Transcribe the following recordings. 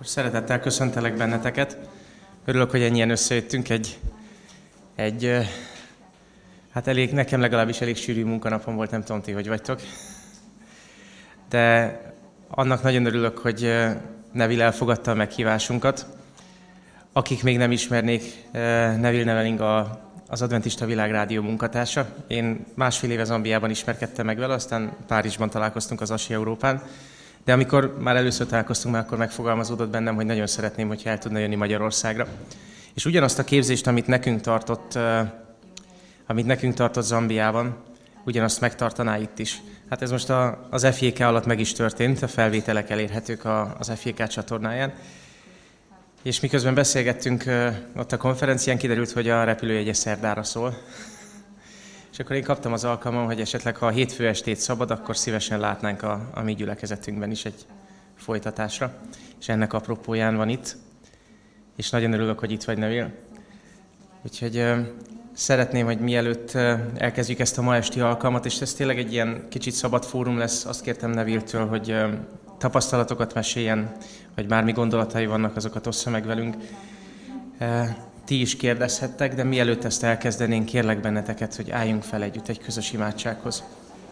Szeretettel köszöntelek benneteket. Örülök, hogy ennyien összejöttünk hát nekem legalábbis elég sűrű munkanapom volt, nem tudom ti, hogy vagytok. De annak nagyon örülök, hogy Neville elfogadta a meghívásunkat. Akik még nem ismernék, Neville Neveling az Adventista Világrádió munkatársa. Én másfél éve Zambiában ismerkedtem meg vele, aztán Párizsban találkoztunk az Asi Európán. De amikor már először találkoztunk, akkor megfogalmazódott bennem, hogy nagyon szeretném, hogyha el tudna jönni Magyarországra. És ugyanazt a képzést, amit nekünk tartott Zambiában, ugyanazt megtartaná itt is. Hát ez most az FJK alatt meg is történt, a felvételek elérhetők az FJK csatornáján. És miközben beszélgettünk ott a konferencián, kiderült, hogy a repülőjegye szerdára szól. És akkor én kaptam az alkalmam, hogy esetleg ha a hétfő estét szabad, akkor szívesen látnánk a mi gyülekezetünkben is egy folytatásra. És ennek apropóján van itt. És nagyon örülök, hogy itt vagy, Neville. Úgyhogy szeretném, hogy mielőtt elkezdjük ezt a ma esti alkalmat, és ez tényleg egy ilyen kicsit szabad fórum lesz, azt kértem Neville-től, hogy tapasztalatokat meséljen, vagy bármi gondolatai vannak, azokat ossza meg velünk. Ti is kérdezhettek, de mielőtt ezt elkezdenénk, kérlek benneteket, hogy álljunk fel együtt egy közös imádsághoz.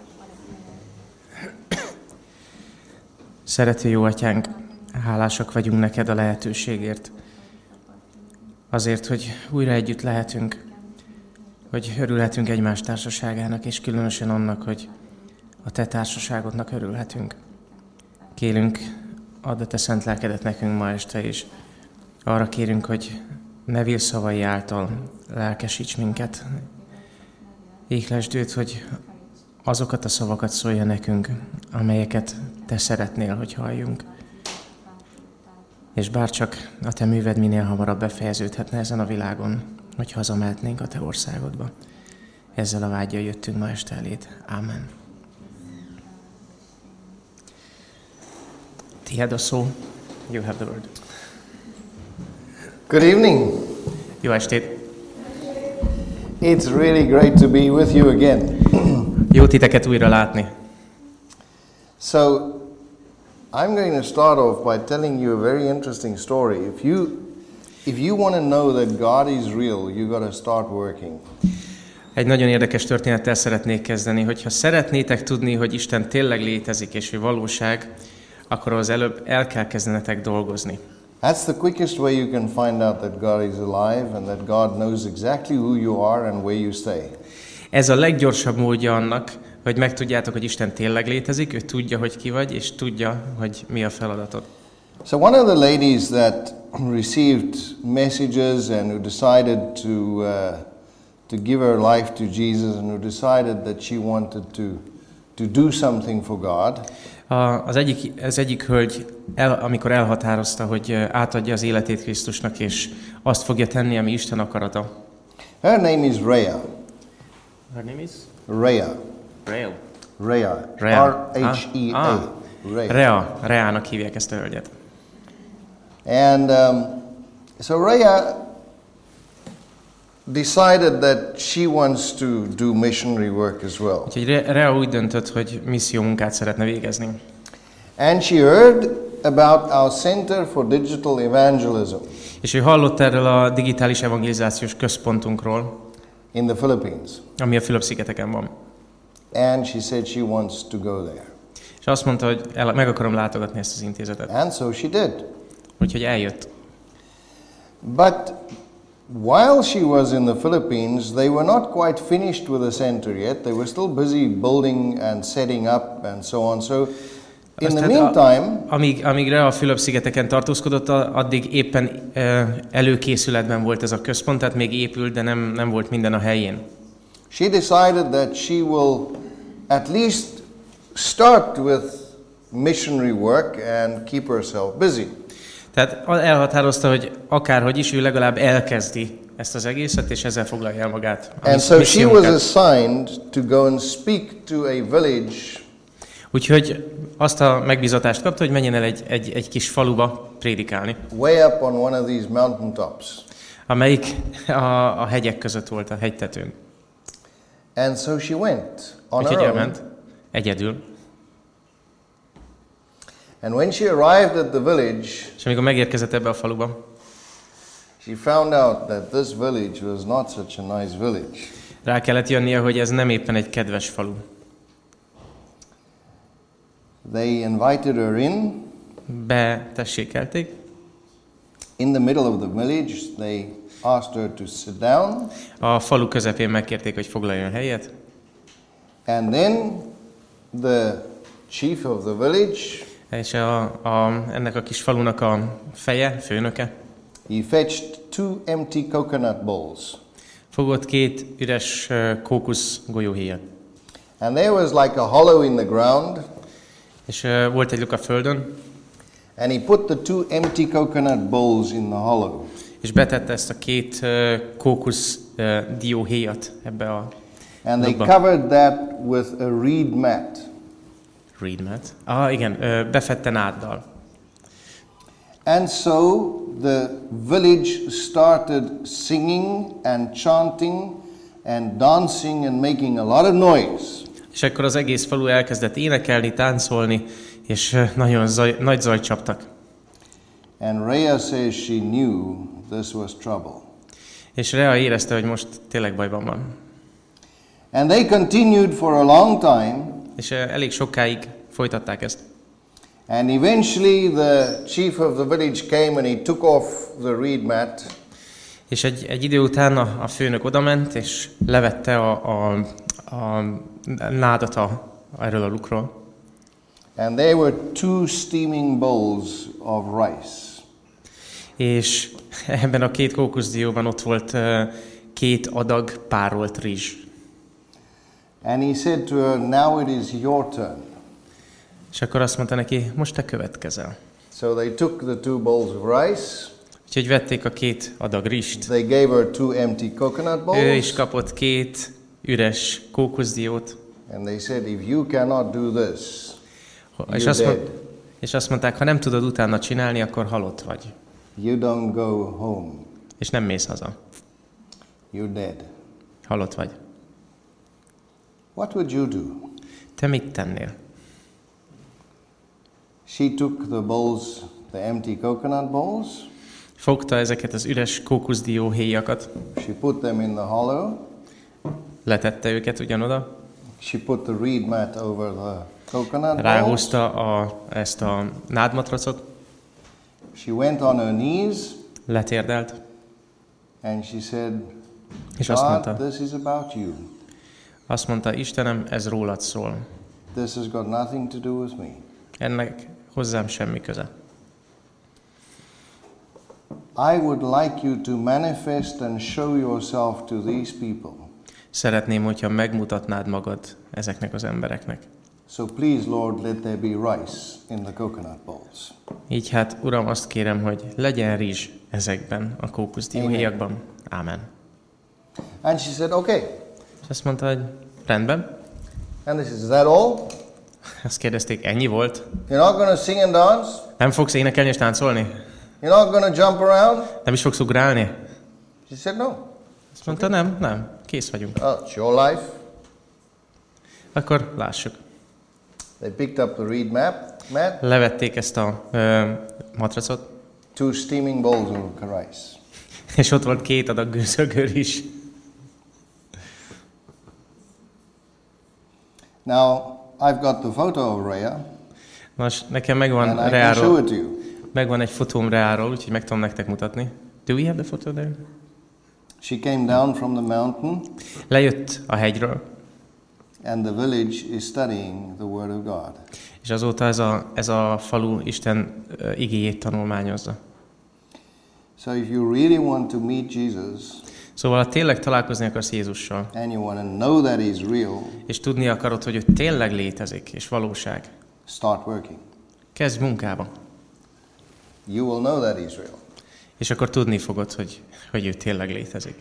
Szerető jó Atyánk, hálásak vagyunk neked a lehetőségért. Azért, hogy újra együtt lehetünk, hogy örülhetünk egymás társaságának, és különösen annak, hogy a te társaságodnak örülhetünk. Kérünk, add a te szent lelkedet nekünk ma este is. Arra kérünk, hogy Neville szavai által lelkesíts minket. Éhlesd őt, hogy azokat a szavakat szólja nekünk, amelyeket te szeretnél, hogy halljunk. És bárcsak a te műved minél hamarabb befejeződhetne ezen a világon, hogy hazamehetnénk a te országodba. Ezzel a vággyal jöttünk ma este eléd. Ámen. Tiéd a szó. You have the word. Good evening. Jó estét. It's really great to be with you again. Jó titeket újra látni. So, I'm going to start off by telling you a very interesting story. If you want to know that God is real, you got to start working. Egy nagyon érdekes történettel szeretnék kezdeni, hogyha szeretnétek tudni, hogy Isten tényleg létezik és hogy valóság, akkor az előbb el kell kezdenetek dolgozni. That's the quickest way you can find out that God is alive and that God knows exactly who you are and where you stay. Ez a leggyorsabb módja annak, hogy megtudjátok, hogy Isten tényleg létezik, ő tudja, hogy ki vagy, és tudja, hogy mi a feladatod. So one of the ladies that received messages and who decided to give her life to Jesus and who decided that she wanted to do something for God. Az egyik hölgy, amikor elhatározta, hogy átadja az életét Krisztusnak, és azt fogja tenni, ami Isten akarata. Her name is Rhea. Her name is? Rhea. Rhea. Rhea. Rhea. R-H-E-A. Rhea. Rheának hívják ezt a hölgyet. And so Rhea decided that she wants to do missionary work as well. Úgyhogy Rhea úgy döntött, hogy misszió munkát szeretne végezni. And she heard about our Center for Digital Evangelism. És ő hallott erről a digitális evangelizációs központunkról, in the Philippines. Ami a Fülöp-szigeteken van. And she said she wants to go there. És azt mondta, hogy meg akarom látogatni ezt az intézetet. And so she did. Úgyhogy eljött. But while she was in the Philippines, they were not quite finished with the center yet. They were still busy building and setting up and so on. So in the meantime, amíg Rhea a Fülöp-szigeteken tartózkodott, addig éppen előkészületben volt ez a központ, tehát még épült, de nem volt minden a helyén. She decided that she will at least start with missionary work and keep herself busy. Tehát elhatározta, hogy akárhogy is, ő legalább elkezdi ezt az egészet, és ezzel foglalja el magát. And so she was assigned to go and speak to a village. Úgyhogy azt a megbízatást kapta, hogy menjen el egy kis faluba prédikálni. Way up on one of these mountain tops. Amelyik a hegyek között volt, a hegytetőn. And so she went on her own. Elment, egyedül. And when she arrived at the village, És amikor megérkezett ebbe a faluba, she found out that this village was not such a nice village. rá kellett jönnie, hogy ez nem éppen egy kedves falu. They invited her in. Betessékelték. In the middle of the village, they asked her to sit down. A falu közepén megkérték, hogy foglaljon helyet. And then the chief of the village, És ennek a kis falunak a főnöke, he fetched 2 empty coconut bowls. fogott 2 üres kókusz golyóhéjat. And there was like a hollow in the ground. És volt egy luk a földön, And he put the 2 empty coconut bowls in the hollow. és betette ezt a 2 kókusz dióhéjat ebbe a And they lukba. covered that with a reed mat. Reed mat. Igen, befette náddal. And so the village started singing and chanting and dancing and making a lot of noise. És akkor az egész falu elkezdett énekelni, táncolni, és nagyon nagy zajt csaptak. And Rhea says she knew this was trouble. És Rea érezte, hogy most tényleg bajban van. And they continued for a long time. És elég sokáig folytatták ezt. And eventually the chief of the village came and he took off the reed mat. És egy idő után a főnök odament, és levette a nádat erről a lukról. And there were 2 steaming bowls of rice. És ebben a 2 kókuszdióban ott volt 2 adag párolt rizs. And he said to her, now it is your turn. És akkor azt mondta neki, most te következel. So they took the 2 bowls of rice. Úgyhogy vették a 2 adag rizst. They gave her 2 empty coconut bowls. Ő is kapott 2 üres kókuszdiót. And they said, if you cannot do this, És azt mondták, ha nem tudod utána csinálni, akkor halott vagy. you don't go home. És nem mész haza. You're dead. Halott vagy. What would you do? Te mit tennél? She took the bowls, the empty coconut bowls. Fogta ezeket az üres kókuszdió héjakat, She put them in the hollow. letette őket ugyanoda, She put the reed mat over the coconut bowls. ráhúzta ezt a nádmatracot, She went on her knees letérdelt, and she said, és azt God, mondta, this is about you. Istenem, ez rólad szól. This has got nothing to do with me. Ennek hozzám semmi köze. I would like you to manifest and show yourself to these people. Szeretném, hogyha megmutatnád magad ezeknek az embereknek. So please, Lord, let there be rice in the coconut bowls. Így hát, Uram, azt kérem, hogy legyen rizs ezekben a kókuszdióhéjakban. Ámen. And she said, okay. És azt mondta, hogy rendben. And this is that all? Azt kérdezték, ennyi volt? You're not going to sing and dance? Nem fogsz énekelni és táncolni? You're not going to jump around? Nem is fogsz ugrálni? She said, no. Azt mondta, nem, kész vagyunk. It's your life. Akkor lássuk. They picked up the reed mat, Levették ezt a matracot, 2 steaming bowls of rice. és ott volt 2 adag gőzögör is. Now, I've got the photo of Rhea, Nos, nekem and megvan I can show Reáról, it to you. megvan egy fotóm Reáról, úgyhogy meg tudom nektek mutatni. Do we have the photo there? She came down from the mountain, Lejött a hegyről, and the village is studying the Word of God. és azóta ez a falu Isten igéjét tanulmányozza. So if you really want to meet Jesus, Szóval, ha tényleg találkozni akarsz Jézussal, and you want to know that He's real, és tudni akarod, hogy ő tényleg létezik, és valóság, start working. kezdj munkába. You will know that He's real. És akkor tudni fogod, hogy ő tényleg létezik.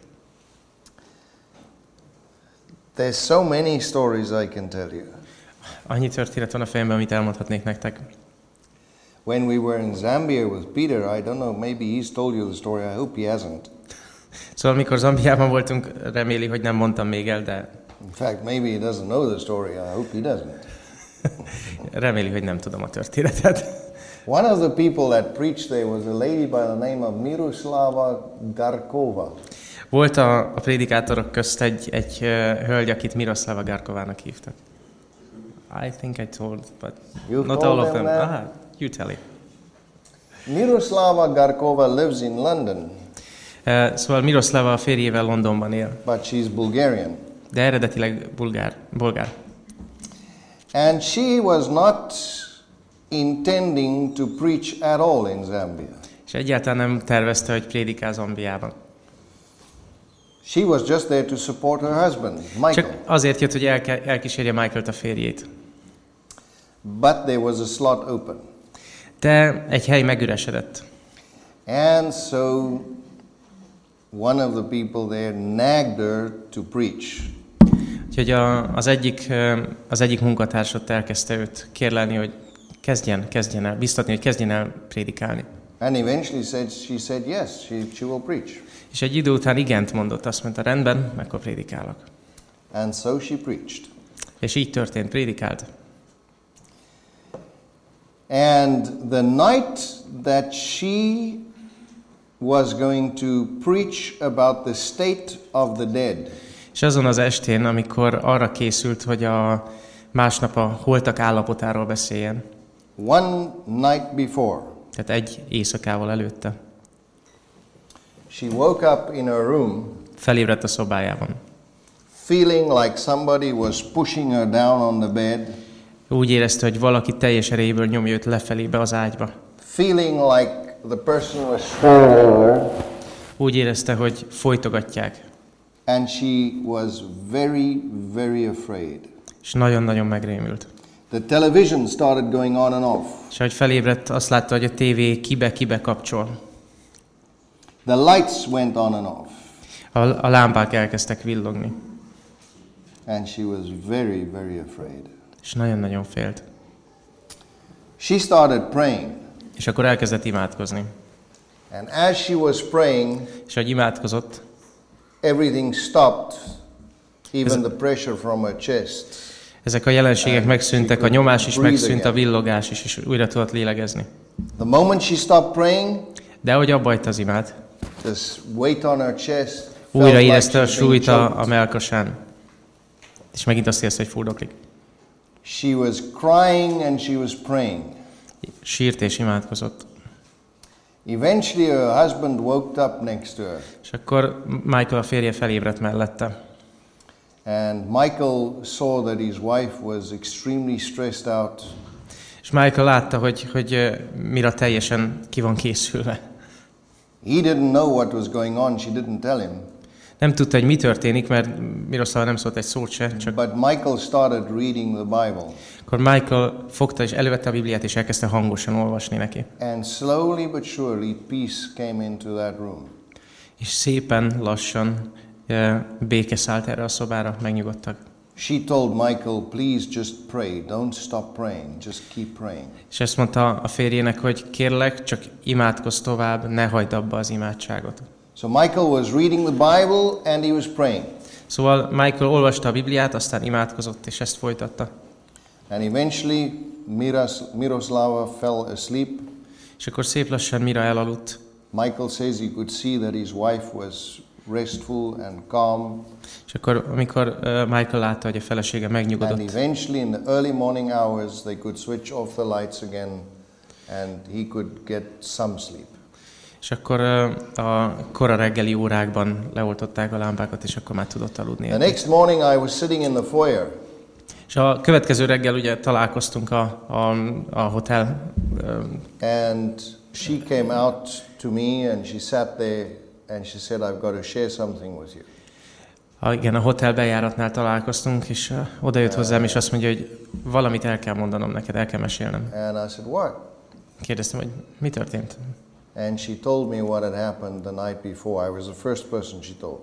There's so many stories I can tell you. Annyi történet van a fejemben, amit elmondhatnék nektek. When we were in Zambia with Peter, I don't know, maybe he's told you the story, I hope he hasn't. Szóval, amikor Zambiában voltunk, reméli, hogy nem mondtam még el, de In fact, maybe he doesn't know the story, I hope he doesn't. reméli, hogy nem tudom a történetet. One of the people that preached there was a lady by the name of Miroslava Garkova. Volt a prédikátorok közt egy hölgy, akit Miroslava Garkovának hívtak. I think I told, but You've not told all of them them. that? You tell it. Miroslava Garkova lives in London, Szóval Miroslava a férjével Londonban él, but she's Bulgarian. de eredetileg bolgár. And she was not intending to preach at all in Zambia. És egyáltalán nem tervezte, hogy prédikál Zambiában. She was just there to support her husband, Michael. Csak azért jött, hogy elkísérje Michaelt, a férjét. But there was a slot open. De egy hely megüresedett. And so one of the people there nagged her to preach. Úgyhogy az egyik munkatársat elkezdte őt kérlelni, hogy kezdjen el, biztatni, hogy kezdjen el prédikálni. And eventually she said yes, she will preach. És egy idő után igent mondott, azt mondta, rendben, akkor prédikálok. And so she preached. És így történt, prédikált. And the night that she was going to preach about the state of the dead. És azon az estén, amikor arra készült, hogy a másnap a holtak állapotáról beszéljen. One night before. Tehát egy éjszakával előtte. She woke up in her room. Felébredt a szobájában. Feeling like somebody was pushing her down on the bed. Úgy érezte, hogy valaki teljes erejéből nyomja őt lefelébe az ágyba. Feeling like the person was swallowing her. Úgy érezte, hogy folytogatják. And she was very, very afraid. És nagyon-nagyon megrémült. The television started going on and off. És ahogy felébredt, azt látta, hogy a tévé kibe kapcsol. The lights went on and off. A lámpák elkezdtek villogni. And she was very, very afraid. És nagyon-nagyon félt. She started praying. És akkor elkezdett imádkozni. And as she was praying, és ahogy imádkozott, everything stopped, even the pressure from her chest. Ezek a jelenségek megszűntek, a nyomás is megszűnt, a villogás is, és újra tudott lélegezni. The moment she stopped praying, de ahogy abba hagyta az imát, this weight on her chest, újra érezte a súlyt a mellkasán, és megint azt érezte, hogy furdoklik. She was crying and she was praying. Sírt és imádkozott. Eventually her husband woke up next to her. És akkor Michael, a férje, felébredt mellette. And Michael saw that his wife was extremely stressed out. És Michael látta, hogy Mira teljesen ki van készülve. He didn't know what was going on, she didn't tell him. Nem tudta, hogy mi történik, mert Miroslava nem szólt egy szót se, csak... But Michael started reading the Bible. Akkor Michael fogta és elővette a Bibliát, és elkezdte hangosan olvasni neki. And slowly but surely peace came into that room. És szépen, lassan béke szállt erre a szobára, megnyugodtak. She told Michael, please just pray, don't stop praying, just keep praying. És ezt mondta a férjének, hogy kérlek, csak imádkozz tovább, ne hagyd abba az imádságot. So Michael was reading the Bible and he was praying. Szóval Michael olvasta a Bibliát, aztán imádkozott, és ezt folytatta. And eventually Miroslava fell asleep. És akkor szép lassan Mira elaludt. Michael says he could see that his wife was restful and calm. És akkor, amikor Michael látta, hogy a felesége megnyugodott. And eventually in the early morning hours they could switch off the lights again and he could get some sleep. És akkor a kora reggeli órákban leoltották a lámpákat, és akkor már tudott aludni. The next morning I was sitting in the foyer. És a következő reggel ugye találkoztunk a hotel. And she came out to me and she sat there and she said, I've got to share something with you. Igen, a hotel bejáratnál találkoztunk, és oda jött hozzám, és azt mondja, hogy valamit el kell mondanom neked, el kell mesélnem. And I said, what? Kérdeztem, hogy mi történt? And she told me what had happened the night before. I was the first person she told.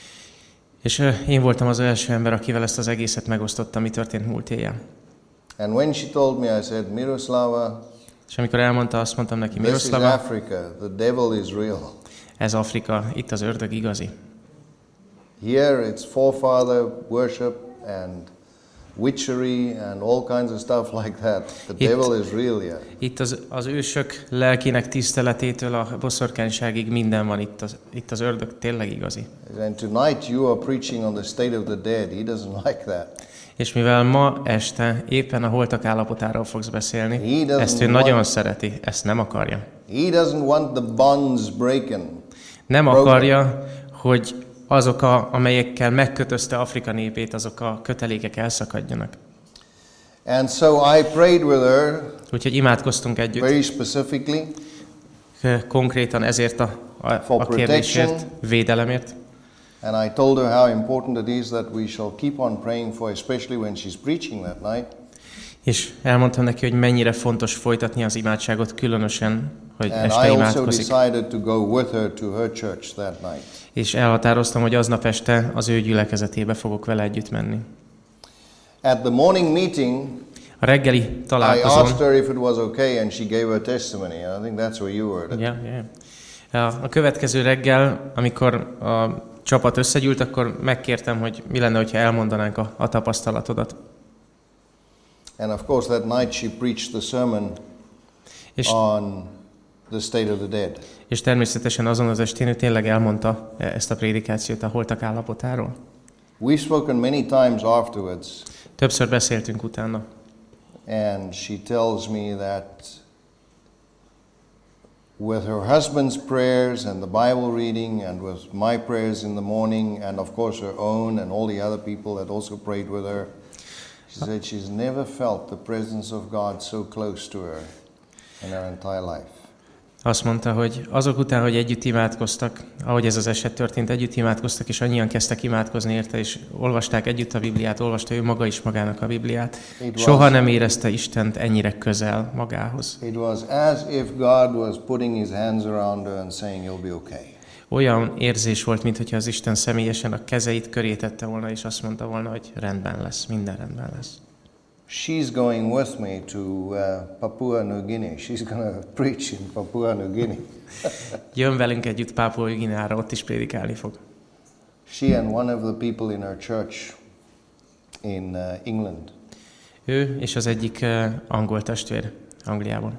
És én voltam az első ember, akivel ezt az egészet megosztottam, mi történt múlt éjjel. And when she told me, I said, Miroslava, és amikor elmondta, azt mondtam neki, this is Miroslava, Africa, the devil is real. ez Afrika, itt az ördög igazi. Here it's forefather worship and witchery and all kinds of stuff like that. The devil is real here. Itt az ősök lelkének tiszteletétől a boszorkányságig minden van, itt az ördög tényleg igazi. And tonight you are preaching on the state of the dead. He doesn't like that. És mivel ma este éppen a holtak állapotáról fogsz beszélni, ezt ő nagyon szereti, ezt nem akarja. He doesn't want the bonds broken. Nem akarja, hogy azok, amelyekkel megkötözte Afrika népét, azok a kötelékek elszakadjanak. And so I prayed with her. Úgyhogy imádkoztunk együtt. Very specifically. Konkrétan ezért a kérdésért, védelemért. And I told her how important it is that we shall keep on praying for, especially when she's preaching that night. És elmondtam neki, hogy mennyire fontos folytatni az imádságot, különösen, hogy And este I imádkozik. also decided to go with her to her church that night. És elhatároztam, hogy aznap este az ő gyülekezetébe fogok vele együtt menni. At the morning meeting, A reggeli I találkozón... asked her if it was okay, and she gave her testimony. I think that's where you were. A következő reggel, amikor a csapat összegyűlt, akkor megkértem, hogy mi lenne, hogyha elmondanánk a tapasztalatodat. And of course that night she preached the sermon on the state of the dead. És természetesen azon az estén ő tényleg elmondta ezt a prédikációt a holtak állapotáról. We've spoken many times afterwards. Többször beszéltünk utána. And she tells me that with her husband's prayers and the Bible reading and with my prayers in the morning and of course her own and all the other people that also prayed with her, she said she's never felt the presence of God so close to her in her entire life. Azt mondta, hogy azok után, hogy együtt imádkoztak, ahogy ez az eset történt, együtt imádkoztak, és annyian kezdtek imádkozni érte, és olvasták együtt a Bibliát, olvasta ő maga is magának a Bibliát. Soha nem érezte Istent ennyire közel magához. It was as if God was putting his hands around her and saying, "You'll be okay." Olyan érzés volt, mintha az Isten személyesen a kezeit köré tette volna, és azt mondta volna, hogy rendben lesz, minden rendben lesz. She's going with me to Papua New Guinea. She's going to preach in Papua New Guinea. Jön velünk együtt Pápua Új Guineára, ott is prédikálni fog. She and one of the people in her church in England. Ő és az egyik angol testvér Angliában.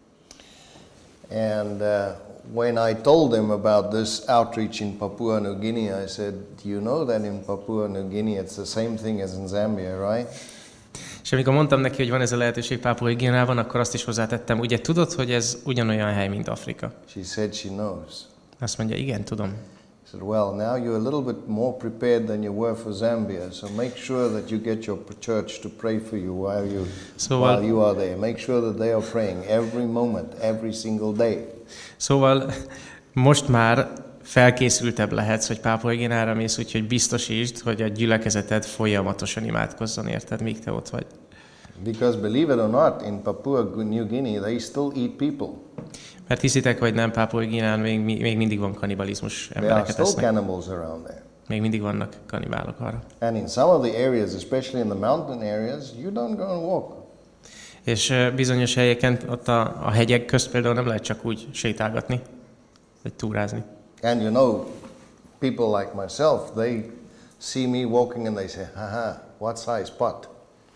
And when I told them about this outreach in Papua New Guinea, I said, "You know that in Papua New Guinea it's the same thing as in Zambia, right?" És amikor mondtam neki, hogy van ez a lehetőség Pápua Új Guineában, akkor azt is hozzátettem, ugye tudod, hogy ez ugyanolyan hely, mint Afrika? She said she knows. Azt mondja, igen, tudom. I said, "Well, now you're a little bit more prepared than you were for Zambia, so make sure that you get your church to pray for you while you are there. Make sure that they are praying every moment, every single day." Szóval most már felkészültebb lehetsz, hogy Pápua Új Guineára mész, úgyhogy biztosítsd, hogy a gyülekezeted folyamatosan imádkozzon érted, míg te ott vagy. Because believe it or not, in Papua New Guinea they still eat people. Mert hiszitek, hogy nem, Pápua Új Guineán még mindig van kannibalizmus, embereket esznek. Cannibals around there. Még mindig vannak kannibálok arra. And in some of the areas, especially in the mountain areas, you don't go and walk. És bizonyos helyeken, ott a hegyek közt például nem lehet csak úgy sétálgatni, vagy túrázni. And you know, people like myself, they see me walking and they say, "Haha, what size pot?"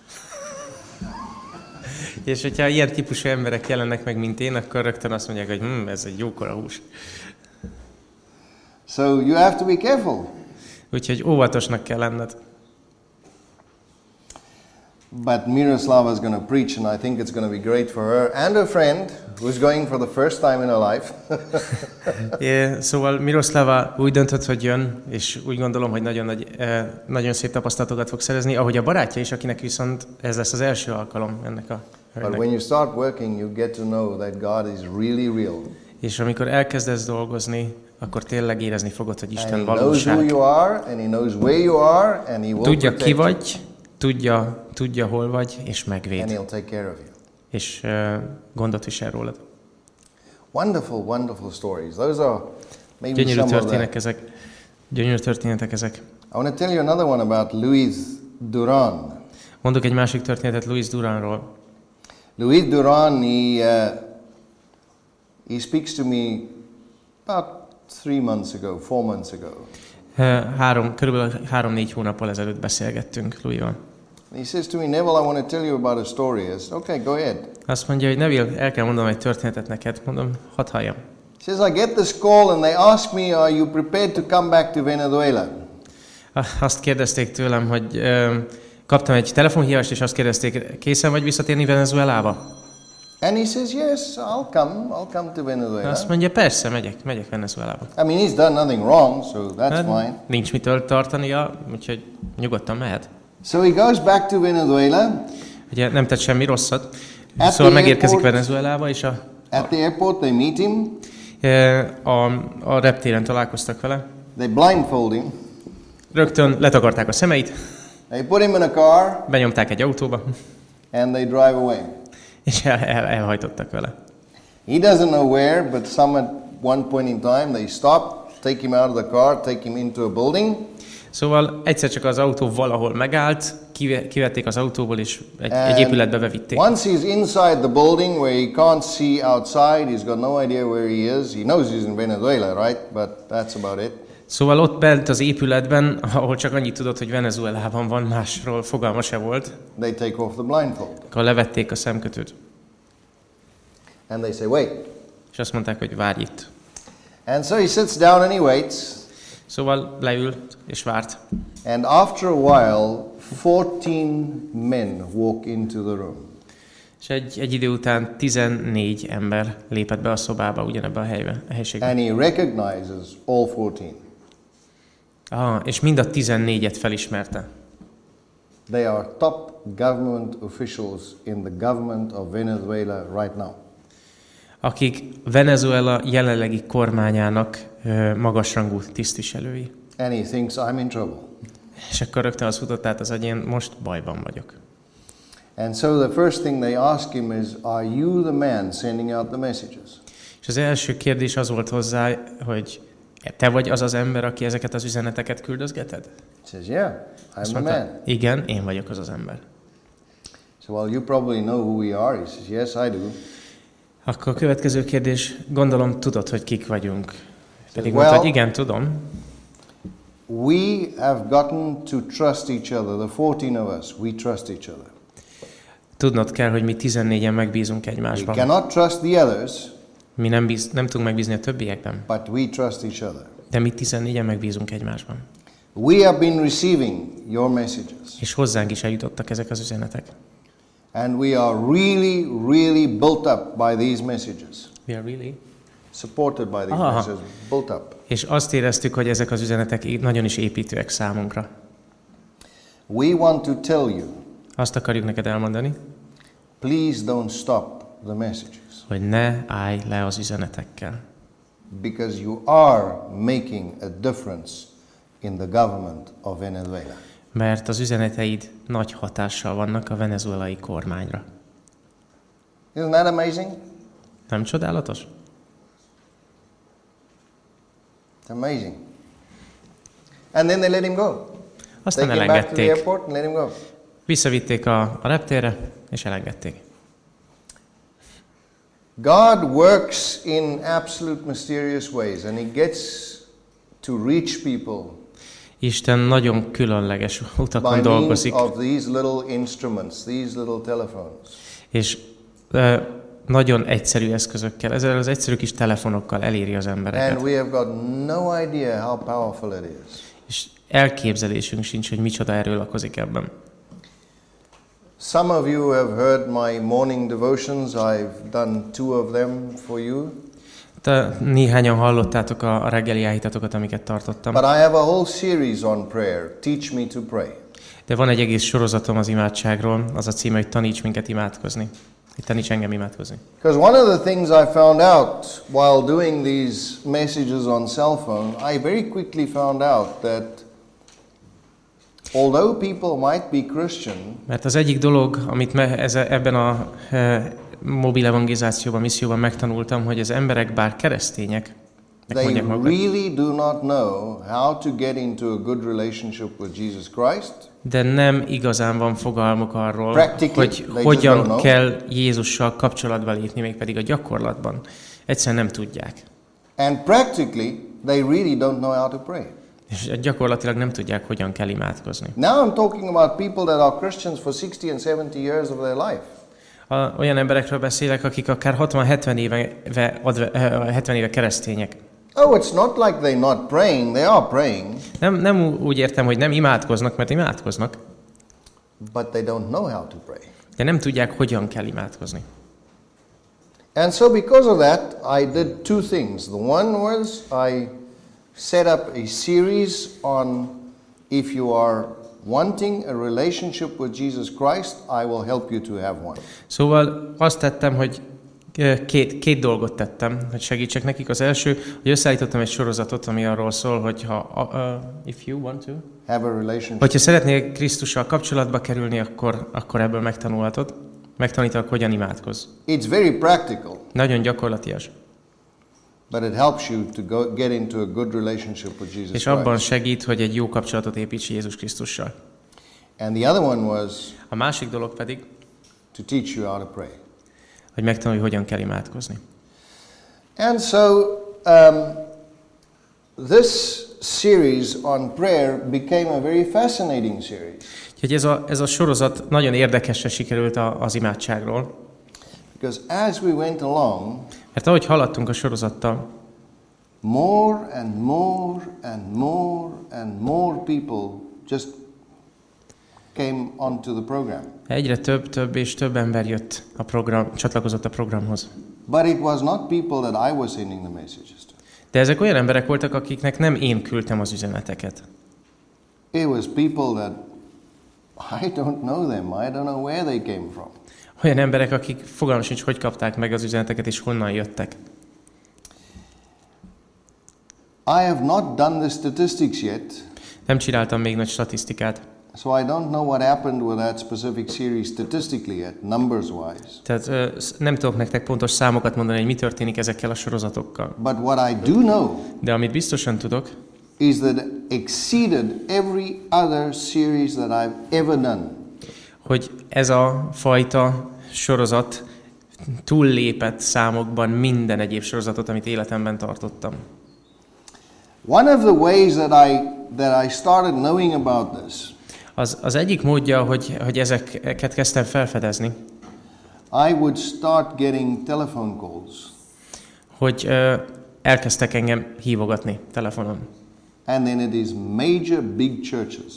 És hogyha ilyen típusú emberek jelennek meg, mint én, akkor rögtön azt mondják, hogy ez egy jókora hús. So you have to be careful. Úgyhogy óvatosnak kell lenned. But Miroslava is going to preach, and I think it's going to be great for her and her friend, who's going for the first time in her life. Szóval Miroslava úgy döntött, hogy jön, és úgy gondolom, hogy nagyon szép tapasztalatokat fog szerezni, ahogy a barátja is, akinek viszont ez lesz az első alkalom ennek a hölgynek. But when you start working, you get to know that God is really real. És amikor elkezdesz dolgozni, akkor tényleg érezni fogod, hogy Isten and he knows valóság. who you are, and he knows where you are, and he will Tudja, protect ki you. vagy, tudja, hol vagy, és megvéd. And he'll take care of you. És gondot visel rólad. Wonderful, wonderful stories. Those are maybe Gyönyörű some of történetek them. ezek. Gyönyörű történetek ezek. I want to tell you another one about Luis Duran. Mondok egy másik történetet Luis Duranról. Luis Duran, he speaks to me about 4 months ago. Körülbelül 3-4 hónappal ezelőtt beszélgettünk Louisval. He says to me, Neville, I want to tell you about a story. I said, okay, go ahead. Azt mondja, hogy Neville, el kell mondanom egy történetet neked. Mondom, hadd halljam. He says, I get this call and they ask me, are you prepared to come back to Venezuela? Azt kérdezték tőlem, hogy kaptam egy telefonhívást, és azt kérdezték, készen vagy visszatérni Venezuelába? And he says, yes, I'll come to Venezuela. Azt mondja, persze, megyek Venezuelába. I mean, he's done nothing wrong, so that's fine. Nincs mitől tartania, úgyhogy nyugodtan mehet. So he goes back to Venezuela. Ugye nem tett semmi rosszat. At Szóval the megérkezik airport- Venezuelába, és At the airport, they meet him. a reptéren találkoztak vele. They blindfold him. Rögtön letakarták a szemeit, They put him in a car benyomták egy autóba, and they drive away. és elhajtottak vele. He doesn't know where, but some at one point in time they stop, take him out of the car, take him into a building. Szóval egyszer csak az autó valahol megállt, kivették az autóból, és egy épületbe bevitték. Once he's inside the building where he can't see outside, he's got no idea where he is. He knows he's in Venezuela, right? But that's about it. Szóval ott bent az épületben, ahol csak annyit tudott, hogy Venezuelában van, másról fogalma se volt, They take off the blindfold. akkor levették a szemkötőt. And they say, wait. És azt mondták, hogy várj itt. And so he sits down and he waits. Szóval leült és várt. And after a while, 14 men walk into the room. És egy idő után 14 ember lépett be a szobába, ugyanebbe a helységbe. And he recognizes all 14. És mind a 14-et felismerte. They are top government officials in the government of Venezuela right now. Akik Venezuela jelenlegi kormányának magasrangú tisztviselői. And he thinks, I'm in trouble. És akkor rögtön az futott át az agyén, most bajban vagyok. And so the first thing they ask him is, are you the man sending out the messages? És az első kérdés az volt hozzá, hogy te vagy az az ember, aki ezeket az üzeneteket küldözgeted? He says, yeah, I'm the man. Igen, én vagyok az az ember. So, well, you probably know who we are. He says, yes, I do. Akkor a következő kérdés, gondolom tudod, hogy kik vagyunk. Pedig Well, mondta, hogy igen, tudom. We have gotten to trust each other. The 14 of us, we trust each other. Tudnod kell, hogy mi 14-en megbízunk We egymásban. cannot trust the others, Mi nem tudunk megbízni a többiekben, but we trust each other. de mi 14-en megbízunk egymásban. We have been receiving your messages. És hozzánk is eljutottak ezek az üzenetek. And we are really, really built up by these messages. We are really? Supported by these Aha. messages. Built up. És azt éreztük, hogy ezek az üzenetek nagyon is építőek számunkra. We want to tell you, Azt akarjuk neked elmondani, please don't stop the messages. hogy ne állj le az üzenetekkel. Because you are making a difference in the government of Venezuela. Mert az üzeneteid nagy hatással vannak a venezuelai kormányra. Isn't that amazing? Nem csodálatos? It's amazing. And then they let him go. Aztán Take him back to the elengedték. airport and let him go. Visszavitték a reptérre, és elengedték. God works in absolute mysterious ways, and He gets to reach people Isten nagyon különleges by utakon means dolgozik, of these little instruments, these little telephones. és nagyon egyszerű eszközökkel, ezzel az egyszerű kis telefonokkal eléri az And embereket. we have got no idea how powerful it is. És elképzelésünk sincs, hogy micsoda erő lakozik ebben. Some of you have heard my morning devotions. I've done 2 of them for you. Néhányan hallottátok a reggeli áhítatokat, amiket tartottam. But I have a whole series on prayer. Teach me to pray. De van egy egész sorozatom az imádságról, az a címe, hogy taníts minket imádkozni. Hogy taníts engem imádkozni. Because one of the things I found out while doing these messages on cell phone, I very quickly found out that although people might be Christian, Mert az egyik dolog, amit ebben a mobil evangelizációban, misszióban megtanultam, hogy az emberek bár keresztények, they mondják magukat, really do not know how to get into a good relationship with Jesus Christ. de nem igazán van fogalmuk arról, Practically, hogy they just don't hogyan know. kell Jézussal kapcsolatba lépni, mégpedig a gyakorlatban. Egyszerűen nem tudják. And practically, they really don't know how to pray. És gyakorlatilag nem tudják, hogyan kell imádkozni. Now I'm talking about people that are Christians for 60 and 70 years of their life. Olyan emberekről beszélek, akik akár 60-70 éve keresztények. Oh, it's not like they're not praying. They are praying. Nem úgy értem, hogy nem imádkoznak, mert imádkoznak. But they don't know how to pray. De nem tudják, hogyan kell imádkozni. And so because of that, I did two things. The one was I set up a series on if you are wanting a relationship with Jesus Christ, I will help you to have one. Szóval azt tettem, hogy két dolgot tettem, hogy segítsek nekik. Az első, hogy összeállítottam egy sorozatot, ami arról szól, hogy if you want to, have a relationship. hogyha szeretnél Krisztussal kapcsolatba kerülni, akkor ebből megtanulhatod. Megtanítalak, hogyan imádkozz. It's very practical. Nagyon gyakorlatias. But it helps you to get into a good relationship with Jesus És abban Christ. segít, hogy egy jó kapcsolatot építs Jézus Krisztussal. And the other one was A másik dolog pedig, to teach you how to pray. hogy megtanulj, hogyan kell imádkozni. And so this series on prayer became a very fascinating series. Úgyhogy ez a sorozat nagyon érdekesre sikerült az imádságról. Because as we went along, Mert ahogy haladtunk a sorozattal, more and more and more and more people just came onto the program. egyre több és több ember csatlakozott a programhoz. But it was not people that I was sending the messages to. De ezek olyan emberek voltak, akiknek nem én küldtem az üzeneteket. It was people that I don't know them. I don't know where they came from. Olyan emberek, akik fogalmam sincs, hogy kapták meg az üzeneteket és honnan jöttek. I have not done the statistics yet. Nem csináltam még nagy statisztikát. So I don't know what happened with that specific series statistically yet, numbers-wise. Tehát nem tudok nektek pontos számokat mondani, hogy mi történik ezekkel a sorozatokkal. But what I do know De amit biztosan tudok, is that exceeded every other series that I've ever done. hogy ez a fajta sorozat túllépett számokban minden egyéb sorozatot, amit életemben tartottam. One of the ways that I started knowing about this, Az egyik módja, hogy ezeket kezdtem felfedezni, I would start getting telephone calls. hogy elkezdtek engem hívogatni telefonon. And then it is major big churches.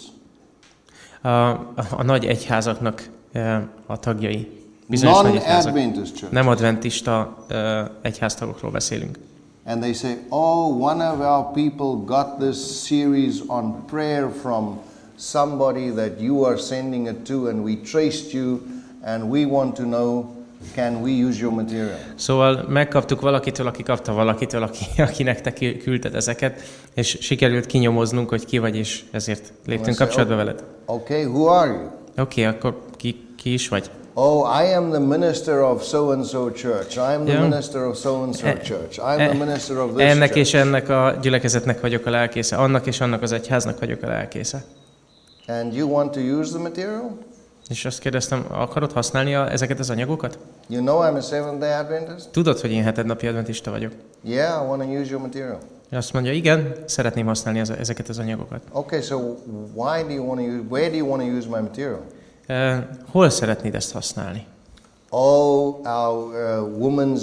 A nagy egyházaknak a tagjai. Bizonyos nagy egyházak. Non-Adventist churches. Nem adventista egyháztagokról beszélünk. And they say, oh, one of our people got this series on prayer from somebody that you are sending it to, and we traced you, and we want to know, can we use your material? Szóval megkaptuk valakitől, aki kapta valakitől, aki nektek küldted ezeket, és sikerült kinyomoznunk, hogy ki vagy, és ezért léptünk kapcsolatba veled. Okay, who are you? Oké, akkor ki is vagy? Oh, I am the minister of so-and-so church. I am the minister of so-and-so church. I am the minister of this Ennek church. és ennek a gyülekezetnek vagyok a lelkésze, annak és annak az egyháznak vagyok a lelkésze. And you want to use the material? És azt kérdeztem, akarod használni ezeket az anyagokat? You know I'm a Seventh-day Adventist? Tudod, hogy én hetednapi adventista vagyok. Yeah, I want to use your material. És azt mondja, igen, szeretném használni ezeket az anyagokat. Okay, so where do you want to use my material? Hol szeretnéd ezt használni? Oh, our women's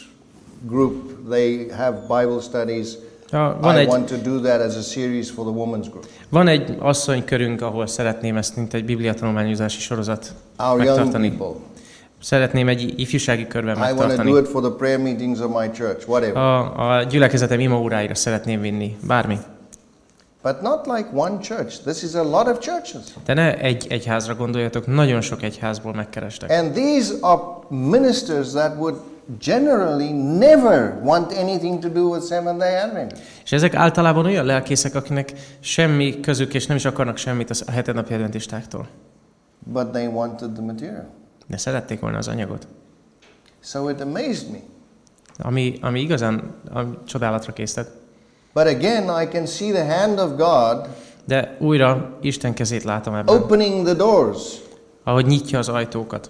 group, they have Bible studies. I want to do that as a series for the women's group. Van egy asszonykörünk, ahol szeretném ezt, mint egy bibliatanulmányozási sorozat Our megtartani. young people. Szeretném egy ifjúsági körben I want to megtartani. do it for the prayer meetings of my church, whatever. A gyülekezetem imaóráira szeretném vinni, bármi. But not like one church. This is a lot of churches. De ne egy egyházra gondoljatok, nagyon sok egyházból megkerestek. And these are ministers that would generally never want anything to do with Seventh-day Adventists. És ezek általában olyan lelkészek, akinek semmi közük és nem is akarnak semmit a hetednapi adventistáktól. But they wanted the material. De szerették volna az anyagot. So it amazed me. Ami igazán csodálatra késztet. But again, I can see the hand of God De újra Isten kezét látom ebben. opening the doors. Ahogy nyitja az ajtókat.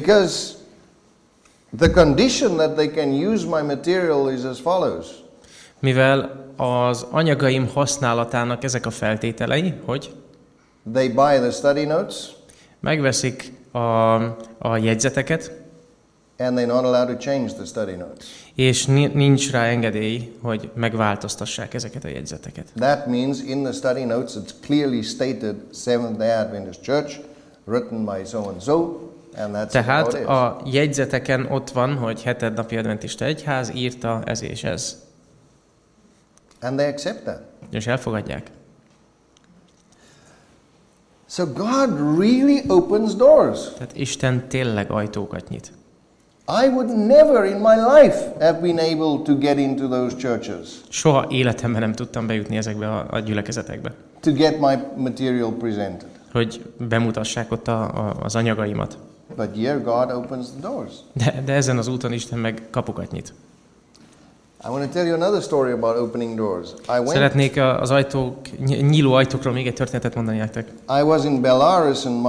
Because the condition that they can use my material is as follows. Mivel az anyagaim használatának ezek a feltételei, hogy they buy the study notes, megveszik a jegyzeteket, and they're not allowed to change the study notes. és nincs rá engedély, hogy megváltoztassák ezeket a jegyzeteket. That means in the study notes it's clearly stated Seventh-day Adventist Church, written by so-and-so, and that's Tehát what it is. a jegyzeteken ott van, hogy hetednapi adventista egyház írta ez és ez. And they accept that. És elfogadják. So God really opens doors. Tehát Isten tényleg ajtókat nyit. I would never in my life have been able to get into those churches, Soha életemben nem tudtam bejutni ezekbe a gyülekezetekbe, to get my material presented. hogy bemutassák ott az anyagaimat. But here God opens the doors. De ezen az úton Isten meg kapukat nyit. I want to tell you another story about opening doors. Szeretnék az nyíló ajtókról még egy történetet mondani nektek. I was in Belarus and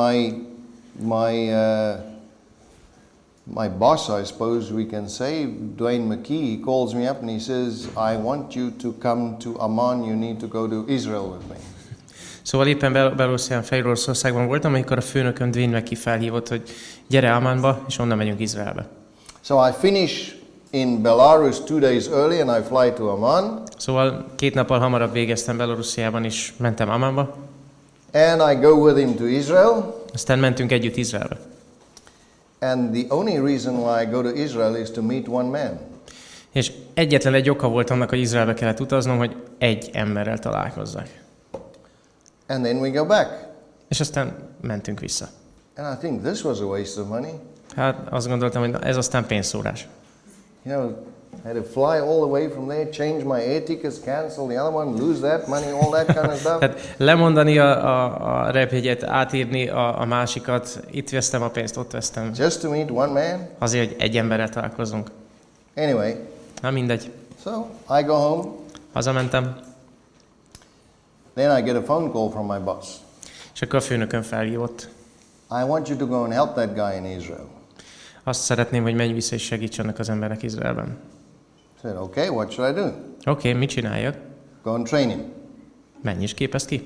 my boss, I suppose we can say, Dwayne McKee, he calls me up and he says, I want you to come to Amman, you need to go to Israel with me. Szóval éppen Belorusszián, Fehéroroszországban voltam, amikor a főnököm Dwayne McKee felhívott, hogy gyere Ammanba, és onnan megyünk Izraelbe. So I finish in Belarus 2 days early and I fly to Amman. Szóval 2 nappal hamarabb végeztem Belorussziában, és mentem Ammanba. And I go with him to Israel. Aztán mentünk együtt Izraelbe. And the only reason why I go to Israel is to meet one man. És egyetlen egy oka volt annak, hogy Izraelbe kellett utaznom, hogy egy emberrel találkozzak. And then we go back. És aztán mentünk vissza. And I think this was a waste of money. Hát azt gondoltam, hogy ez aztán pénzszórás. You know, I had to fly all the way from there, change my air tickets, cancel the other one, lose that money, all that kind of stuff. Tehát lemondani a repjegyet, átírni a másikat, itt vesztem a pénzt, ott vesztem. Just to meet one man. Azért, hogy egy emberrel találkozzunk. Anyway. Na mindegy. So, I go home. Hazamentem. Then I get a phone call from my boss. És akkor a főnökön felhívott. I want you to go and help that guy in Israel. Azt szeretném, hogy menj vissza és segíts annak az embernek Izraelben. I said, okay, what should I do? Oké, mit csináljak? Go and train him. Menj és képezd ki.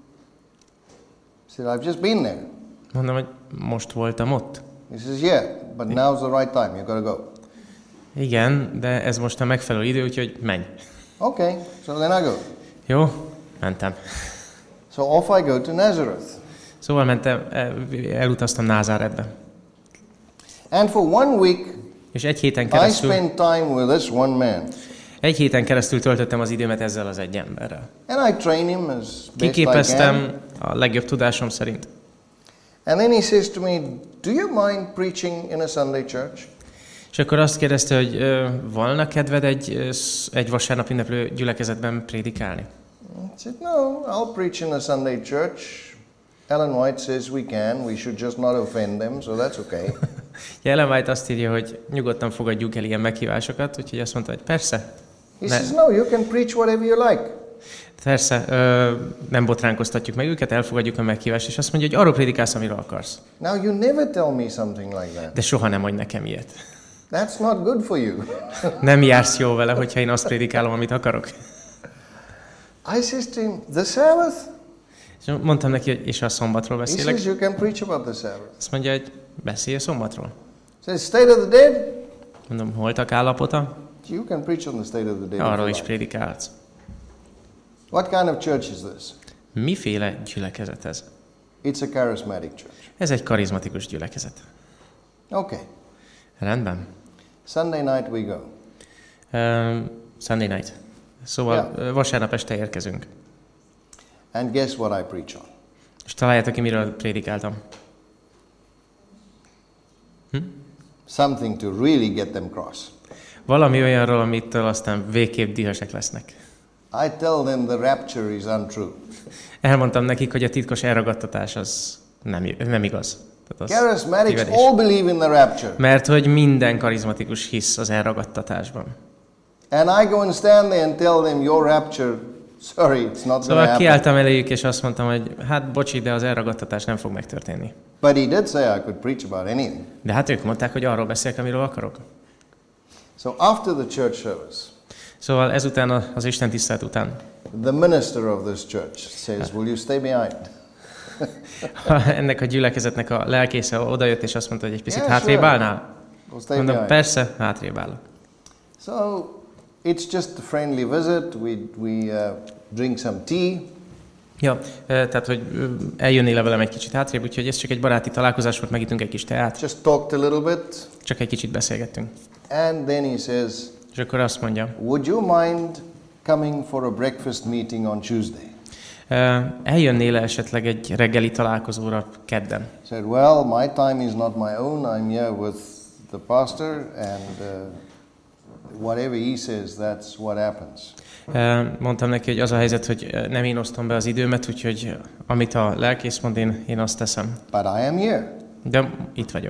I said, I've just been there. Mondom, hogy most voltam ott. He says, yeah, but now's the right time, you've got to go. Igen, de ez most a megfelelő idő, úgyhogy menj. Okay, so then I go. Jó, mentem. So off I go to Nazareth. Szóval mentem, elutaztam Názáretbe. And for 1 week, És egy héten I spent time with this one man. töltöttem az időmet ezzel az egy emberrel. And I train him as best I Kiképeztem can. a legjobb tudásom szerint. And then he says to me, do you mind preaching in a Sunday church? És akkor azt kérdezte, hogy volna kedved egy vasárnap ünneplő gyülekezetben prédikálni? I said, no, I'll preach in a Sunday church. Ellen White says we can, we should just not offend them, so that's okay. Ellen White azt írja, hogy nyugodtan fogadjuk el ilyen meghívásokat, úgyhogy azt mondta, hogy persze. He says, no, you can preach whatever you like. Persze, nem botránkoztatjuk meg őket, elfogadjuk a meghívást, és azt mondja, hogy arról prédikálsz, amiről akarsz. Now you never tell me something like that. De soha nem mondj nekem ilyet. That's not good for you. Nem jársz jól vele, hogyha én azt prédikálom, amit akarok. I says to him, the Sabbath? És mondtam neki, hogy és a szombatról He beszélek. says, you can preach about the Sabbath. Azt mondja, hogy beszélj a szombatról. Says, state of the dead? Mondom, holtak állapota? You can preach on the state of the dead. Arról is prédikálhatsz. What kind of church is this? Miféle gyülekezet ez? It's a charismatic church. Ez egy karizmatikus gyülekezet. Okay. Rendben. Sunday night we go. Sunday night. Szóval vasárnap este érkezünk. And guess what I preach on? És találjátok ki, miről prédikáltam. Something to really get them cross. Valami olyanról, amitől aztán végképp dühösek lesznek. I tell them the rapture is untrue. Elmondtam nekik, hogy a titkos elragadtatás az nem igaz. Charismatics all believe in the rapture. Mert hogy minden karizmatikus hisz az elragadtatásban. And I go and stand there and tell them your rapture, sorry, it's not going to Szóval happen. kiálltam eléjük, és azt mondtam, hogy hát bocsi, de az elragadtatás nem fog megtörténni. But he did say I could preach about anything. De hát ők mondták, hogy arról beszélek, amiről akarok. So after the church service, Szóval ezután az Isten tisztelet után the minister of this church says, "Will you stay behind?" ennek a gyülekezetnek a lelkésze odajött, és azt mondta, hogy egy picit Yeah, hátrébb sure. állnál. We'll stay Mondom, behind. persze, hátrébb állok. So it's just a friendly visit. We drink some tea. Ja, tehát, hogy eljönnél velem egy kicsit hátrébb, úgyhogy ez csak egy baráti találkozás volt, megittunk egy kis teát, Just talked a little bit. csak egy kicsit beszélgettünk. And then he says, És akkor azt mondja, "Would you mind coming for a breakfast meeting on Tuesday?" eljönnél esetleg egy reggeli találkozóra kedden? I said, "Well, my time is not my own. I'm here with the pastor, and whatever he says, that's what happens." Mondtam neki, hogy az a helyzet, hogy nem én osztom be az időmet, úgyhogy amit a lelkész mond, én azt teszem. But I am here. De itt vagyok.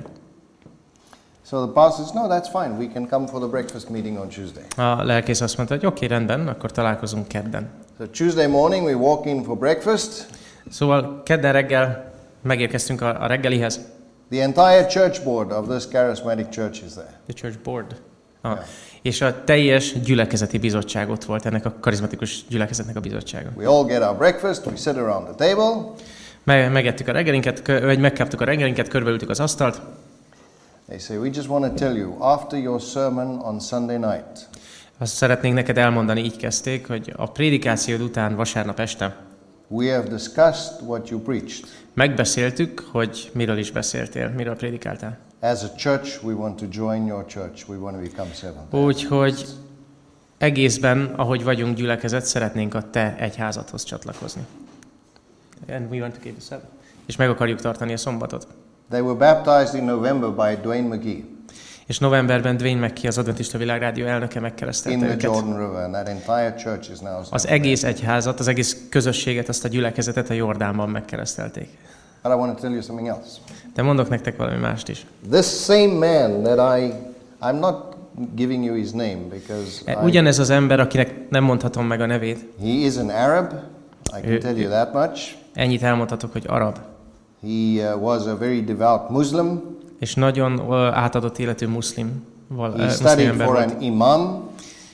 So the pastor says, "No, that's fine. We can come for the breakfast meeting on Tuesday." A lelkész azt mondta, hogy oké, rendben, akkor találkozunk kedden. So Tuesday morning we walk in for breakfast. Szóval kedden reggel megérkeztünk a reggelihez. The entire church board of this charismatic church is there. The church board. Yeah. És a teljes gyülekezeti bizottság ott volt, ennek a karizmatikus gyülekezetnek a bizottsága. We all get our breakfast. We sit around the table. Megettük a reggelinket, vagy megkaptuk a reggelinket, körbeültük az asztalt. They say, "We just want to tell you, after your sermon on Sunday night, Azt szeretnénk neked elmondani, így kezdték, hogy a prédikációd után vasárnap este we have discussed what you preached. megbeszéltük, hogy miről is beszéltél, miről prédikáltál. As a church, we want to join your church. We want to become seventh." Úgyhogy egészben, ahogy vagyunk gyülekezet, szeretnénk a te egyházadhoz csatlakozni. And we want to keep the Sabbath. És meg akarjuk tartani a szombatot. They were baptized in November by Dwayne McGee És novemberben Dwayne McKee, az Adventista Világrádió elnöke in megkeresztelte the őket. Jordan River, and that entire church is now Az egész egyházat, az egész közösséget, azt a gyülekezetet a Jordánban megkeresztelték. But I want to tell you something else. De mondok nektek valami mást is. This same man that I'm not giving you his name because Ugyanez az ember, akinek nem mondhatom meg a nevét, he is an Arab. I can tell you that much. ennyit elmondhatok, hogy arab. He was a very devout Muslim. És nagyon átadott életű muszlim He studied ember for volt. an imam,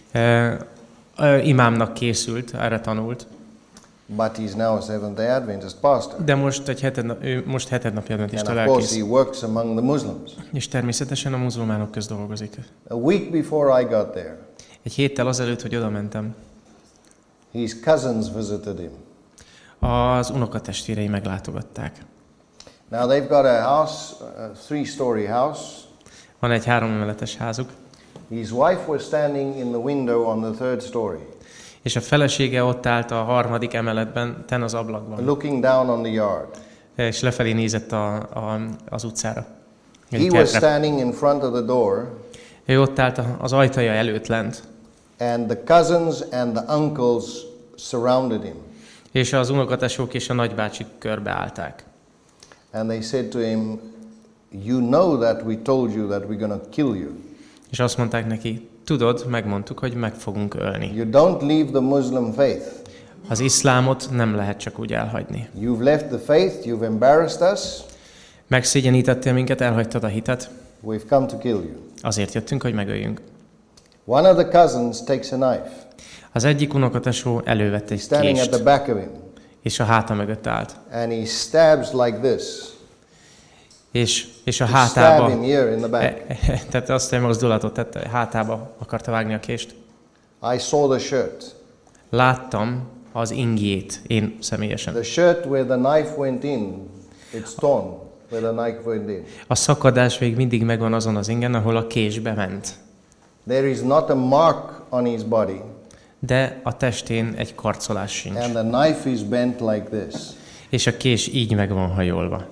Imámnak készült, erre tanult. but he's now a Seventh-day Adventist pastor. De most ő most hetednapi And adventista of course, lelkész. he works among the Muslims. És természetesen a muzulmánok közt dolgozik. A week before I got there, Egy héttel azelőtt, hogy oda mentem, his cousins visited him. az unokatestvérei meglátogatták. Now they've got a house, a three-story house. Van egy 3 emeletes házuk, His wife was standing in the window on the third story, és a felesége ott állt a 3. emeletben, ten az ablakban, looking down on the yard. és lefelé nézett az utcára. He Egy was kertre. standing in front of the door, Ő ott állt az ajtaja előtt lent, and the cousins and the uncles surrounded him. és az unokatesók és a nagybácsik körbeállták. And they said to him, "You know that we told you that we're going to kill you. És azt mondták neki, tudod, megmondtuk, hogy meg fogunk ölni. You don't leave the Muslim faith. Az iszlámot nem lehet csak úgy elhagyni. You've left the faith, you've embarrassed us, Megszégyenítettél minket, elhagytad a hitet, we've come to kill you." azért jöttünk, hogy megöljünk. One of the cousins takes a knife. Az egyik unokatesó elővett egy Standing at the kést, back of him, és a háta mögött állt. and he stabs like this. És a To stab hátába, him here in the back. tehát azt a mozdulatot tette, hátába akarta vágni a kést. I saw the shirt. Láttam az ingjét, én személyesen. The shirt where the knife went in, it's torn, where the knife went in. A szakadás még mindig megvan azon az ingen, ahol a kés bement. There is not a mark on his body, De a testén egy karcolás sincs. and the knife is bent like this. És a kés így meg van hajolva.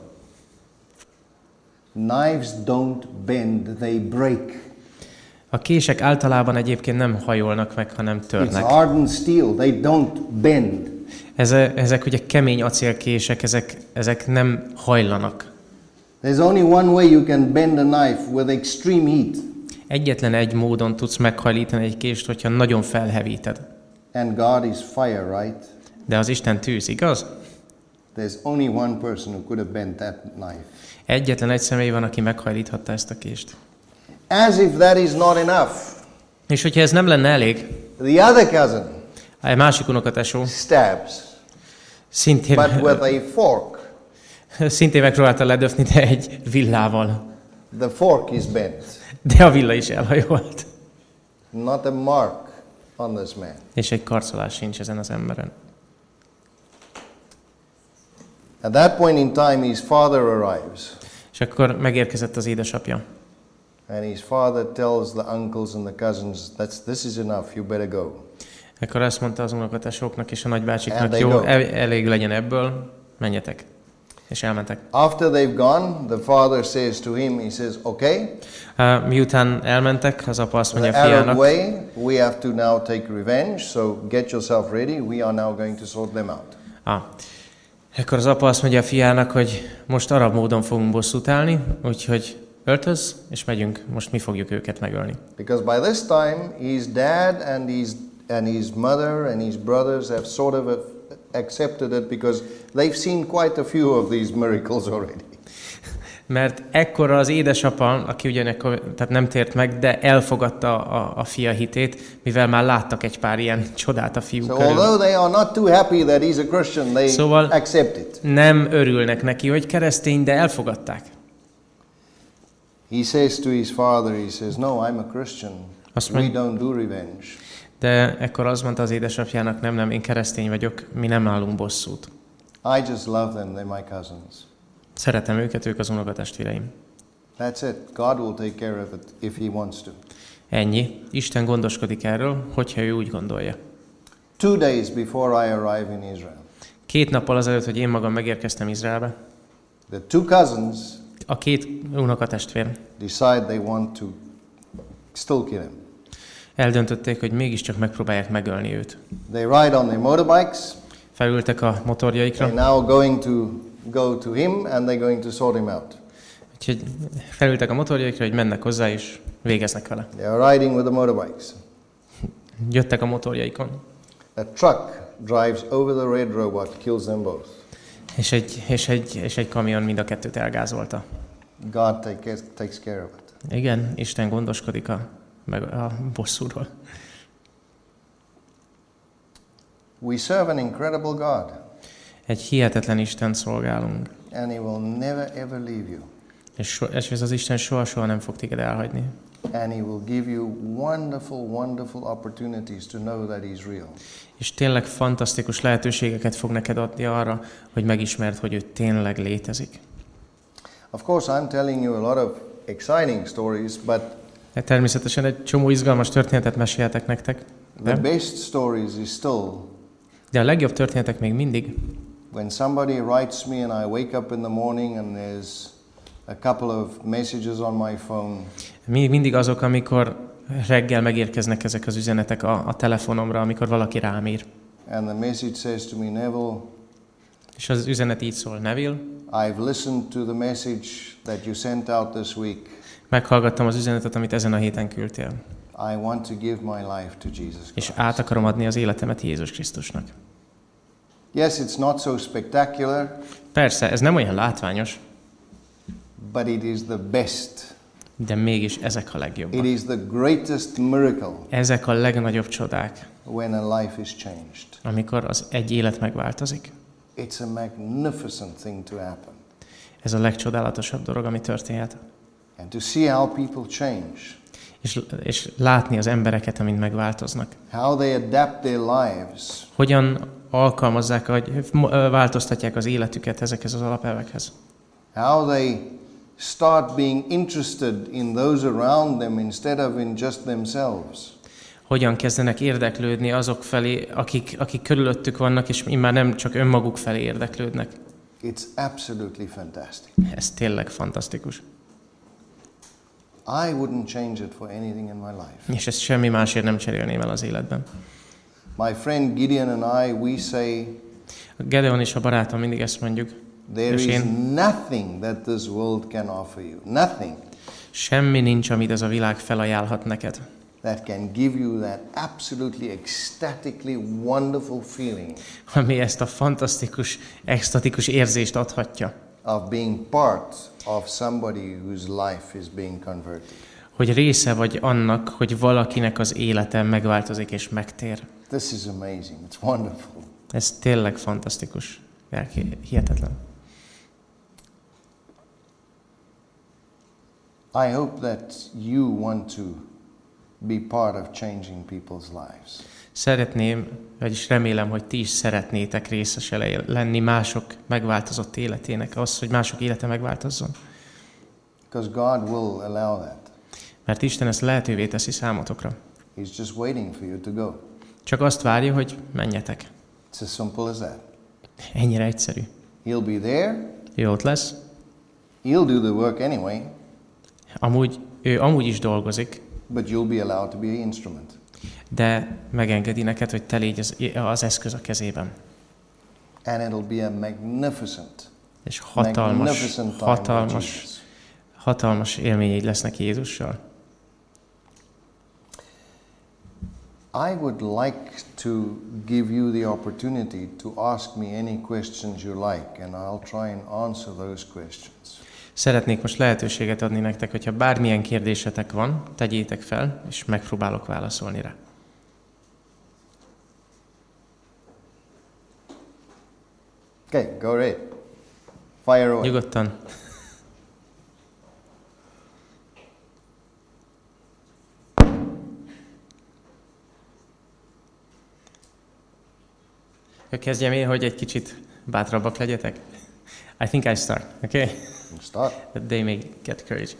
Knives don't bend, they break. A kések általában egyébként nem hajolnak meg, hanem It's törnek. hardened steel, they don't bend. Ezek ugye kemény acélkések, ezek nem hajlanak. There's only one way you can bend a knife, with extreme heat. Egyetlen egy módon tudsz meghajlítani egy kést, hogyha nagyon felhevíted. And God is fire, right? De az Isten tűz, igaz? There's only one person who could have bent that knife. Egyetlen egy személy van, aki meghajlíthatta ezt a kést. As if that is not enough, És hogyha ez nem lenne elég, The other cousin Egy másik unokatesó stabs, szintén, but with a fork. szintén megpróbálta ledöfni, de egy villával. The fork is bent. De a villa is elhajolt. Not a mark on this man. És egy karcolás sincs ezen az emberen. At that point in time, his father arrives. És akkor megérkezett az édesapja. And his father tells the uncles and the cousins, this is enough, you better go. Akkor azt mondta az unokatesóknak és a And nagybácsiknak, they jó, go. elég legyen ebből, menjetek. És elmentek. After they've gone, the father says to him, he says, okay, Miután elmentek, az apa azt mondja the a Arab fiának, way, we have to now take revenge, so get yourself ready, we are now going to sort them out. Akkor az apa azt mondja a fiának, hogy most arab módon fogunk bosszút állni, úgyhogy öltöz, és megyünk, most mi fogjuk őket megölni. Because by this time, his dad and his mother and his brothers have sort of accepted it because they've seen quite a few of these miracles already. Mert ekkora az édesapa, aki ugyanekkor, tehát nem tért meg, de elfogadta a fia hitét, mivel már láttak egy pár ilyen csodát a fiú So körül. although they are not too happy that he's a Christian, they Szóval accept it. nem örülnek neki, hogy keresztény, de elfogadták. He says to his father, he says, no, I'm a Christian. Azt We mondja, don't do revenge. de ekkor azt mondta az édesapjának, nem, én keresztény vagyok, mi nem állunk bosszút. I just love them, they're my cousins. Szeretem őket, ők az unokatestvéreim. That's it. God will take care of it if he wants to. Ennyi. Isten gondoskodik erről, hogyha ő úgy gondolja. 2 days before I arrive in Israel, 2 nappal azelőtt, hogy én magam megérkeztem Izraelbe, the 2 cousins a 2 unokatestvér decide they want to still kill him. eldöntötték, hogy mégiscsak megpróbálják megölni őt. They ride on their motorbikes. Felültek a motorjaikra, They're now going to go to him and they're going to sort him out. úgyhogy felültek a motorjaikra, hogy mennek hozzá és végeznek vele. They are riding with the motorbikes. Jöttek a motorjaikon, A truck drives over the red robot, kills them both. és egy kamion mind a kettőt elgázolta. God takes care of it. Igen, Isten gondoskodik a bosszúról. We serve an incredible God, Egy hihetetlen Isten szolgálunk, and he will never ever leave you. és ez az Isten soha nem fog téged elhagyni. And he will give you wonderful opportunities to know that he's real. És tényleg fantasztikus lehetőségeket fog neked adni arra, hogy megismerd, hogy ő tényleg létezik. Of course, I'm telling you a lot of exciting stories, but De természetesen egy csomó izgalmas történetet meséltek nektek, the de, best stories is still de a legjobb történetek még mindig, when somebody writes me and I wake up in the morning and there's a couple of messages on my phone. mindig azok, amikor reggel megérkeznek ezek az üzenetek a telefonomra, amikor valaki rám ír. And the message says to me, Neville, És az üzenet így szól, Neville, I've listened to the message that you sent out this week. meghallgattam az üzenetet, amit ezen a héten küldtél, I want to give my life to Jesus és Christ. át akarom adni az életemet Jézus Krisztusnak. Yes, it's not so spectacular, Persze, ez nem olyan látványos, but it is the best. de mégis ezek a It legjobbak. is the greatest miracle Ezek a legnagyobb csodák, when a life is changed. amikor egy élet megváltozik. It's a magnificent thing to happen. Ez a legcsodálatosabb dolog, ami történhet. And to see how people change, És látni az embereket, amint megváltoznak. how they adapt their lives, Hogyan alkalmazzák, vagy változtatják az életüket ezekhez az alapelvekhez. how they start being interested in those around them instead of in just themselves. Hogyan kezdenek érdeklődni azok felé, akik körülöttük vannak, és immár nem csak önmaguk felé érdeklődnek. It's absolutely fantastic. Ez tényleg fantasztikus. I wouldn't change it for anything in my life. És ezt semmi másért nem cserélném el az életben. My friend Gideon and I, we say, Gedeon és a barátom mindig ezt mondjuk. there És is én, nothing that this world can offer you, nothing semmi nincs, amit ez a világ felajánlhat neked, that can give you that absolutely ecstatically wonderful feeling ami ezt a fantasztikus, extatikus érzést adhatja, of being part of somebody whose life is being converted. hogy része vagy annak, hogy valakinek az élete megváltozik és megtér. This is amazing. It's wonderful. Ez tényleg fantasztikus. Hihetetlen. I hope that you want to be part of changing people's lives. Szeretném, vagyis remélem, hogy ti is szeretnétek részese lenni mások megváltozott életének, az, hogy mások élete megváltozzon. Because God will allow that. Mert Isten ezt lehetővé teszi számotokra. He's just waiting for you to go. Csak azt várja, hogy menjetek. It's as simple as that. Ennyire egyszerű. He'll be there. Ő ott lesz. He'll do the work anyway. Ő amúgy is dolgozik, But you'll be allowed to be an instrument. de megengedi neked, hogy te légy az eszköz a kezében. And it'll be a magnificent És hatalmas élményeid lesznek Jézussal. I would like to give you the opportunity to ask me any questions you like, and I'll try and answer those questions. Szeretnék most lehetőséget adni nektek, hogyha bármilyen kérdésetek van, tegyétek fel, és megpróbálok válaszolni rá. Okay, go ahead. Fire away. Nyugodtan. Kezdjem én, hogy egy kicsit bátrabbak legyetek? I think I start, okay? Start. That they may get courage.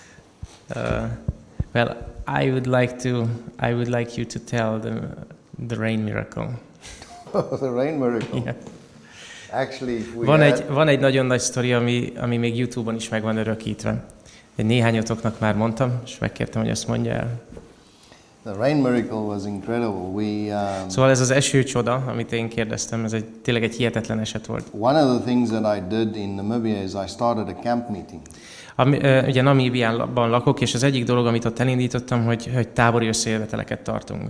Well, I would like you to tell the rain miracle. The rain miracle. Yeah. Actually, Van egy nagyon nagy sztori, ami még YouTube-on is meg van örökítve. Néhányatoknak már mondtam, és megkértem, hogy azt mondja el. The rain miracle was incredible. Szóval ez az eső csoda, amit én kérdeztem, ez tényleg egy hihetetlen eset volt. One of the things that I did in Namibia is I started a camp meeting. Ugye Namíbiában lakok, és az egyik dolog, amit ott elindítottam, hogy tábori összejöveteleket tartunk.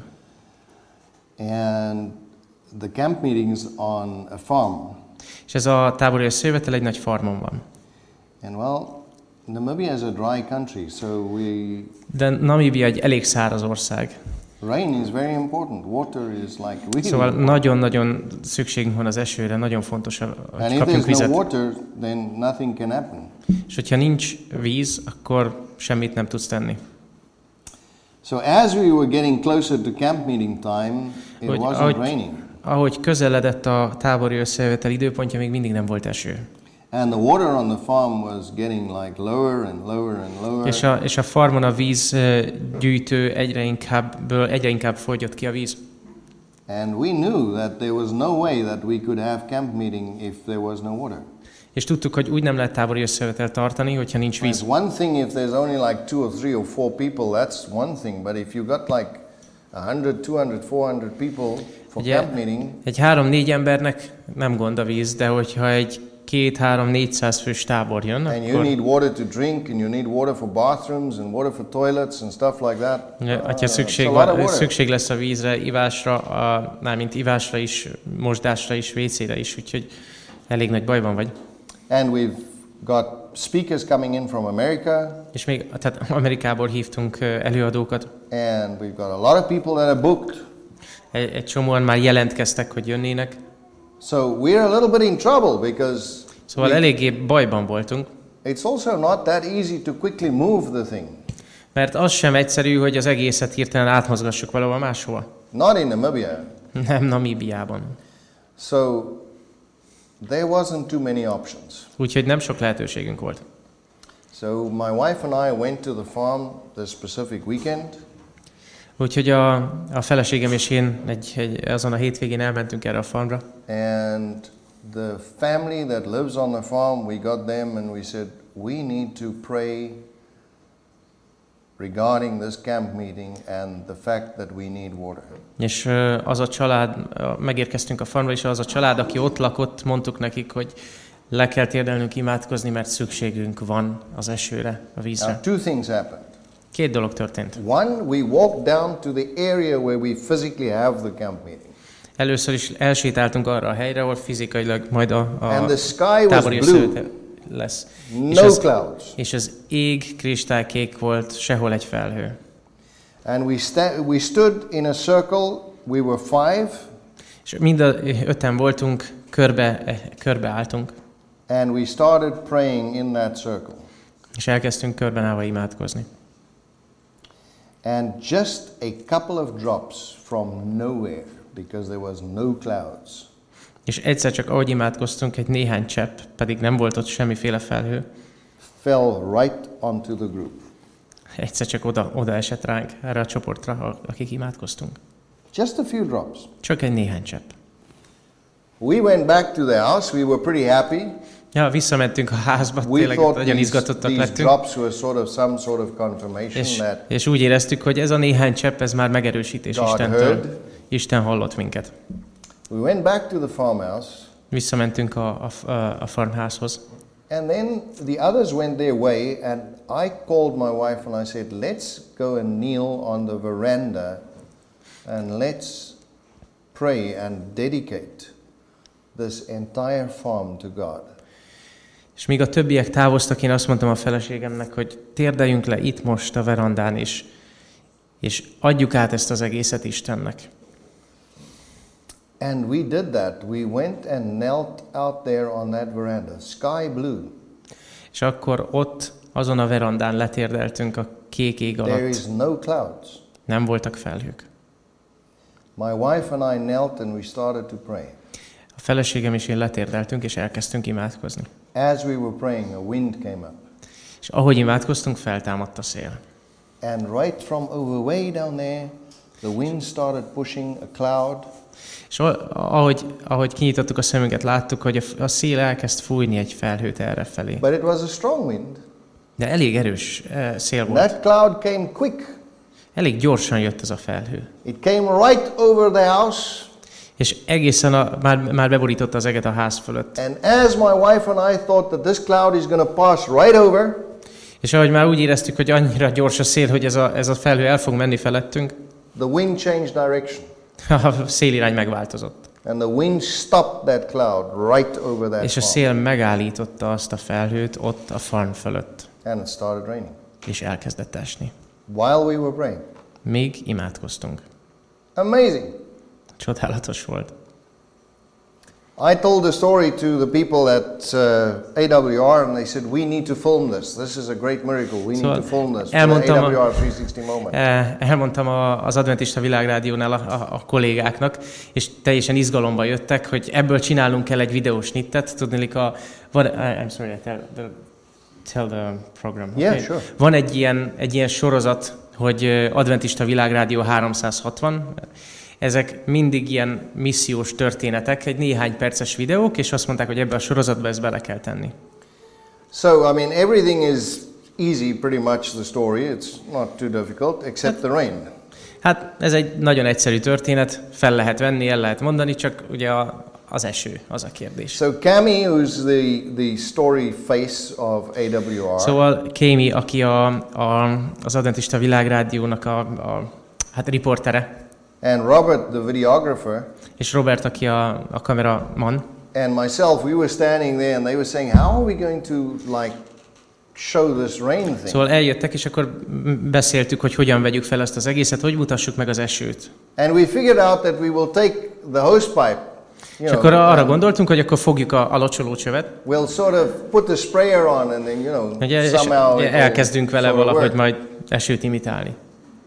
And the camp meetings on a farm. És ez a tábori összejövetel egy nagy farmon van. And well, Namibia is a dry country, so de Namíbia egy elég száraz ország. Rain is very important. Water is like really Szóval nagyon-nagyon szükségünk van az esőre, nagyon fontos, hogy kapjunk vizet. And if there's no water, then nothing can happen. És hogyha nincs víz, akkor semmit nem tudsz tenni. So as we were getting closer to camp meeting time, it wasn't raining. Ahogy közeledett a tábori összejövetel időpontja, még mindig nem volt eső. And the water on the farm was getting like lower and lower and lower. És a farmon a víz gyűjtő egyre inkább fogyott ki a víz. And we knew that there was no way that we could have camp meeting if there was no water. És tudtuk, hogy úgy nem lehet tábori összejövetel tartani, hogyha nincs víz. It's one thing if there's only like 2 or 3 or 4 people, that's one thing, but if you got like 100, 200, 400 people for camp meeting. Egy 3-4 embernek nem gond a víz, de hogyha egy 200-400 fős tábor jön, and you need water to drink, and you need water for bathrooms, and water for toilets, and stuff like that. Ha szükség lesz a vízre, ivásra, mármint ivásra is, mosdásra is, WC-re is, úgyhogy elég nagy bajban vagy. And we've got speakers coming in from America. És még tehát Amerikából hívtunk előadókat. And we've got a lot of people that are booked. Egy csomóan már jelentkeztek, hogy jönnének. So we're a little bit in trouble because szóval eléggé bajban voltunk. It's also not that easy to quickly move the thing. Mert az sem egyszerű, hogy az egészet hirtelen átmozgassuk valahol máshova. Not in Namibia. Nem Namíbiában. So there wasn't too many options. Úgyhogy nem sok lehetőségünk volt. So my wife and I went to the farm this specific weekend. Úgyhogy a feleségem és én azon a hétvégén elmentünk erre a farmra. And the family that lives on the farm, we got them and we said, we need to pray regarding this camp meeting and the fact that we need water. És az a család, megérkeztünk a farmra, és az a család, aki ott lakott, mondtuk nekik, hogy le kell térdelnünk imádkozni, mert szükségünk van az esőre, a vízre. Now, 2 things happened. 2 dolog történt. One, we walked down to the area where we physically have the camp meeting. Először is elsétáltunk arra a helyre, ahol fizikailag majd a and the sky was blue. lesz. No clouds. És az ég kristálykék volt, sehol egy felhő. And we stood in a circle, we were 5. És mind a 5-en voltunk, körbe álltunk. And we started praying in that circle. És elkezdtünk körben állva imádkozni. And just a couple of drops from nowhere, because there was no clouds. És egyszer csak ahogy imádkoztunk, egy néhány csepp, pedig nem volt ott semmiféle felhő, Fell right onto the group. egyszer csak oda esett ránk, erre a csoportra, akik imádkoztunk. Just a few drops. Csak egy néhány csepp. We went back to the house, we were pretty happy. Ja, visszamentünk a házba, We tényleg thought nagyon izgatottak these lettünk. drops were some sort of confirmation that És úgy éreztük, hogy ez a néhány csepp, ez már megerősítés God Istentől. heard. Isten hallott minket. we went back to the farmhouse, Visszamentünk a farmházhoz. and then the others went their way, and I called my wife and I said, let's go and kneel on the veranda and let's pray and dedicate this entire farm to God. És míg a többiek távoztak, én azt mondtam a feleségemnek, hogy térdeljünk le itt most a verandán is, és adjuk át ezt az egészet Istennek. And we did that. We went and knelt out there on that veranda, sky blue. És akkor ott, azon a verandán letérdeltünk a kék ég There alatt. is no clouds. Nem voltak felhők. My wife and I knelt and we started to pray. A feleségem és én letérdeltünk, és elkezdtünk imádkozni. As we were praying, a wind came up. És ahogy imádkoztunk, feltámadt a szél. And right from over way down there, the wind started pushing a cloud. És ahogy kinyitottuk a szemünket, láttuk, hogy a szél elkezd fújni egy felhőt errefelé. But it was a strong wind. De elég erős szél volt. That cloud came quick. Elég gyorsan jött ez a felhő. It came right over the house. És egészen már beborította az eget a ház fölött. And as my wife and I thought that this cloud is going to pass right over, És ahogy már úgy éreztük, hogy annyira gyors a szél, hogy ez a felhő el fog menni felettünk, the wind changed direction. a szélirány megváltozott. And the wind stopped that cloud right over that És a farm. szél megállította azt a felhőt ott a farm fölött. And it started raining. És elkezdett esni. While we were praying. Még imádkoztunk. Amazing. Csodálatos volt. I told the story to the people at AWR and they said, we need to film this. This is a great miracle. We need to film this. For the AWR 360 moment. Elmondtam az Adventista Világrádiónál a kollégáknak, és teljesen izgalomba jöttek, hogy ebből csinálnunk kell egy videósnittet. Tudnilik I'm sorry, tell the program. Yeah, Okay. sure. Van egy ilyen sorozat, hogy Adventista Világrádió 360. Ezek mindig ilyen missziós történetek, egy néhány perces videók, és azt mondták, hogy ebbe a sorozatba ezt bele kell tenni. So, I mean, everything is easy, pretty much the story. It's not too difficult, except the rain. Hát ez egy nagyon egyszerű történet, fel lehet venni, el lehet mondani, csak ugye az eső az a kérdés. So, Cami, who's the story face of AWR, Szóval Kémi, aki az Adventista Világrádiónak a riportere, and Robert, the videographer, és Robert, aki a kameraman, and myself, we were standing there and they were saying, how are we going to show this rain thing? Szóval eljöttek, és akkor beszéltük, hogy hogyan vegyük fel ezt az egészet, hogy mutassuk meg az esőt. And we figured out that we will take the hosepipe, És akkor arra gondoltunk, hogy akkor fogjuk a locsolócsövet, we'll sort of put the sprayer on and then, hogy somehow elkezdünk vele sort of valahogy work. majd esőt imitálni.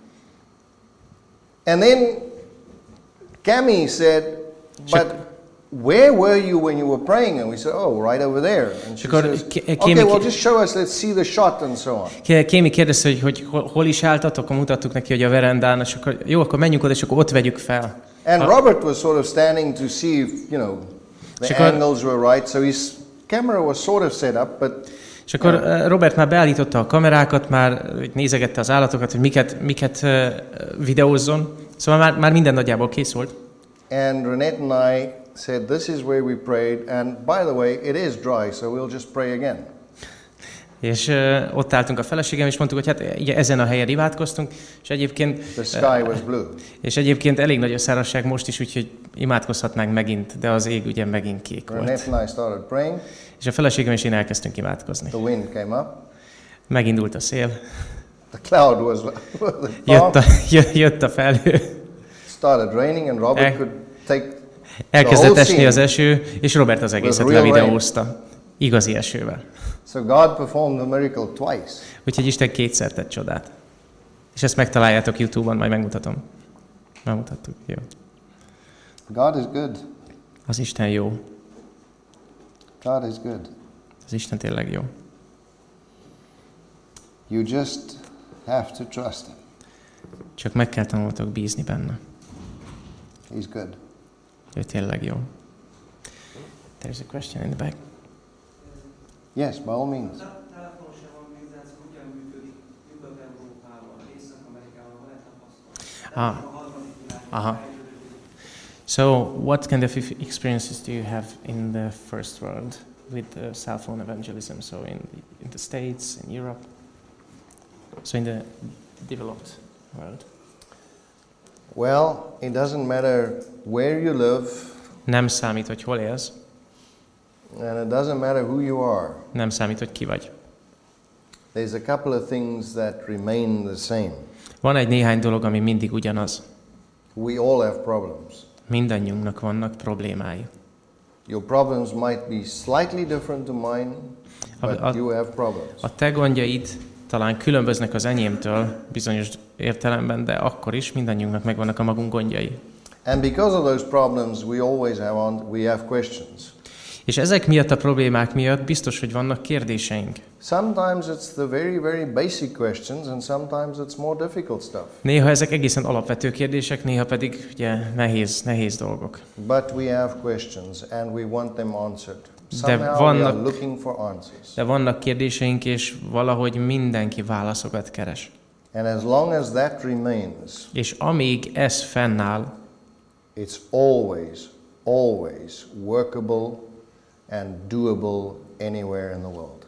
And then Cami said, but where were you when you were praying? And we said, oh, right over there. And she akkor says, Kémi- okay, well, just show us, let's see the shot and so on. Kémi kérdezte, hogy hol is álltatok, akkor mutattuk neki, hogy a verendán, és akkor jó, akkor menjünk oda, és akkor ott vegyük fel. And Robert was sort of standing to see if, the angles were right. So his camera was sort of set up, but... És akkor Robert már beállította a kamerákat, már nézegette az állatokat, hogy miket videózzon. Szóval már minden nagyjából kész volt. And Renette and I said, this is where we prayed. And by the way, it is dry, so we'll just pray again. És ott álltunk a feleségem, és mondtuk, hogy hát ugye ezen a helyen imádkoztunk, és egyébként, The sky was blue. és egyébként elég nagy a szárazság most is, úgyhogy imádkozhatnánk megint, de az ég ugye megint kék volt. Renette and I started praying. És a feleségem és én elkezdtünk imádkozni. The wind came up. Megindult a szél, The cloud was the jött a felhő, started raining, and Robert could take elkezdett the whole esni az scene. eső, és Robert az egészet real levideózta. Igazi esővel. So God performed the miracle twice. Úgyhogy Isten kétszer tett csodát. És ezt megtaláljátok YouTube-on, majd megmutatom. Megmutattuk, jó. God is good. Az Isten jó. God is good. Az Isten tényleg jó. You just have to trust Him. Csak meg kell tanultok bízni benne. He's good. Ő tényleg jó. There's a question in the back. Yes, by all means. Telefonos evangelizáció hogyan működik Nyugat-Európában, Észak-Amerikában, van-e tapasztalat? Aha. So, what kind of experiences do you have in the first world with cell phone evangelism? So, in the States, in Europe, so in the developed world. Well, it doesn't matter where you live, Nem számít, hogy hol élsz, and it doesn't matter who you are. nem számít, hogy ki vagy. There's a couple of things that remain the same. Van egy néhány dolog, ami mindig ugyanaz. We all have problems. Mindannyiunknak vannak problémái. Your problems might be slightly different to mine, but you have problems. A te gondjaid talán különböznek az enyémtől bizonyos értelemben, de akkor is mindannyiunknak megvannak a magunk gondjai. And because of those problems, we have questions. És ezek miatt a problémák miatt biztos, hogy vannak kérdéseink. Sometimes it's the very, very basic questions, and sometimes it's more difficult stuff. Néha ezek egészen alapvető kérdések, néha pedig ugye nehéz dolgok. But we have questions, and we want them answered. Somehow we are looking for answers. De vannak kérdéseink, és valahogy mindenki válaszokat keres. And as long as that remains, És amíg ez fennáll, it's always workable and doable anywhere in the world.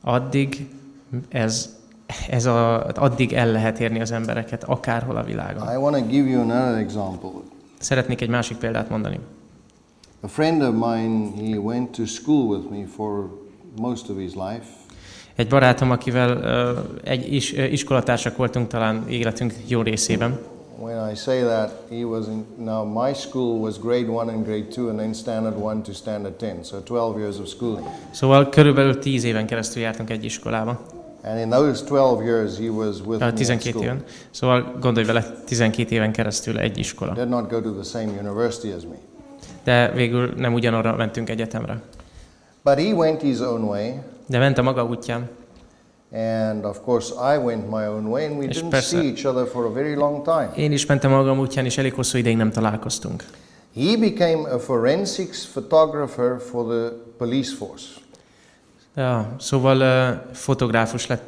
addig el lehet érni az embereket, akárhol a világon. I want to give you another example. Szeretnék egy másik példát mondani. A friend of mine, he went to school with me for most of his life. Egy barátom, akivel iskolatársak voltunk talán életünk jó részében. When I say that, now my school was grade 1 and grade 2 and then standard 1 to standard 10, so 12 years of schooling. Szóval körülbelül 10 éven keresztül jártunk egy iskolába. And in those 12 years he was with me at 12 school. éven. Szóval gondolj vele, 12 éven keresztül egy iskola. Did not go to the same university as me. De végül nem ugyanarra mentünk egyetemre. But he went his own way. De ment a maga útján. And of course I went my own way, and we didn't see each other for a very long time. Én is mentem magam útján, és elég hosszú ideig nem találkoztunk. He became a forensics photographer for the police force. Ja, szóval fotográfus lett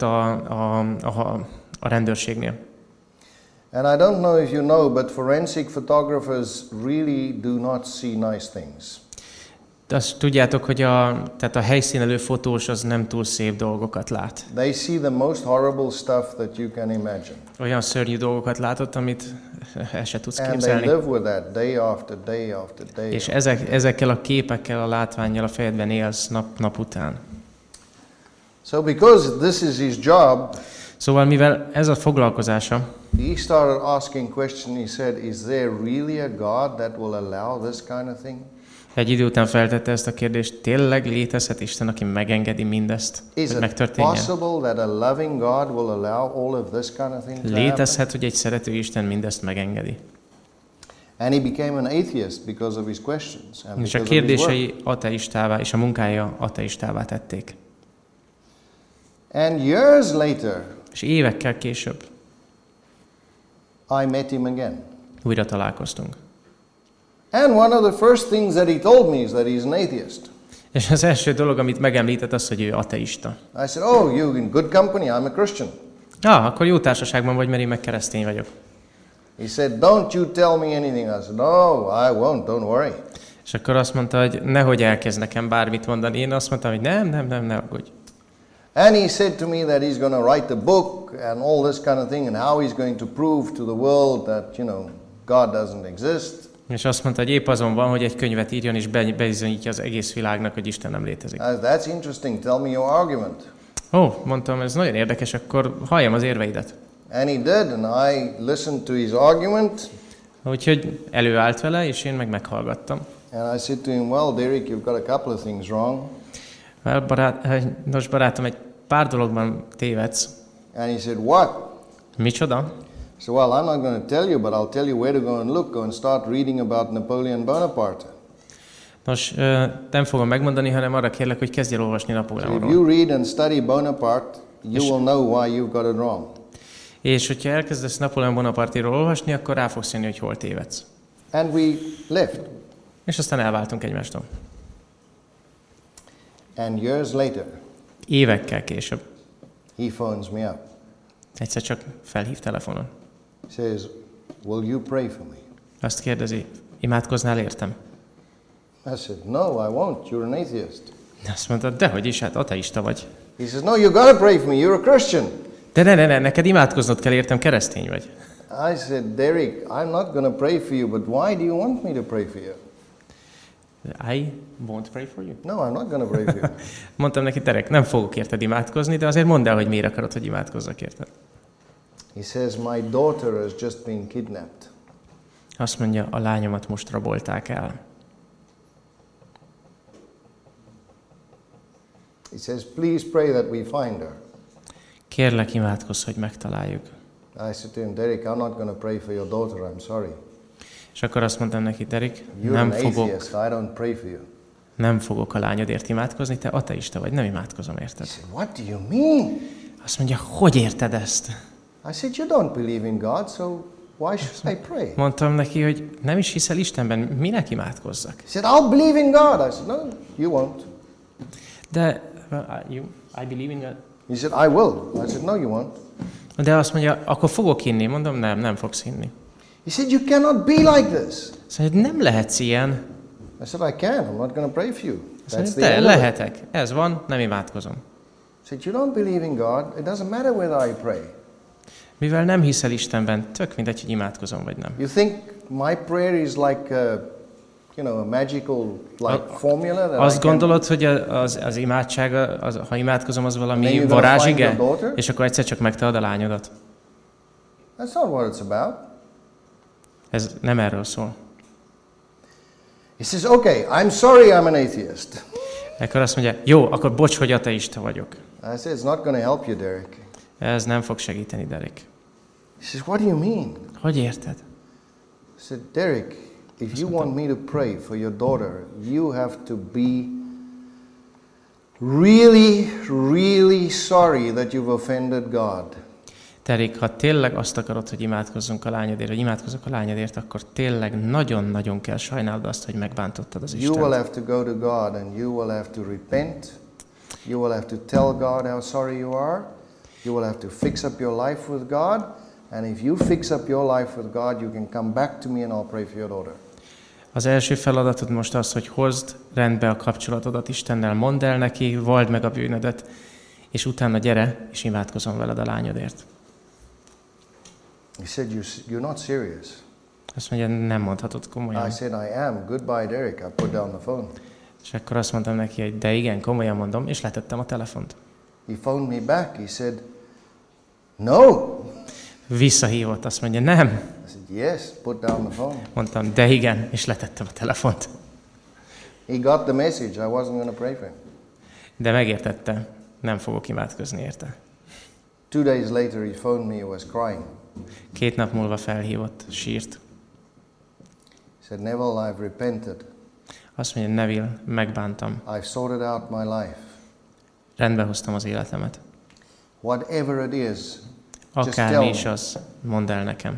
a rendőrségnél. And I don't know if you know, but forensic photographers really do not see nice things. De azt tudjátok, hogy tehát a helyszínelő fotós az nem túl szép dolgokat lát. They see the most horrible stuff that you can imagine. Olyan szörnyű dolgokat látott, amit el se tudsz And képzelni. they live with that day after day after day. És ezekkel a képekkel, a látvánnyal a fejedben élsz nap után. So because this is his job, szóval mivel ez a foglalkozása, he started asking questions. He said, "Is there really a God that will allow this kind of thing?" egy idő után feltette ezt a kérdést, tényleg létezhet Isten, aki megengedi mindezt, hogy megtörténjen? Possible that a loving God will allow all of this kind of thing to happen? Létezhet, hogy egy szerető Isten mindezt megengedi. And he became an atheist because of his questions and És a because of his work. kérdései ateistává, és a munkája ateistává tették. And years later, És évekkel később I met him again. újra találkoztunk. And one of the first things that he told me is that he's an atheist. És az első dolog, amit megemlített, az, hogy ő ateista. I said, "Oh, you're in good company. I'm a Christian." Akkor jó társaságban vagy, mert én meg keresztény vagyok. He said, "Don't you tell me anything." I said, "No, I won't. Don't worry." És akkor azt mondta, hogy nehogy elkezd nekem bármit mondani. Én azt mondtam, hogy nem, ne aggódj. And he said to me that he's going to write a book and all this kind of thing and how he's going to prove to the world that, God doesn't exist. És azt mondta, hogy épp azon van, hogy egy könyvet írjon, és bebizonyítja az egész világnak, hogy Isten nem létezik. That's interesting. Tell me your argument. Mondtam, ez nagyon érdekes, akkor halljam az érveidet. And he did, and I listened to his argument. Úgyhogy előállt vele, és én meg meghallgattam. And I said to him, well, Derek, you've got a couple of things wrong. Nos, barátom, egy pár dologban tévedsz. And he said, what? Micsoda? So, well, I'm not going to tell you, but I'll tell you where to go and look. Go and start reading about Napoleon Bonaparte. Nos, nem fogom megmondani, hanem arra kérlek, hogy kezdj el olvasni So if Napóleonról. you read and study Bonaparte, you will know why you've got it wrong. És hogyha elkezdesz Napóleon Bonapartéról olvasni, akkor rá fogsz jönni, hogy hol tévedsz. And we left. És aztán elváltunk egymástól. And years later, Évekkel később. he phones me up. Egyszer csak felhív telefonon. He says, will you pray for me? Azt kérdezi, imádkoznál értem? I said, no, I won't. You're an atheist. Azt mondta, dehogy is, hát ateista vagy. He says, no, you got to pray for me. You're a Christian. De ne, neked imádkoznod kell, értem, keresztény vagy. I said, Derek, I'm not going to pray for you, but why do you want me to pray for you? I won't pray for you. No, I'm not going to pray for you. Mondtam neki, Derek, nem fogok érted imádkozni, de azért mondd el, hogy miért akarod, hogy imádkozzak érted. He says, my daughter has just been kidnapped. Azt mondja, a lányomat most rabolták el. He says, please pray that we find her. Kérlek, imádkozz, hogy megtaláljuk. I said to him, Derek, I'm not going to pray for your daughter. I'm sorry. És akkor azt mondtam neki, Derek, You're an atheist. I don't pray for you. nem fogok a lányodért imádkozni, te ateista vagy, nem imádkozom He érted. said, what do you mean? Azt mondja, hogy érted ezt? I said, you don't believe in God, so why should I pray? Mondtam neki, hogy nem is hiszel Istenben, minek imádkozzak? He said, I'll believe in God. I said, no, you won't. De, I believe in God. He said, I will. I said, no, you won't. De azt mondja, akkor fogok hinni. Mondom, nem fogsz hinni. He said, you cannot be like this. Azt mondja, nem lehetsz ilyen. I said, I can. I'm not going to pray for you. Azt That's mondja, the de end of it. lehetek. Ez van, nem imádkozom. He said, you don't believe in God. It doesn't matter whether I pray. Mivel nem hiszel Istenben, tök mindegy, hogy imádkozom vagy nem. You think my prayer is like a magical formula that Azt I can... gondolod, hogy az imádság, ha imádkozom, az And then valami you're gonna find varázsige, your daughter? és akkor egyszer csak megtalad a lányodat. That's not what it's about. Ez nem erről szól. He says, okay, I'm sorry I'm an atheist. Akkor azt mondja, jó, akkor bocs, hogy ateista vagyok. I said, it's not going to help you, Derek. Ez nem fog segíteni, Derek. He says, what do you mean? Hogy érted? I said, Derek, if you want me to pray for your daughter, you have to be really, really sorry that you've offended God. Derek, ha tényleg azt akarod, hogy imádkozzunk a lányodért, vagy imádkozzak a lányodért, akkor tényleg nagyon-nagyon kell sajnálod azt, hogy megbántottad az You will Istent. have to go to God and you will have to repent. You will have to tell God how sorry you are. You will have to fix up your life with God. And if you fix up your life with God, you can come back to me and I'll pray for your daughter. Az első feladatod most az, hogy hozd rendbe a kapcsolatodat Istennel, mondd el neki, vald meg a bűnödet, és utána gyere, és imádkozom veled a lányodért. He said, you're not serious. Azt mondja, nem mondhatod komolyan. I said, I am. Goodbye, Derek. I put down the phone. És akkor azt mondtam neki, hogy de igen, komolyan mondom, és letettem a telefont. He phoned me back. He said, no. Visszahívott, azt mondja, nem. I said, yes, put down the phone. Mondtam, de igen, és letettem a telefont. He got the message. I wasn't going to pray for him. De megértette, nem fogok imádkozni érte. 2 days later, he phoned me. He was crying. 2 nap múlva felhívott, sírt. He said, Neville, I've repented. Azt mondja, Neville, megbántam. I've sorted out my life. Rendbe hoztam az életemet. Whatever it is, just tell Akármi is me. az, mondd el nekem.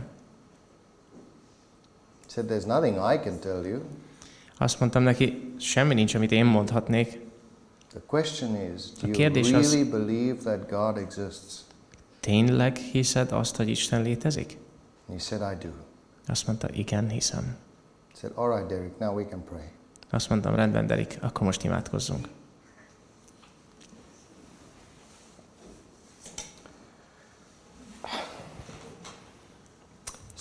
He said, there's nothing I can tell you. Azt mondtam neki, semmi nincs, amit én mondhatnék. The question is, do A you kérdés az- really believe that God exists? Tényleg hiszed azt, hogy Isten létezik? And he said, I do. Azt mondta, igen, hiszem. He said, all right, Derek, now we can pray. Azt mondtam, rendben, Derek, akkor most imádkozzunk.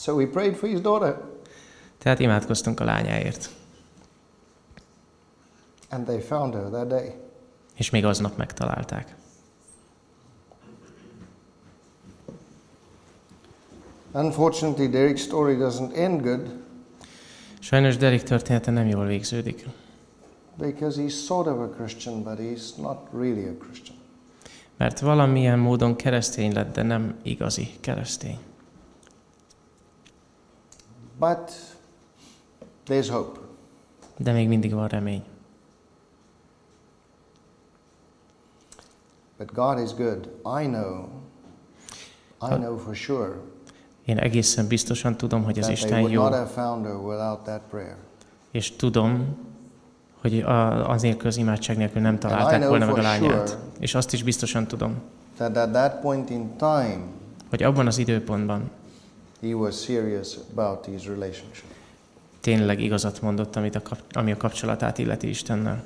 So we prayed for his daughter. Tehát imádkoztunk a lányáért. And they found her that day. És még aznap megtalálták. Unfortunately, Derek's story doesn't end good Sajnos Derek története nem jól végződik. because he's sort of a Christian, but he's not really a Christian. Mert valamilyen módon keresztény lett, de nem igazi keresztény. But there's hope. De még mindig van remény. But God is good. I know for sure Én egészen biztosan tudom, hogy az that they Isten would jó, not have found her without that prayer. és tudom, hogy az nélkül, az imádság nélkül nem I találták know volna meg for a lányát. sure És azt is biztosan tudom, that at that point in time, hogy abban az időpontban he was serious about his relationship. tényleg igazat mondott, ami a kapcsolatát illeti Istennel.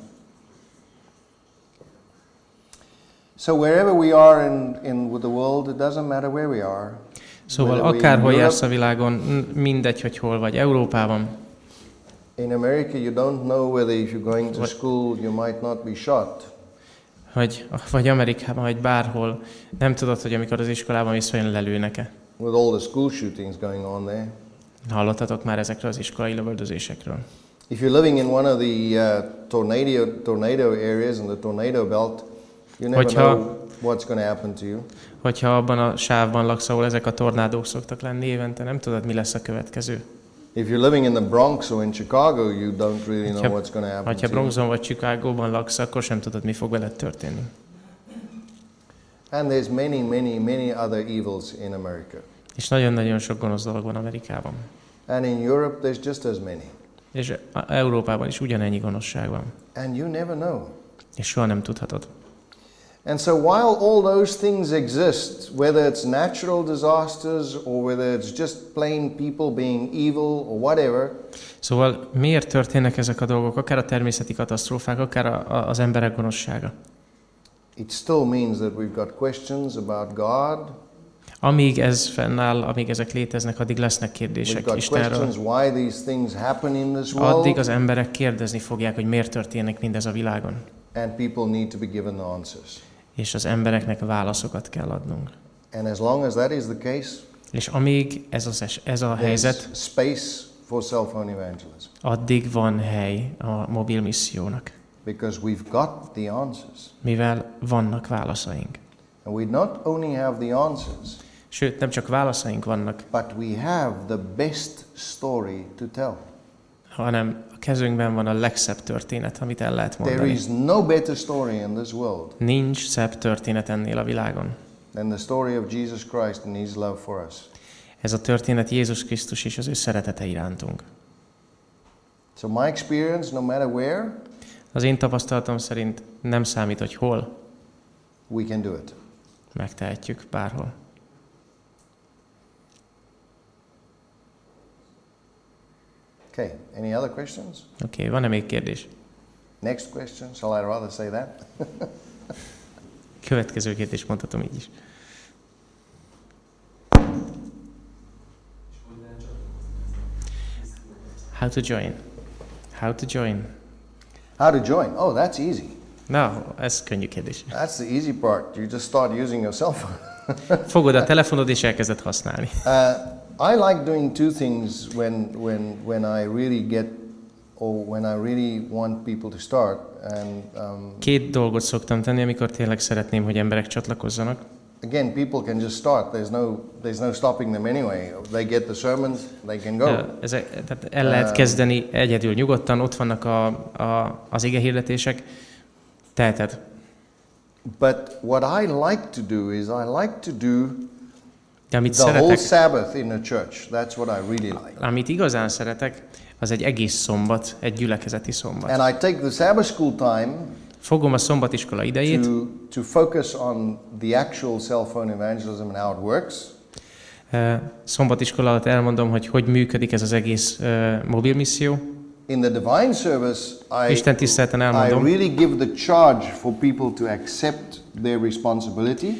So wherever we are in the world, it doesn't matter where we are. Szóval Whether we're in akárhol Europe, jársz a világon, mindegy, hogy hol vagy, Európában, in America, you don't know whether if you're going to school, you might not be shot. vagy Amerikában, vagy bárhol, nem tudod, hogy amikor az iskolában mész, vajon lelőnek-e. With all the school shootings going on there. Hallottatok már ezekről az iskolai lövöldözésekről? If you're living in one of the tornado areas in the tornado belt, you never know what's going to happen to you. Hogyha abban a sávban laksz, ahol ezek a tornádók szoktak lenni évente, nem tudod, mi lesz a következő. If you're living in the Bronx or in Chicago, you don't really know what's going to happen Ha to you. Bronxon vagy Chicagóban laksz, akkor sem tudod, mi fog veled történni. And there's many other evils in America. És nagyon-nagyon sok gonosz dolog van Amerikában. And in Europe, there's just as many. És Európában is ugyanennyi gonoszság van. And you never know. És soha nem tudhatod. And so while all those things exist, whether it's natural disasters or whether it's just plain people being evil or whatever, Szóval miért történnek ezek a dolgok, akár a természeti katasztrófák, akár az emberek gonoszsága? it still means that we've got questions about God. Amíg ez fennáll, amíg ezek léteznek, addig lesznek We've kérdések got Istenről. questions why these things happen in this Addig world, az emberek kérdezni fogják, hogy miért történik mindez a világon. and people need to be given the answers. És az embereknek válaszokat kell adnunk. And as long as that is the case, És amíg ez a helyzet, there's space for cell phone evangelism, addig van hely a mobil missziónak. because we've got the answers. Mivel vannak válaszaink. And we not only have the answers, Sőt, nem csak válaszaink vannak, but we have the best story to tell. hanem a kezünkben van a legszebb történet, amit el lehet There mondani. is no better story in this world Nincs szebb történet ennél a világon. than the story of Jesus Christ and his love for us. Ez a történet Jézus Krisztus és az ő szeretete irántunk. So my experience, no matter where, Az én tapasztalatom szerint nem számít, hogy hol, we can do it. megtehetjük bárhol. Okay, any other questions? Oké, van-e még kérdés? Next question, shall I rather say that? Következő kérdés, mondhatom így is. How to join? How to join? How to join? Oh, that's easy. Na, ez könnyű kérdés. That's the easy part. You just start using your cell phone. Fogod a telefonod és elkezded használni. I like doing two things when I really get, or when I really want people to start. And Két dolgot szoktam tenni, amikor tényleg szeretném, hogy emberek csatlakozzanak. again, people can just start. There's no stopping them anyway. They get the sermons, they can go. Tehát el lehet kezdeni egyedül nyugodtan, ott vannak az igehirdetések, teheted. But what I like to do is I like to do De amit the whole szeretek, Sabbath in a church. That's what I really like. amit igazán szeretek, az egy egész szombat, egy gyülekezeti szombat. And I take the Sabbath school time Fogom a szombatiskola idejét, to focus on the actual cell phone evangelism and how it works. szombatiskola alatt elmondom, hogy működik ez az egész mobilmisszió. In the divine service, Isten tiszteleten I elmondom. really give the charge for people to accept their responsibility.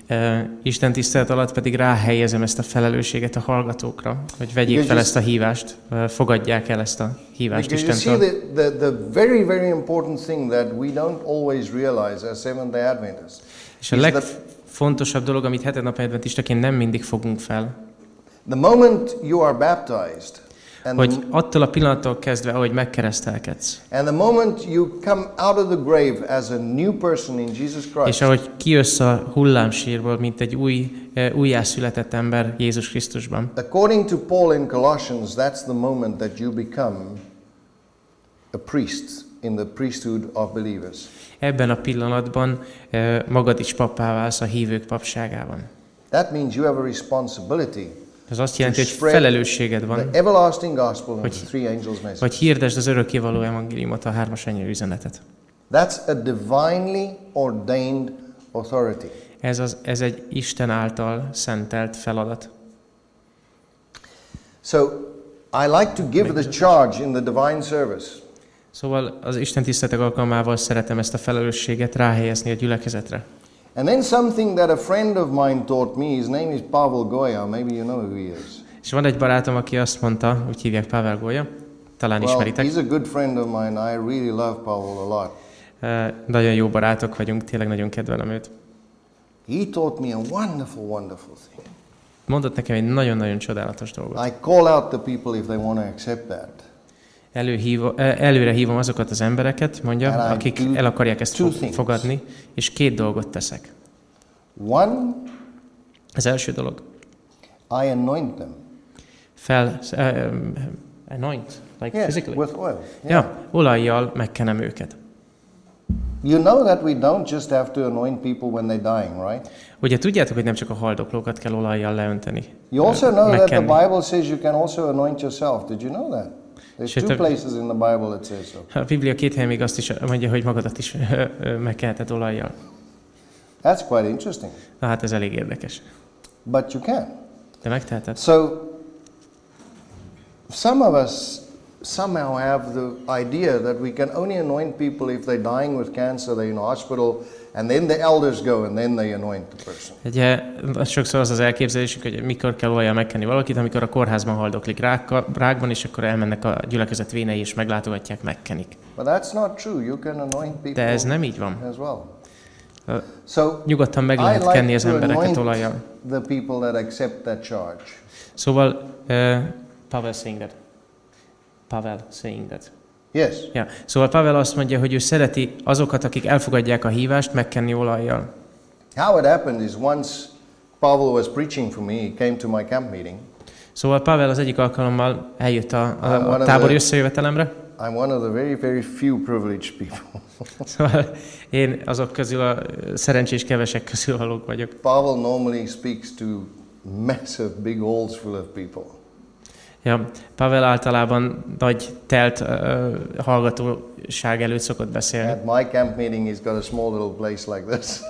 Isten tisztelet alatt pedig ráhelyezem ezt a felelősséget a hallgatókra, hogy vegyék fel ezt a hívást, fogadják el ezt a hívást Because you see, Istentől. the very, very important thing that we don't always realize as Seventh-day Adventists És a is that legfontosabb dolog, amit hetednapi adventistaként nem mindig fogunk fel, the moment you are baptized hogy attól a pillanattól kezdve, ahogy megkeresztelkedsz, and the moment you come out of the grave as a new person in Jesus és Christ, ahogy kijössz a hullámsírból, mint egy újjászületett ember Jézus Krisztusban, according to Paul in Colossians, that's the moment that you become a priest in the priesthood of believers. ebben a pillanatban magad is pappá válsz a hívők papságában. That means you have a responsibility Ez azt jelenti, hogy felelősséged van, the everlasting gospel and the three angels' message. hogy hirdesd az örökkévaló evangéliumot, a hármas angyal üzenetet. That's a divinely ordained authority. Ez egy Isten által szentelt feladat. So I like to give the charge in the divine service. Szóval az Isten tiszteletek alkalmával szeretem ezt a felelősséget ráhelyezni a gyülekezetre. And then something that a friend of mine taught me, his name is Pavel Goya, maybe you know who he is. És van egy barátom, aki azt mondta, úgy hívják Pavel Goya, talán Well, ismeritek. he's a good friend of mine. I really love Pavel a lot. Nagyon jó barátok vagyunk, tényleg nagyon kedvelem őt. He taught me a wonderful, wonderful thing. Mondott nekem egy nagyon-nagyon csodálatos dolgot. I call out the people if they want to accept that. Előre hívom azokat az embereket, mondja, And I akik do el akarják ezt two things. fogadni, és két dolgot teszek. One, Az első dolog, I anoint them. Anoint, like Yes, physically. with oil. Ja, olajjal megkenem őket. You know that we don't just have to anoint people when they're dying, right? Ugye tudjátok, hogy nem csak a haldoklókat kell olajjal leönteni, You also know that the megkenni. Bible says you can also anoint yourself. Did you know that? There's Sőt, two places in the Bible that says so. A Biblia két helyen még azt is mondja, hogy magadat is megkenheted olajjal. That's quite interesting. Na hát ez elég érdekes. But you can. De megteheted. So, some of us somehow have the idea that we can only anoint people if they're dying with cancer, they're in a hospital, and then the elders go and then they anoint the person. Ugye sokszor az az elképzelésük, hogy mikor kell olajjal megkenni valakit, amikor a kórházban haldoklik rákban, és akkor elmennek a gyülekezet vénei, és meglátogatják, megkenik. But that's not true. You can anoint people De ez nem így van. as well. So, Nyugodtan meg I lehet like kenni az to embereket anoint olajjal. the people that accept that charge. Szóval, Pavel saying that. Pavel saying that. Yes. Ja. Szóval Pavel azt mondja, hogy ő szereti azokat, akik elfogadják a hívást, megkenni olajjal. How it happened is once Pavel was preaching for me, he came to my camp meeting. Szóval Pavel az egyik alkalommal eljött a tábori összejövetelemre. I'm one of the very, very few privileged people. Szóval én azok közül a szerencsés kevesek közül valók vagyok. Pavel normally speaks to massive big halls full of people. Ja, Pavel általában nagy telt hallgatóság előtt szokott beszélni. At my camp meeting, he's got a small little place like this.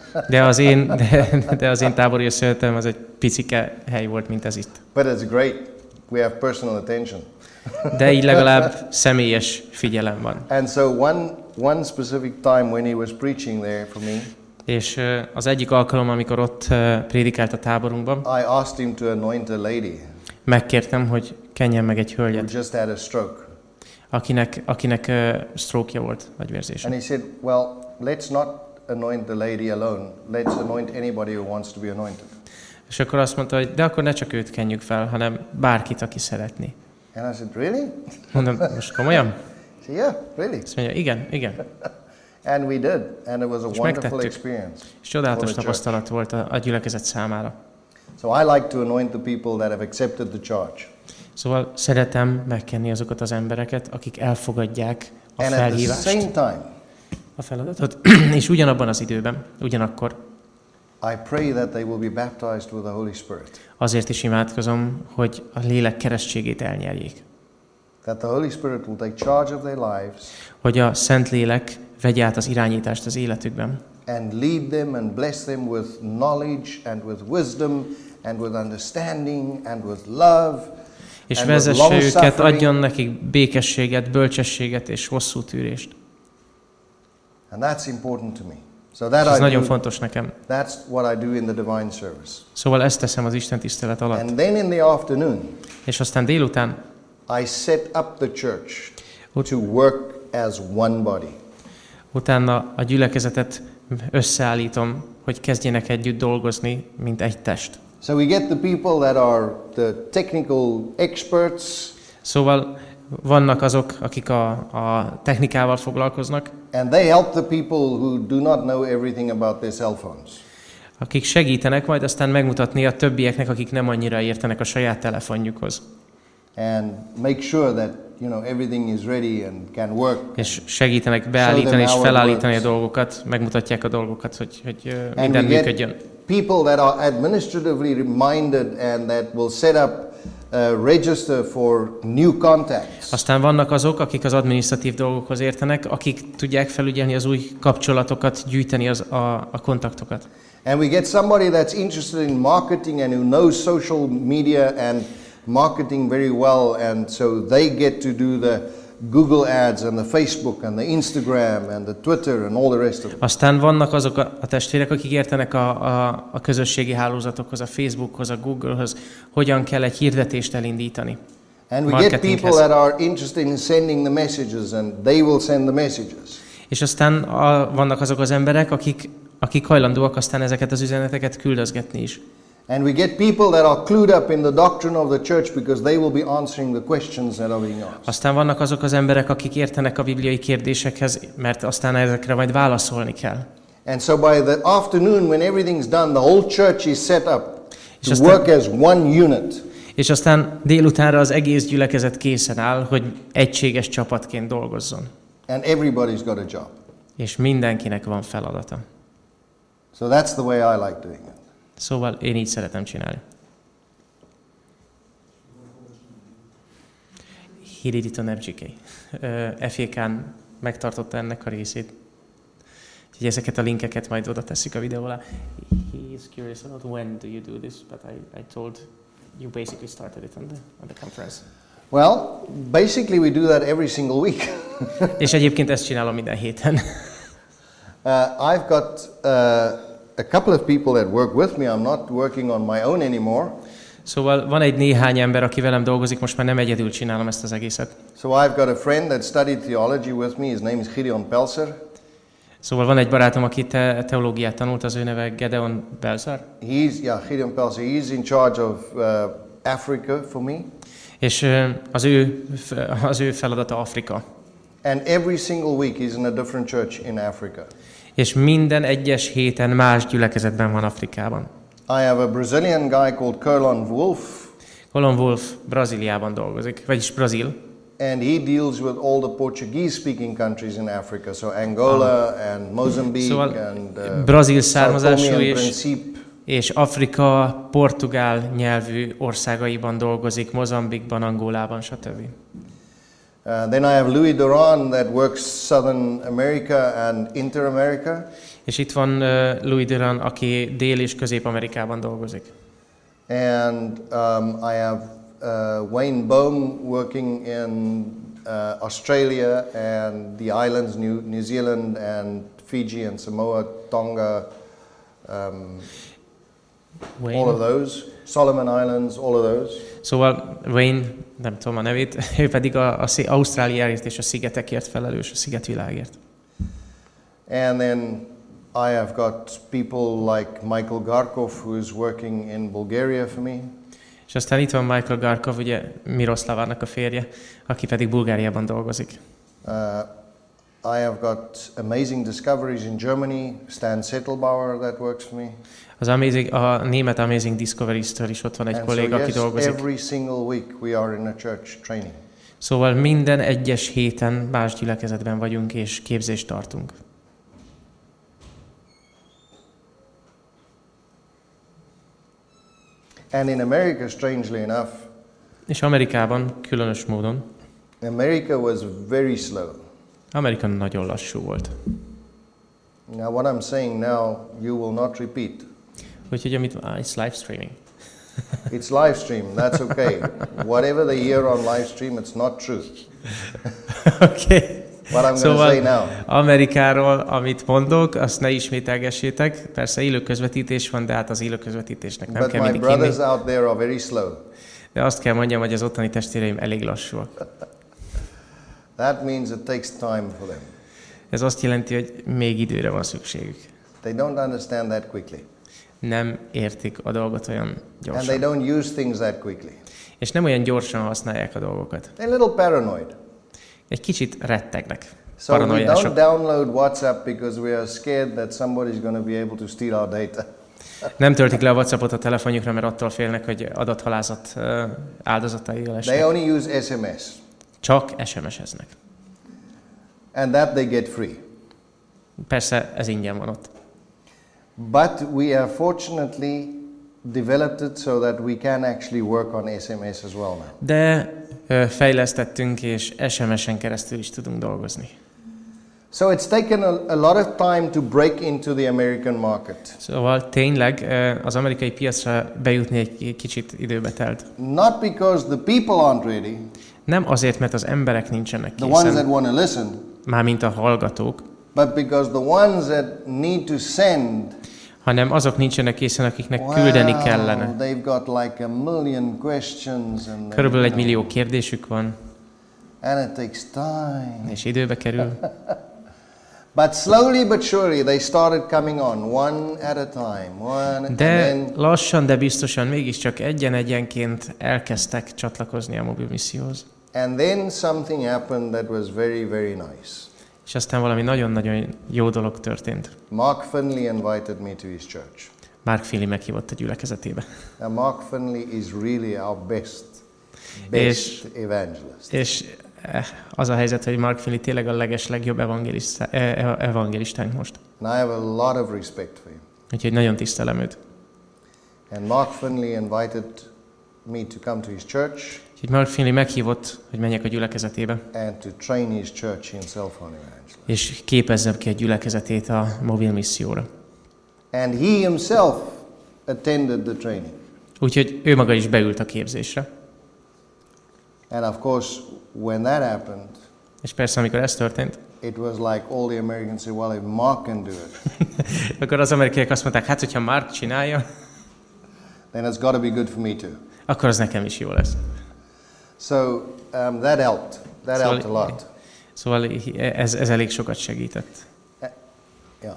De az én tábori összejövetelem az egy picike hely volt, mint ez itt. But it's great. We have personal attention. De így legalább személyes figyelem van. And so one specific time when he was preaching there for me, És az egyik alkalom, amikor ott prédikált a táborunkban, I asked him to anoint a lady megkértem, hogy kenjen meg egy who hölgyet, just had a stroke. akinek stroke-ja volt, agyvérzése. And he said, well, let's not anoint the lady alone. Let's anoint anybody who wants to be anointed. És akkor azt mondta, hogy de akkor ne csak őt kenjük fel, hanem bárkit, aki szeretné. And I said, really? Mondom, most komolyan? He said, yeah, really. Azt mondja, igen. And we did. And it was a És wonderful megtettük. experience. És csodálatos For the tapasztalat volt a gyülekezet számára. So I like to anoint the people that have accepted the charge. Szóval szeretem megkenni azokat az embereket, akik elfogadják a And at the felhívást, same time, a feladatot, és ugyanabban az időben, ugyanakkor I pray that they will be baptized with the Holy Spirit. azért is imádkozom, hogy a lélek keresztségét elnyerjék. That the Holy Spirit will take charge of their lives Hogy a Szent Lélek vegye át az irányítást az életükben, and lead them and bless them with knowledge and with wisdom and with understanding and with love. és And with vezesse őket, long-suffering. adjon nekik békességet, bölcsességet és hosszú tűrést. And that's important to me. So Ez nagyon fontos nekem. That's what I do in the divine service. Szóval ezt teszem az Isten tisztelet alatt. And then in the afternoon, És aztán délután I set up the church to work as one body. utána a gyülekezetet összeállítom, hogy kezdjenek együtt dolgozni, mint egy test. So we get the people that are the technical experts, Szóval vannak azok, akik a technikával foglalkoznak, and they help the people who do not know everything about their cell phones. akik segítenek majd aztán megmutatni a többieknek, akik nem annyira értenek a saját telefonjukhoz. And make sure that everything is ready and can work. És segítenek beállítani és felállítani a dolgokat, megmutatják a dolgokat, hogy minden működjön. People that are administratively minded and that will set up a register for new contacts. Aztán vannak azok, akik az adminisztratív dolgokhoz értenek, akik tudják felügyelni az új kapcsolatokat, gyűjteni a kontaktokat. And we get somebody that's interested in marketing and who knows social media and marketing very well, and so they get to do the Google ads and the Facebook and the Instagram and the Twitter and all the rest of it. Aztán vannak azok a testvérek, akik értenek a közösségi hálózatokhoz, a Facebookhoz, a Googlehoz, hogyan kell egy hirdetést elindítani. And we get people that are interested in sending the messages, and they will send the messages. És aztán vannak azok az emberek, akik hajlandóak aztán ezeket az üzeneteket küldözgetni is. And we get people that are clued up in the doctrine of the church because they will be answering the questions that are being asked. Aztán vannak azok az emberek, akik értenek a bibliai kérdésekhez, mert aztán ezekre majd válaszolni kell. And so by the afternoon, when everything's done, the whole church is set up to aztán- work as one unit. És aztán délutánra az egész gyülekezet készen áll, hogy egységes csapatként dolgozzon. And everybody's got a job. És mindenkinek van feladata. So that's the way I like doing it. Szóval én így szeretem csinálni. He did it on FGK. FGK-n megtartotta ennek a részét. Úgyhogy ezeket a linkeket majd oda tesszük a videó alá. He is curious about when do you do this, but I told you basically started it on the conference. Well, basically we do that every single week. És egyébként ezt csinálom minden héten. I've got a couple of people that work with me. I'm not working on my own anymore. Szóval van egy néhány ember, aki velem dolgozik, most már nem egyedül csinálom ezt az egészet. So I've got a friend that studied theology with me. His name is Gideon Pelser. Szóval van egy barátom, aki teológiát tanult, az ő neve Gedeon Belzer. Gideon Pelser. He's in charge of Africa for me. És az ő feladata Afrika. And every single week he's in a different church in Africa. És minden egyes héten más gyülekezetben van Afrikában. I have a Brazilian guy called Curlon Wolf. Colin Wolf Brazíliában dolgozik, vagyis brazil. And he deals with all the Portuguese-speaking countries in Africa, so Angola and Mozambique Szóval and brazil Sao származású Tome and Principe. és Afrika portugál nyelvű országaiban dolgozik, Mozambikban, Angolában, stb. Then I have Louis Duran that works Southern America and Inter-America. És itt van Louis Duran, aki Dél- és Közép-Amerikában dolgozik. And I have Wayne Bohm working in Australia and the islands, New Zealand and Fiji and Samoa, Tonga, all of those, Solomon Islands, all of those. Szóval Wayne, nem tudom a nevét, ő pedig Ausztráliáért és a szigetekért felelős, a szigetvilágért. And then I have got people like Michael Garkov, who is working in Bulgaria for me. És aztán itt van Michael Garkov, ugye Miroslavának a férje, aki pedig Bulgáriában dolgozik. I have got Amazing Discoveries in Germany, Stan Settelbauer that works for me. A német Amazing Discoveries-től is ott van egy And kolléga, aki dolgozik. every single week we are in a church training. Szóval minden egyes héten más gyülekezetben vagyunk és képzést tartunk. And in America, strangely enough, És Amerikában különös módon, America was very slow. Amerika nagyon lassú volt. Now what I'm saying now, you will not repeat. Úgyhogy it's live streaming. It's live stream, that's okay. Whatever they hear on live stream, it's not true. Okay. what I'm going to Szóval say now. Amerikáról, amit mondok, azt ne ismételgessétek. Persze élő közvetítés van, de hát az élő közvetítésnek nem But kell my mindig hinni. brothers out there are very slow. De azt kell mondjam, hogy az ottani testvéreim elég lassúak. That means it takes time for them. Ez azt jelenti, hogy még időre van szükségük. They don't understand that quickly. Nem értik a dolgot olyan And they gyorsan. don't use things that quickly. És nem olyan gyorsan használják a dolgokat. They're a little paranoid. Egy kicsit rettegnek, So we don't paranoiások. download WhatsApp because we are scared that somebody's going to be able to steal our data. Nem töltik le a WhatsAppot a telefonjukra, mert attól félnek, hogy adathalázat áldozatai They lesznek. only use SMS. Csak SMS-eznek. And that they get free. Persze ez ingyen van ott. But we have fortunately developed it so that we can actually work on SMS as well now. De fejlesztettünk, és SMS-en keresztül is tudunk dolgozni. So it's taken a lot of time to break into the American market. Szóval tényleg az amerikai piacra bejutni egy kicsit időbe telt. Not because the people aren't ready, Nem azért, mert az emberek nincsenek the ones that készen, want to listen, mármint a hallgatók, but because the ones that need to send, hanem azok nincsenek készen, akiknek küldeni kellene. they've got like a million questions and Körülbelül 1 millió kérdésük van, and it takes time. és időbe kerül. But slowly but surely they started coming on, one at a time, and De then lassan, de biztosan mégiscsak egyenként elkezdtek csatlakozni a mobil misszióhoz. and then something happened that was very, very nice. És aztán valami nagyon-nagyon jó dolog történt. Mark Finley invited me to his church. Mark Finley meghívott a gyülekezetébe. Now Mark Finley is really our best És- evangelist. És az a helyzet, hogy Mark Finley tényleg a legjobb evangélistánk most. And I have a lot of respect for him. Úgyhogy nagyon tisztelem őt. And Mark Finley invited me to come to his church Úgyhogy Mark Finley meghívott, hogy menjek a gyülekezetébe, and to train his church in cell phone evangelism. és képezzem ki a gyülekezetét a mobil misszióra. And he himself attended the training. Úgyhogy ő maga is beült a képzésre. And of course, when that happened, És persze, amikor ez történt, it was like all the Americans said, well, if Mark can do it, akkor az amerikaiak azt mondták, hát hogyha Mark csinálja, then it's got to be good for me too. akkor az nekem is jó lesz. So that helped. That helped a lot. Szóval ez elég sokat segített. Yeah.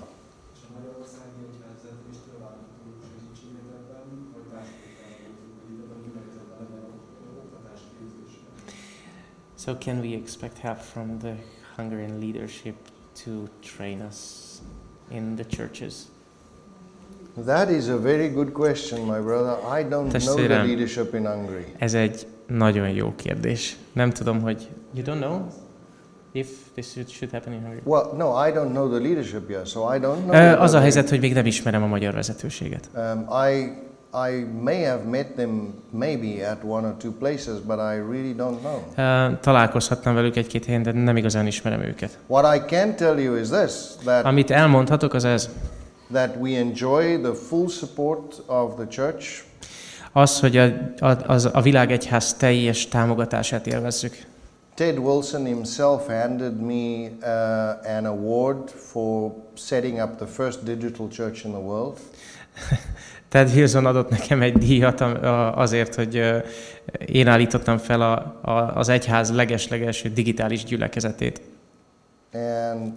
So can we expect help from the Hungarian leadership to train us in the churches? That is a very good question, my brother. I don't know the Testvérem. leadership in Hungary. Ez egy nagyon jó kérdés. Nem tudom, hogy... You don't know if this should happen in Hungary? Well, no, I don't know the leadership yet, so I don't know. Az a helyzet, hogy még nem ismerem a magyar vezetőséget. I may have met them maybe at one or two places, but I really don't know. Találkozhattam velük egy-két helyen, de nem igazán ismerem őket. What I can tell you is this, Amit elmondhatok, az ez. that we enjoy the full support of the church. Az, hogy a világegyház teljes támogatását élvezzük. Ted Wilson himself handed me an award for setting up the first digital church in the world. Ted Wilson adott nekem egy díjat azért, hogy én állítottam fel az egyház leges-legelső digitális gyülekezetét. And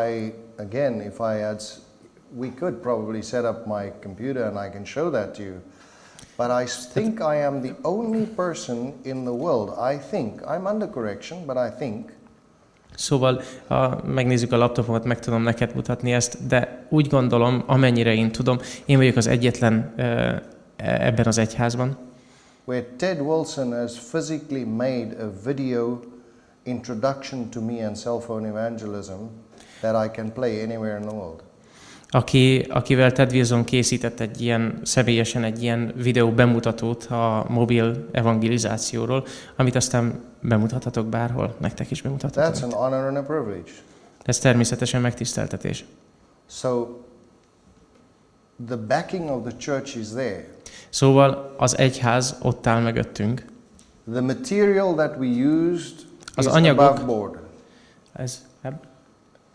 we could probably set up my computer and I can show that to you. But I think I am the only person in the world, I'm under correction, but I think, Szóval, ha megnézzük a laptopomat, meg tudom neked mutatni ezt, de úgy gondolom, amennyire én tudom, én vagyok az egyetlen ebben az egyházban, where Ted Wilson has physically made a video introduction to me and cell phone evangelism that I can play anywhere in the world. akivel Ted Wilson készített személyesen egy ilyen videó bemutatót a mobil evangelizációról, amit aztán bemutathatok bárhol, nektek is That's bemutathatok. an honor and a privilege. Ez természetesen megtiszteltetés. So the backing of the church is there. Szóval az egyház ott áll mögöttünk. The material that we used Az is anyagok- above board. Ez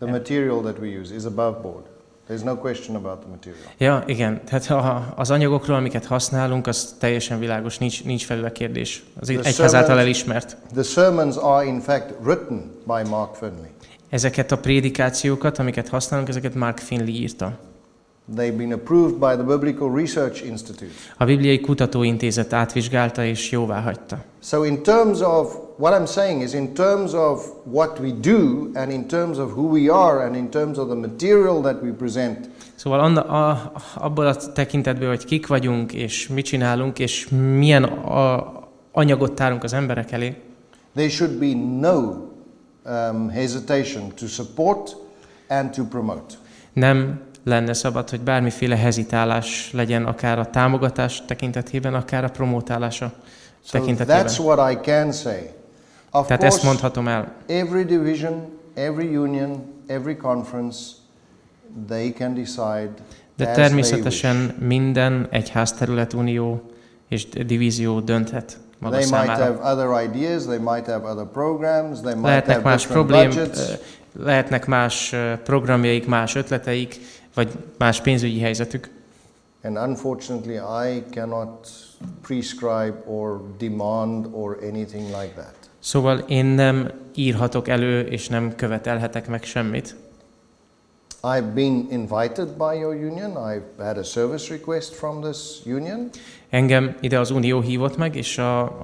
The material that we use is above board. There's no question about the material. Ja, igen. Tehát az anyagokról, amiket használunk, az teljesen világos, nincs felül a kérdés. Az egyház által elismert. The sermons are in fact written by Mark Finley. Ezeket a prédikációkat, amiket használunk, ezeket Mark Finley írta. They've been approved by the Biblical Research Institute. A Bibliai Kutatóintézet átvizsgálta és jóváhagyta. So in terms of what I'm saying is in terms of what we do and in terms of who we are and in terms of the material that we present. Szóval abból a tekintetből, hogy kik vagyunk és mit csinálunk és milyen anyagot tárunk az emberek elé. There should be no hesitation to support and to promote. Nem lenne szabad, hogy bármiféle hezitálás legyen, akár a támogatás tekintetében, akár a promotálása tekintetében. That's what I can say. Of Tehát ezt mondhatom el. Every division, every union, every conference, they can decide. De természetesen minden egyházterület, unió és divízió dönthet maga számára. They might have other ideas, they might have other programs, they might lehetnek have más different budgets. Lehetnek más programjaik, más ötleteik, vagy más pénzügyi helyzetük. And unfortunately, I cannot prescribe or demand or anything like that. Szóval én nem írhatok elő, és nem követelhetek meg semmit. I've been invited by your union. I've had a service request from this union. Engem ide az unió hívott meg, és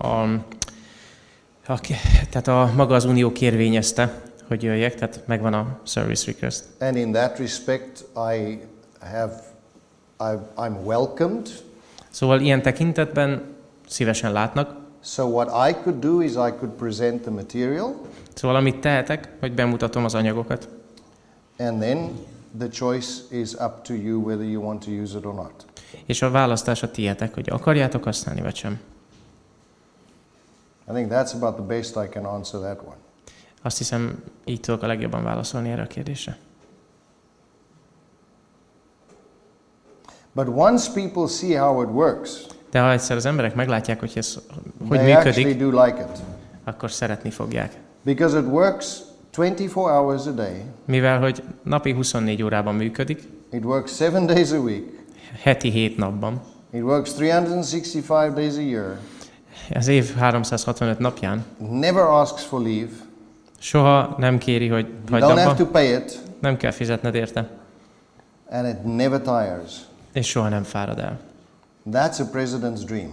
tehát maga az unió kérvényezte, hogy jöjjek, tehát megvan a service request. And in that respect, I'm welcomed. Szóval ilyen tekintetben szívesen látnak. So what I could do is I could present the material. Szóval amit tehetek, hogy bemutatom az anyagokat. And then the choice is up to you whether you want to use it or not. És a választás a tiétek, hogy akarjátok használni, vagy sem. I think that's about the best I can answer that one. Azt hiszem, így tudok a legjobban válaszolni erre a kérdésre. But once people see how it works, de ha egyszer az emberek meglátják, hogy ez hogy they actually működik, do like it. akkor szeretni fogják. Because it works 24 hours a day. Mivel, hogy napi 24 órában működik, It works 7 days a week. heti 7 napban, It works 365 days a year. az év 365 napján, Never asks for leave. soha nem kéri, hogy You hagyd don't have to abba, pay it. nem kell fizetned érte, And it never tires. és soha nem fárad el. That's a president's dream.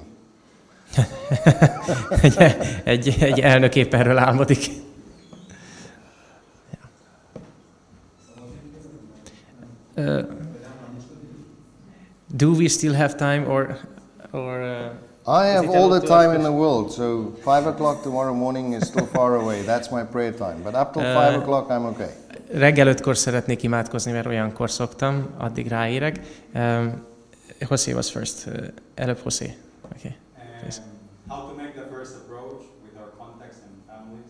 egy elnök épp erről álmodik. Do we still have time or I have it all allowed the to time ask in the world, so 5 o'clock tomorrow morning is still far away. That's my prayer time. But up till 5 o'clock, I'm okay. reggel 5-kor szeretnék imádkozni, mert olyankor szoktam, addig ráérek. José was first. Előbb José. Okay. Please. How to make the first approach with our contacts and families?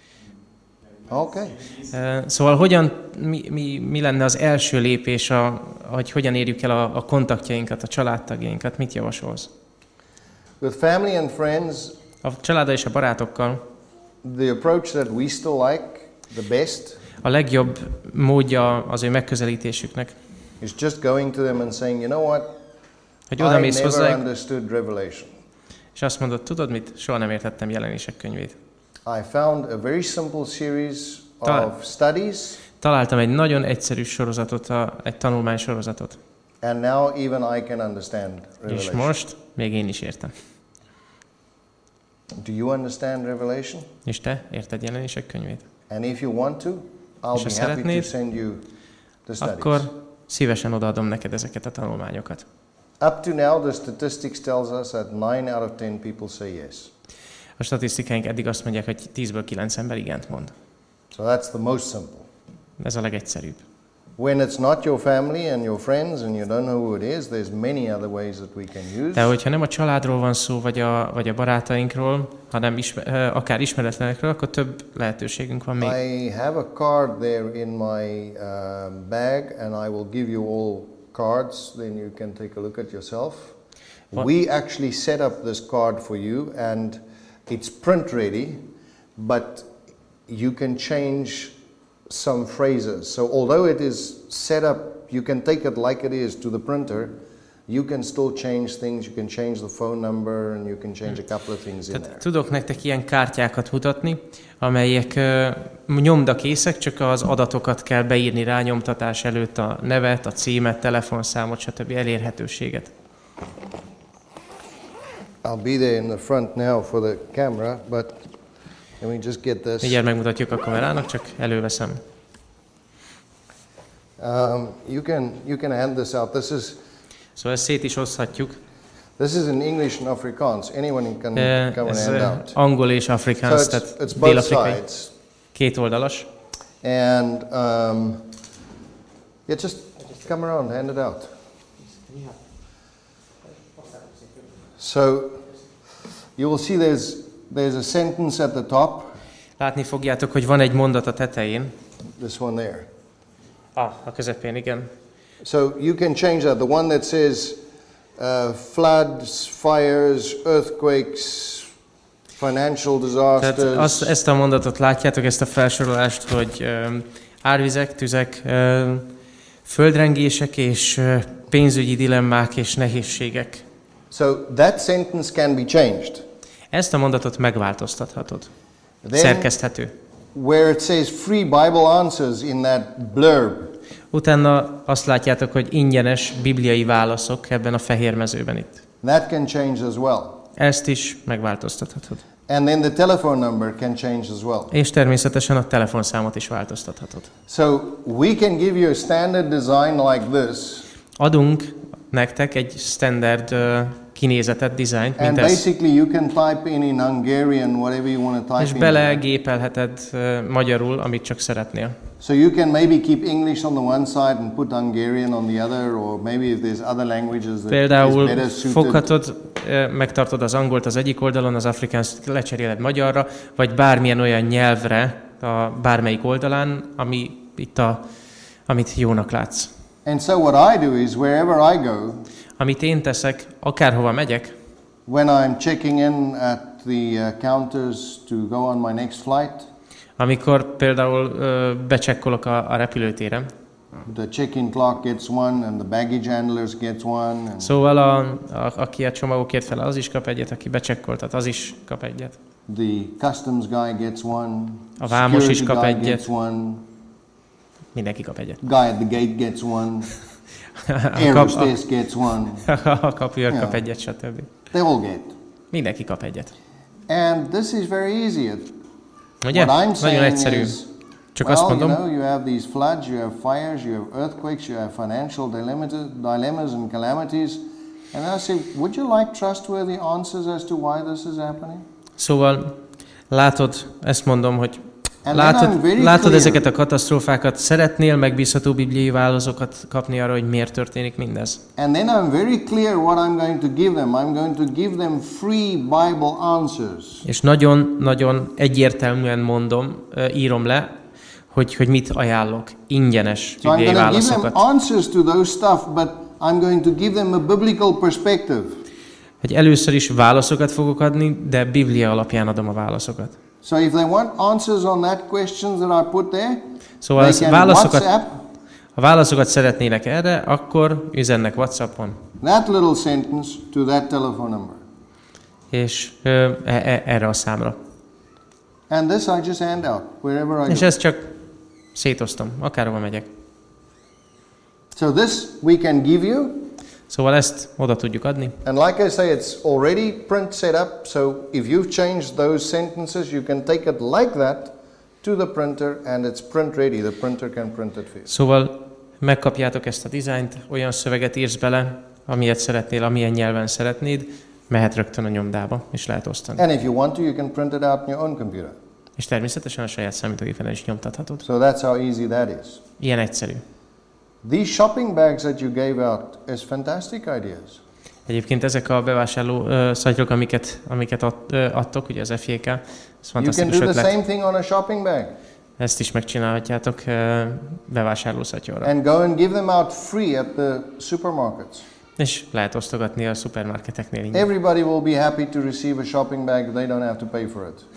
Okay. Szóval mi lenne az első lépés, hogy hogyan érjük el a kontaktjainkat, a családtagjainkat? Mit javasolsz? With family and friends, A családdal és a barátokkal the approach that we still like the best a legjobb módja az ő megközelítésüknek, is just going to them and saying, you know what? hogy I odamész never hozzájuk, understood Revelation. és azt mondod, tudod mit? Soha nem értettem Jelenések könyvét. I found a very simple series Ta- of studies, Találtam egy nagyon egyszerű sorozatot, egy tanulmány sorozatot, and now even I can understand és Revelation. most még én is értem. Do you understand Revelation? És te érted Jelenések könyvét? And if you want to, I'll És ha be happy to szeretnéd, send you the studies. Akkor szívesen odaadom neked ezeket a tanulmányokat. Up to now, the statistics tells us that 9 out of 10 people say yes. A statisztikáink eddig azt mondják, hogy 10-ből 9 ember igent mond. So that's the most simple. Ez a legegyszerűbb. When it's not your family and your friends and you don't know who it is, there's many other ways that we can use. De hogyha nem a családról van szó, vagy a barátainkról, hanem akár ismeretlenekről, akkor több lehetőségünk van még. I have a card there in my bag and I will give you all cards, then you can take a look at yourself. What? We actually set up this card for you and it's print ready, but you can change some phrases. So although it is set up, you can take it like it is to the printer, you can still change things, you can change the phone number, and you can change a couple of things in there. Tehát tudok nektek ilyen kártyákat mutatni, amelyek nyomdakészek, csak az adatokat kell beírni rá nyomtatás előtt, a nevet, a címet, telefonszámot, stb. Elérhetőséget. I'll be there in the front now for the camera, but let me just get this. Mindjárt megmutatjuk a kamerának, csak előveszem. You can hand this out. Szóval ezt szét is oszthatjuk. This is in English and Afrikaans. Anyone can come and Ez hand out. angol és So afrikáns, tehát it's both dél-afrikai. sides. Két oldalas. And yeah, just come around, hand it out. So you will see there's a sentence at the top. Látni fogjátok, hogy van egy mondat a tetején. This one there. A közepén, igen. So you can change that. The one that says floods, fires, earthquakes, financial disasters. Tehát ezt a mondatot látjátok, ezt a felsorolást, hogy árvizek, tüzek, földrengések és pénzügyi dilemmák és nehézségek. So that sentence can be changed. Ezt a mondatot megváltoztathatod. Then, Szerkeszthető. where it says free Bible answers in that blurb, Utána azt látjátok, hogy ingyenes bibliai válaszok ebben a fehér mezőben itt. that can change as well. Ezt is megváltoztathatod. And then the telephone number can change as well. És természetesen a telefonszámot is változtathatod. So we can give you a standard design like this, Adunk nektek egy standard kinézetet, dizájnt, and mint ez. basically you can type in Hungarian whatever you want to És type in. belegépelheted magyarul, amit csak szeretnél. So you can maybe keep English on the one side and put Hungarian on the other, or maybe if there's other languages that is Például better suited. foghatod, megtartod az angolt az egyik oldalon, az afrikáns lecseréled magyarra, vagy bármilyen olyan nyelvre a bármelyik oldalán, amit jónak látsz. And so what I do is wherever I go, Amit én teszek, akárhova megyek, when I'm checking in at the counters to go on my next flight, amikor például becsekkolok a repülőtéren. the check-in clerk gets one, and the baggage handlers gets one. And Szóval aki a csomagokért fel, az is kap egyet, aki becsekkoltat, az is kap egyet. the customs guy gets one. A vámos is security kap guy egyet. gets one. Mindenki kap egyet. Guy at the gate gets one. Air A hostess gets one. kapuőr kap Ja. egyet, stb. They all get. Mindenki kap egyet. And this is very easy. Ugye? What I'm Nagyon saying egyszerű. is, Csak azt well, mondom, you know, you have these floods, you have fires, you have earthquakes, you have financial dilemmas and calamities. And I say, would you like trustworthy answers as to why this is happening? szóval látod, ezt mondom, hogy And then I'm very látod clear. ezeket a katasztrófákat, szeretnél megbízható bibliai válaszokat kapni arra, hogy miért történik mindez. And then I'm very clear what I'm going to give them. I'm going to give them free Bible answers. És nagyon-nagyon egyértelműen mondom, írom le, hogy mit ajánlok. Ingyenes So I'm bibliai going to give them válaszokat. answers to those stuff, but I'm going to give them a biblical perspective. Hogy először is válaszokat fogok adni, de Biblia alapján adom a válaszokat. So if they want answers on that questions that I put there, Szóval they az can válaszokat, WhatsApp ha válaszokat szeretnének erre, akkor üzennek WhatsAppon, that little sentence to that telephone number. és erre a számra. And this I just hand out wherever I És go. ezt csak szétoztam, akárhova megyek. So this we can give you, Szóval ezt oda tudjuk adni. and like I say, it's already print set up, so if you've changed those sentences, you can take it like that to the printer, and it's print ready. The printer can print it for you. Szóval megkapjátok ezt a dizájnt, olyan szöveget írsz bele, amilyet szeretnél, amilyen nyelven szeretnéd, mehet rögtön a nyomdába, és lehet osztani. And if you want to, you can print it out on your own computer. És természetesen a saját számítógépen is nyomtathatod. So that's how easy that is. Ilyen egyszerű. These shopping bags that you gave out is fantastic ideas. Egyébként ezek a bevásárló szatyok, amiket adtok, ugye az FJK, ez You can fantasztikus do the ötlet. same thing on a shopping bag Ezt is megcsinálhatjátok bevásárló szatyorra. and go and give them out free at the supermarkets. És lehet osztogatni a szupermarketeknél ingyen. Everybody will be happy to receive a shopping bag. They don't have to pay for it.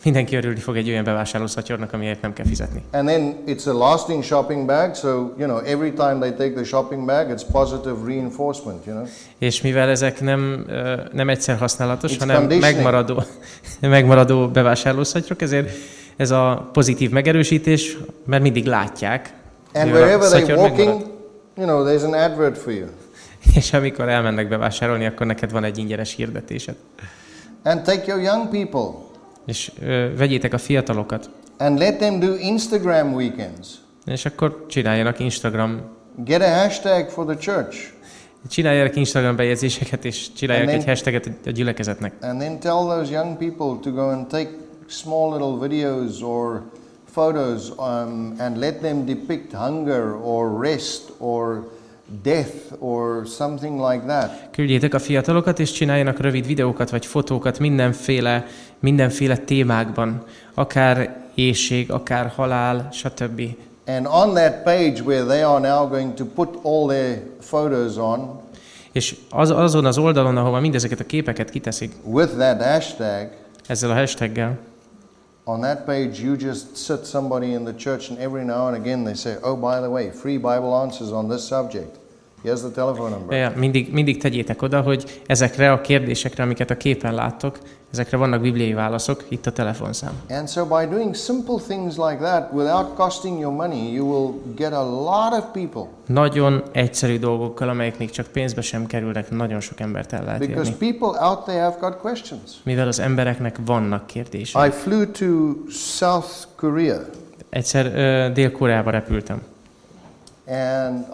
Mindenki örülni fog egy olyan bevásárlószatyornak, amiért nem kell fizetni. And then it's a lasting shopping bag, so, you know, every time they take the shopping bag, it's positive reinforcement, you know. És mivel ezek nem egyszer használatos, It's hanem conditioning. megmaradó bevásárlószatyrok, ezért ez a pozitív megerősítés, mert mindig látják. And mivel a wherever they're szatyor walking, megmarad. you know, there's an advert for you. És amikor elmennek bevásárolni, akkor neked van egy ingyenes hirdetésed. And take your young people És vegyétek a fiatalokat, and let them do Instagram weekends. és akkor csináljanak Instagram, Get a hashtag for the church. csináljanak Instagram bejegyzéseket, és csináljanak And egy hashtaget a gyülekezetnek. And then tell those young people to go and take small little videos or photos and let them depict hunger or rest or death or something like that. Küldjétek a fiatalokat, és csináljanak rövid videókat vagy fotókat mindenféle témákban, akár éhség, akár halál, stb. And on that page where they are now going to put all their photos on, És azon az oldalon, ahova mindezeket a képeket kiteszik, with that hashtag, ezzel a hashtaggel, on that page you just sit somebody in the church and every now and again they say, oh, by the way, free Bible answers on this subject. Here's the telephone number. mindig tegyétek oda, hogy ezekre a kérdésekre, amiket a képen láttok, ezekre vannak bibliai válaszok, itt a telefonszám. And so by doing simple things like that without costing your money, you will get a lot of people. Nagyon egyszerű dolgokkal, amelyek még csak pénzbe sem kerülnek, nagyon sok embert el lehet Because érni. people out there have got questions. Mivel az embereknek vannak kérdések. I flew to South Korea Egyszer Dél-Koreába repültem. and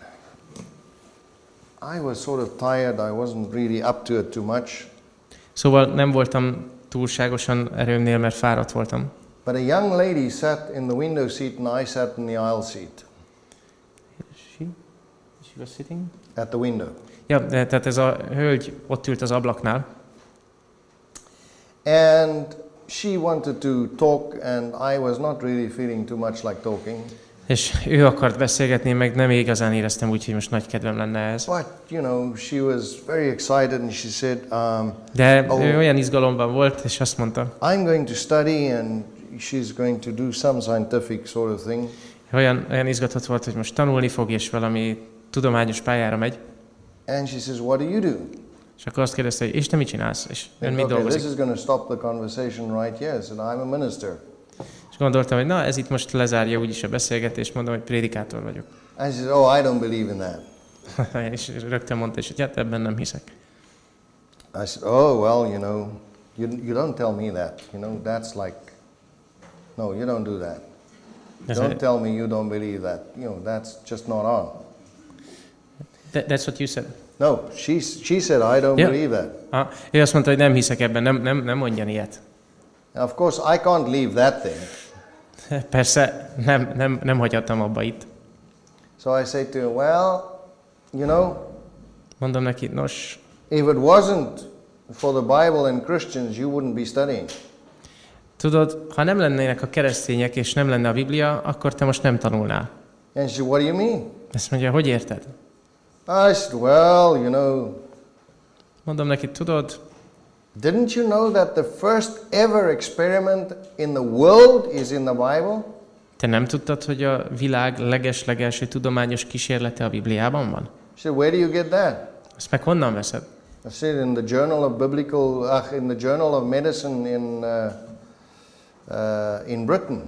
I was sort of tired. I wasn't really up to it too much. Szóval nem voltam túlságosan erőmnél, mert fáradt voltam. But a young lady sat in the window seat and I sat in the aisle seat She was sitting? at the window. Ja, tehát ez a hölgy ott ült az ablaknál, And she wanted to talk and I was not really feeling too much like talking. és ő akart beszélgetni, meg nem igazán éreztem úgy, hogy most nagy kedvem lenne ez. But, you know, she was very excited and she said, De ő olyan izgalomban volt, és azt mondta, I'm going to study and she's going to do some scientific sort of thing. olyan izgatott volt, hogy most tanulni fog, és valami tudományos pályára megy. And she says, what do you do? És akkor azt kérdezte, hogy és te mit csinálsz? És ön mit Okay, this dolgozik? is going to stop the conversation right here. So I'm a minister. És gondoltam, hogy na, ez itt most lezárja úgyis a beszélgetést, mondom, hogy prédikátor vagyok. And she said, oh, I don't believe in that. És rögtön mondta, hogy hát ebben nem hiszek. I said, oh, well, you know, you don't tell me that. You know, that's like, no, you don't do that. Don't tell me you don't believe that. You know, that's just not on. That's what you said. No, she said, I don't Yeah. believe that. Ő azt mondta, hogy nem hiszek ebben, nem mondjan ilyet. Now, of course, I can't leave that there. Persze, nem hagyhattam abba itt. So I say to her, well, you know, Mondom neki, nos, if it wasn't for the Bible and Christians, you wouldn't be studying. tudod, ha nem lennének a keresztények és nem lenne a Biblia, akkor te most nem tanulnál. And she said, what do you mean? Ezt mondja, hogy érted? I said, well, you know, Mondom neki, tudod, didn't you know that the first ever experiment in the world is in the Bible? te nem tudtad, hogy a világ leges-legelső tudományos kísérlete a Bibliában van? She said, where do you get that? Ezt meg honnan veszed? I said, in the Journal of in the Journal of Medicine in Britain.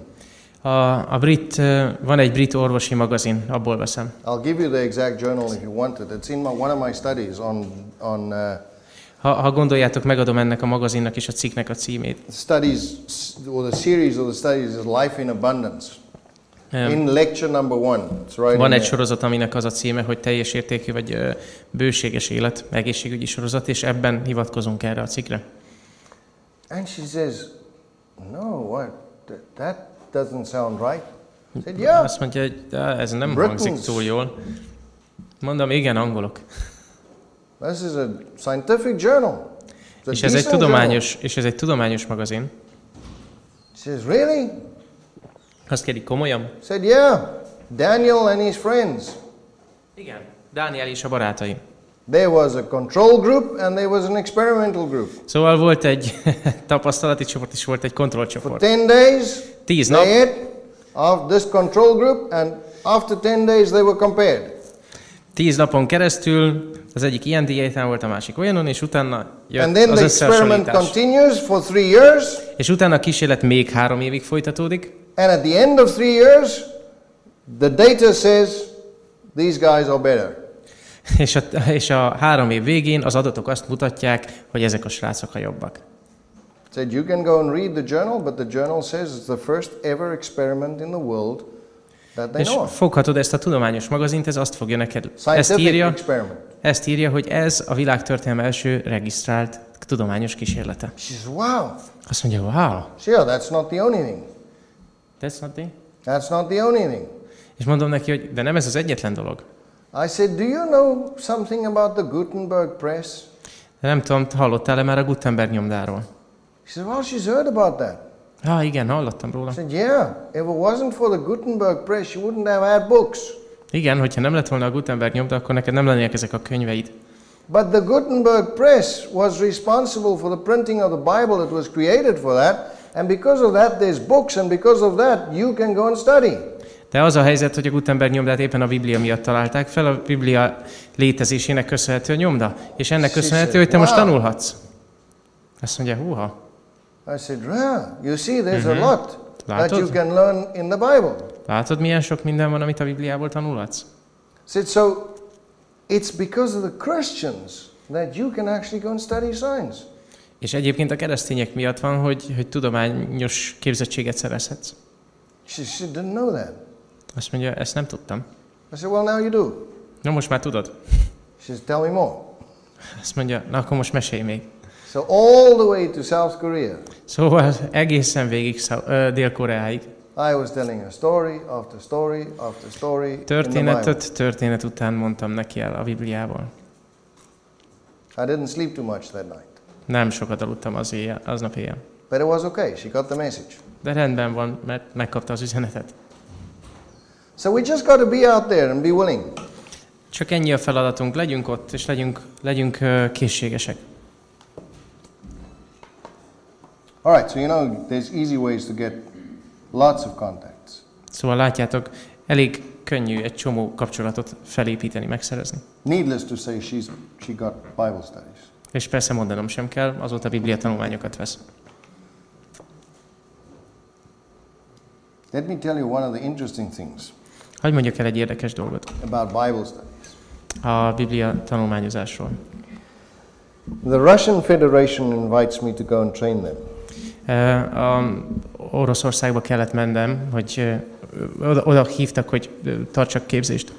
Van egy brit orvosi magazin, abból veszem. I'll give you the exact journal if you want it. It's in one of my studies on Ha gondoljátok, megadom ennek a magazinnak és a cikknek a címét. studies, or the series of the studies is Life in Abundance. In lecture number 1, it's right Van in egy there. sorozat, aminek az a címe, hogy teljes értékű vagy bőséges élet, egészségügyi sorozat, és ebben hivatkozunk erre a cikkre. And she says, no, what? That doesn't sound right. I said, yeah. Azt mondja, hogy ez nem Britons. hangzik túl jól. Mondom, igen, angolok. This is a scientific journal. It's a És ez egy tudományos magazin. She says, really? Azt kérdik, komolyan? I said, yeah. Daniel and his friends. Igen. Dániel és a barátai. There was a control group and there was an experimental group. Szóval volt egy tapasztalati csoport és volt egy For kontrollcsoport. 10 days, 10 nap, they ate of this control group, and after 10 days they were compared. 10 napon keresztül az egyik ilyen diétán volt, a másik olyanon, és utána And jött then az the experiment összehasonlítás. continues for 3 years, És utána a kísérlet még 3 évig folytatódik, and at the end of 3 years, the data says these guys are better. és a 3 év végén az adatok azt mutatják, hogy ezek a srácok a jobbak. Said you can go and read the journal, but the journal says it's the first ever experiment in the world that they És know of. foghatod ezt a tudományos magazint, ez azt fogja neked. Scientific experiment. Ezt írja, hogy ez a világtörténelem első regisztrált tudományos kísérlete. She says, wow. Azt mondja, wow, Sure, that's not the only thing. that's not the... That's not the only thing. És mondom neki, hogy de nem ez az egyetlen dolog. I said, do you know something about the Gutenberg press? De nem tudom, hallottál-e már a Gutenberg nyomdáról? She said, well, she's heard about that. Igen, hallottam róla. I said, yeah, if it wasn't for the Gutenberg press, you wouldn't have had books. Igen, hogyha nem lett volna a Gutenberg nyomda, akkor neked nem lennének ezek a könyveid. But the Gutenberg press was responsible for the printing of the Bible. It was created for that. And because of that, there's books. And because of that, you can go and study. De az a helyzet, hogy a Gutenberg nyomdát éppen a Biblia miatt találták fel, a Biblia létezésének köszönhető a nyomda, és ennek köszönhető, hogy te most tanulhatsz. Azt mondja, húha. I said, yeah, you see, there's a lot that you Látod? can learn in the Bible. Látod, milyen sok minden van, amit a Bibliából tanulhatsz? Said, so it's because of the Christians that you can actually go and study science. És egyébként a keresztények miatt van, hogy tudományos képzettséget szerezhetsz. She didn't know that. Azt mondja, ezt nem tudtam. I said, well, now you do. Na most már tudod. She says, tell me more. Azt mondja, na akkor most mesélj még. So all the way to South Korea, Szóval egészen végig Dél-Koreáig. I was telling her story after story after story in the Bible. Történet után mondtam neki el a Bibliával. I didn't sleep too much that night. Nem sokat aludtam aznap éjjel. But it was okay. She got the message. De rendben van, mert megkapta az üzenetet. So we just got to be out there and be willing. Csak ennyi a feladatunk, legyünk ott, és legyünk készségesek. All right, so you know there's easy ways to get lots of contacts. Szóval látjátok, elég könnyű egy csomó kapcsolatot felépíteni, megszerezni. Needless to say, she got Bible studies. És persze mondanom sem kell, azóta Biblia tanulmányokat vesz. Let me tell you one of the interesting things Hadd mondjak el egy érdekes dolgot about Bible studies. a Biblia tanulmányozásról. The Russian Federation invites me to go and train them. Oroszországba kellett mennem, hogy oda hívtak, hogy tartsak képzést.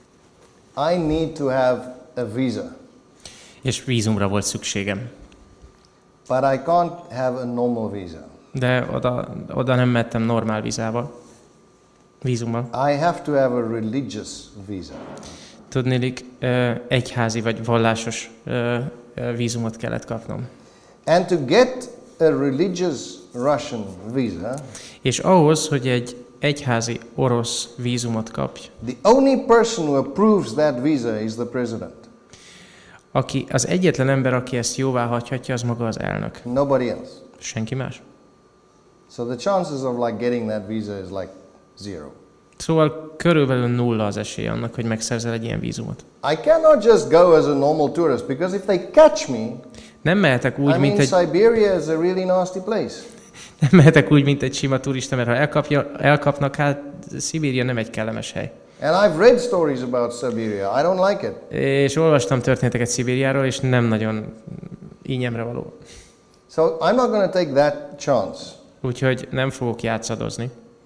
I need to have a visa, És vízumra volt szükségem. but I can't have a normal visa. De oda nem mentem normál vízummal. I have to have a religious visa. Tudnélik, egyházi vagy vallásos vízumot kellett kapnom. And to get a religious Russian visa, És ahhoz, hogy egy egyházi orosz vízumot kapj, the only person who approves that visa is the president. aki az egyetlen ember, aki ezt jóvá hagyhatja, az maga az elnök. Nobody else. Senki más. So the chances of like getting that visa is like zero. Szóval körülbelül nulla az esély annak, hogy megszerzel egy ilyen vízumot. I cannot just go as a normal tourist because if they catch me, Nem mehetek úgy, mint egy... Siberia is a really nasty place. Nem mehetek úgy, mint egy sima turista, mert ha elkapnak, hát Szibéria nem egy kellemes hely. And I've read stories about Siberia. I don't like it. És olvastam történeteket Szibériáról, és nem nagyon ínyemre való. So I'm not going to take that chance. Úgyhogy nem fogok játszadozni.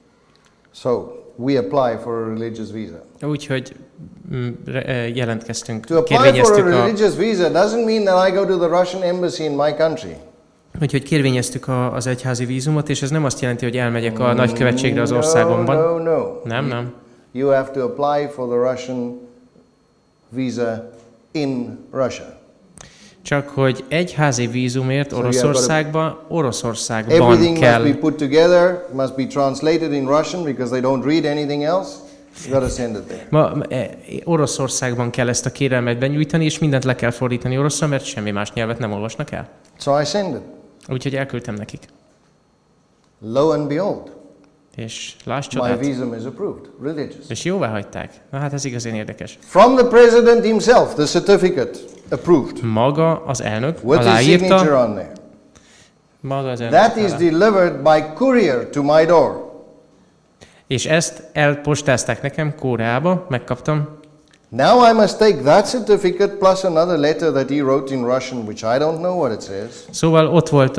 So we apply for a religious visa. Úgyhogy jelentkeztünk, To apply for a kérvényeztük religious visa doesn't mean that I go to the Russian embassy in my country. úgyhogy kérvényeztük az egyházi vízumot, és ez nem azt jelenti, hogy elmegyek a nagykövetségre az országomban. No. Nem. You have to apply for the Russian visa in Russia. Csak hogy egyházi vízumért Oroszországban Everything kell. must be put together, must be translated in Russian because they don't read anything else. You got to send it there. Oroszországban kell ezt a kérelmet benyújtani, és mindent le kell fordítani oroszra, mert semmi más nyelvet nem olvasnak el. So I send it. Úgyhogy elküldtem nekik. Lo and behold, És láss my csodát. visum is approved, religious. És jóvá hagyták. Na hát ez igazán érdekes. From the president himself, the certificate approved Maga az elnök with his signature aláírta. on there. Maga az elnök That is alá. delivered by courier to my door. És ezt elpostázták nekem Koreába, megkaptam. Now I must take that certificate plus another letter that he wrote in Russian, which I don't know what it says. Szóval ott volt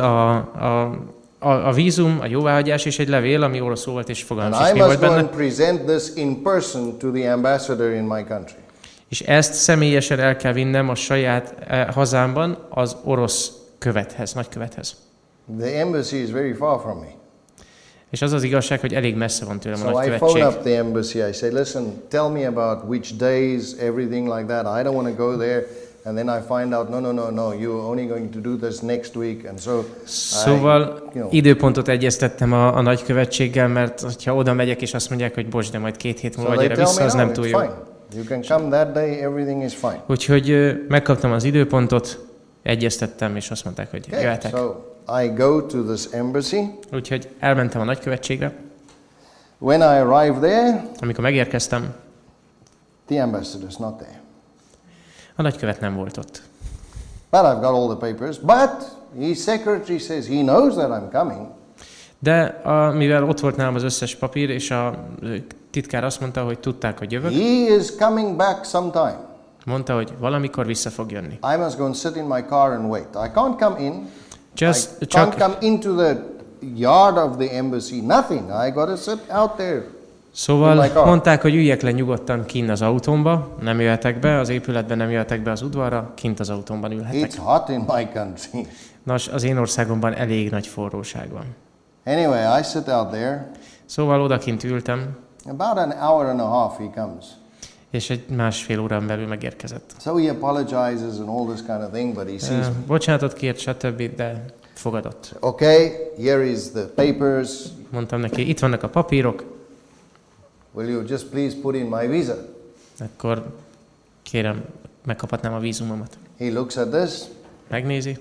a vízum, a jóváhagyás és egy levél, ami oroszul volt, és fogalmam And sincs, I mi must volt go and benne. present this in person to the ambassador in my country. És ezt személyesen el kell vinnem a saját hazámban az orosz követhez, nagykövethez. The embassy is very far from me. És az az igazság, hogy elég messze van tőlem a So I phone nagykövetség. up the embassy. I say, listen, tell me about which days, everything like that. I don't want to go there. And then I find out, no, you're only going to do this next week. And so Szóval időpontot egyeztettem a nagykövetséggel, mert ha oda megyek, és azt mondják, hogy bocs, de majd 2 hét múlva gyere vissza, az nem túl it's jó. fine. You can come that day, everything is fine. Úgyhogy megkaptam az időpontot, egyeztettem, és azt mondták, hogy Okay, jöhetek. so I go to this embassy. Úgyhogy elmentem a nagykövetségre. When I arrive there, Amikor megérkeztem, the ambassador is not there. a nagykövet nem volt ott. But I've got all the papers. But his secretary says he knows that I'm coming. De mivel ott volt nálam az összes papír, és a titkár azt mondta, hogy tudták, hogy jövök, He is coming back sometime. mondta, hogy valamikor vissza fog jönni. I must go and sit in my car and wait. I can't come in. I can't Csak, come into the yard of the embassy. Nothing. I got to sit out there. szóval mondták, hogy üljek le nyugodtan kint az autómba, nem jöhetek be, az épületben nem jöhetek be az udvarra, kint az autómban ülhetek. It's hot in my country. Nos, az én országomban elég nagy forróság van. Anyway, I sit out there. Szóval odakint ültem, About an hour and a half he comes. és egy másfél órán belül megérkezett. So he apologizes and all this kind of thing, but he sees me. Bocsánatot kért, stb., de fogadott. Okay, here is the papers. Mondtam neki, itt vannak a papírok, Will you just please put in my visa? akkor kérem, megkaphatnám a vízumomat. He looks at this. Megnézi.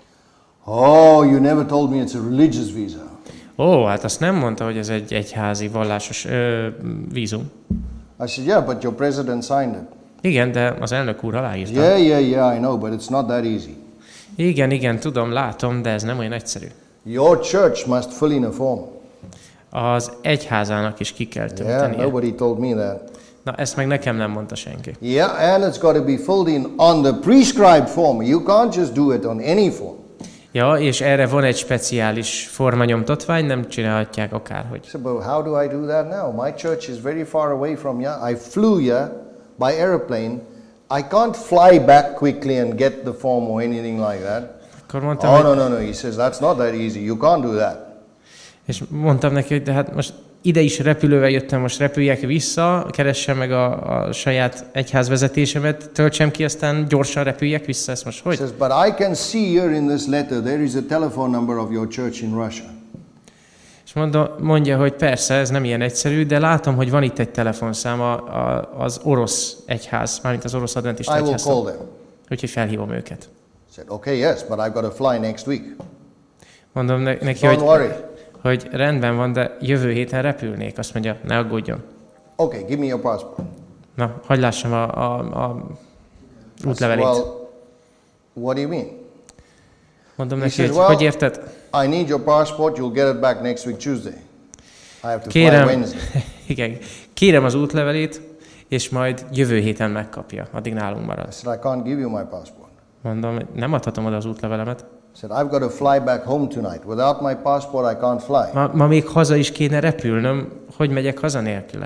Oh, you never told me it's a religious visa. Ó, hát azt nem mondta, hogy ez egy egyházi, vallásos vízum. I said, yeah, but your president signed it. Igen, de az elnök úr aláírta. Yeah, I know, but it's not that easy. Igen, tudom, látom, de ez nem olyan egyszerű. Your church must fill in a form. Az egyházának is ki kell Yeah, töltenie. nobody told me that. Na, ezt meg nekem nem mondta senki. Yeah, and it's got to be filled in on the prescribed form. You can't just do it on any form. Ja, és erre van egy speciális formanyomtatvány, nem csinálhatják akárhogy. I said, but how do I do that now? My church is very far away from here. I flew here by airplane. I can't fly back quickly and get the form or anything like that. Akkor mondtam, Oh, hogy, no. He says, that's not that easy. You can't do that. és mondtam neki, hogy de hát most ide is repülővel jöttem, most repüljek vissza, keressem meg a saját egyházvezetésemet, töltsem ki, aztán gyorsan repüljek vissza, ezt most He hogy? says, but I can see here in this letter, there is a telephone number of your church in Russia. És mondja, hogy persze, ez nem ilyen egyszerű, de látom, hogy van itt egy telefonszám az orosz egyház, mármint az orosz adventista I will egyház. call them. Úgyhogy felhívom őket. I said, okay, yes, but I've got to fly next week. Mondom neki, Don't worry. hogy rendben van, de jövő héten repülnék. Azt mondja, ne aggódjon. Okay, give me your passport. Na, hagyd lássam a I said, útlevelét. well, what do you mean? Mondom He neki, says, hogy well, hogy érted? I need your passport, you'll get it back next week Tuesday. I have to fly Kérem, Wednesday. igen, kérem az útlevelét, és majd jövő héten megkapja, addig nálunk I marad. said, I can't give you my passport. Mondom, nem adhatom oda az útlevelemet. I said, I've got to fly back home tonight. Without my passport, I can't fly. Ma még haza is kéne repülnöm, hogy megyek haza nélküle?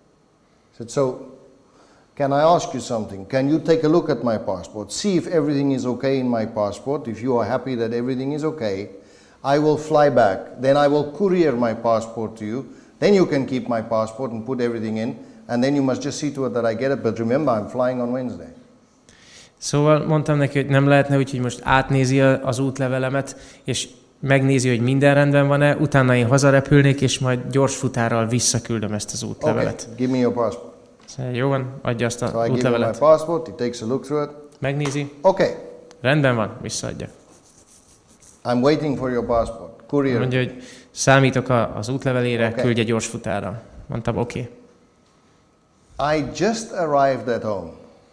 I said, so can I ask you something? Can you take a look at my passport? See if everything is okay in my passport. If you are happy that everything is okay, I will fly back. Then I will courier my passport to you. Then you can keep my passport and put everything in. And then you must just see to it that I get it. But remember, I'm flying on Wednesday. Szóval mondtam neki, hogy nem lehetne úgy, hogy most átnézi az útlevelemet, és megnézi, hogy minden rendben van-e, utána én hazarepülnék, és majd gyors futárral visszaküldöm ezt az Okay, útlevelet. give me your passport. Szóval jó van, adja azt So az I give him my útlevelet. passport, he takes a look through it. Megnézi, Okay, rendben van, visszaadja. I'm waiting for your passport. Courier. Mondja, hogy számítok az útlevelére, Okay. küldje gyors futárral. Mondtam, oké. I just arrived at home.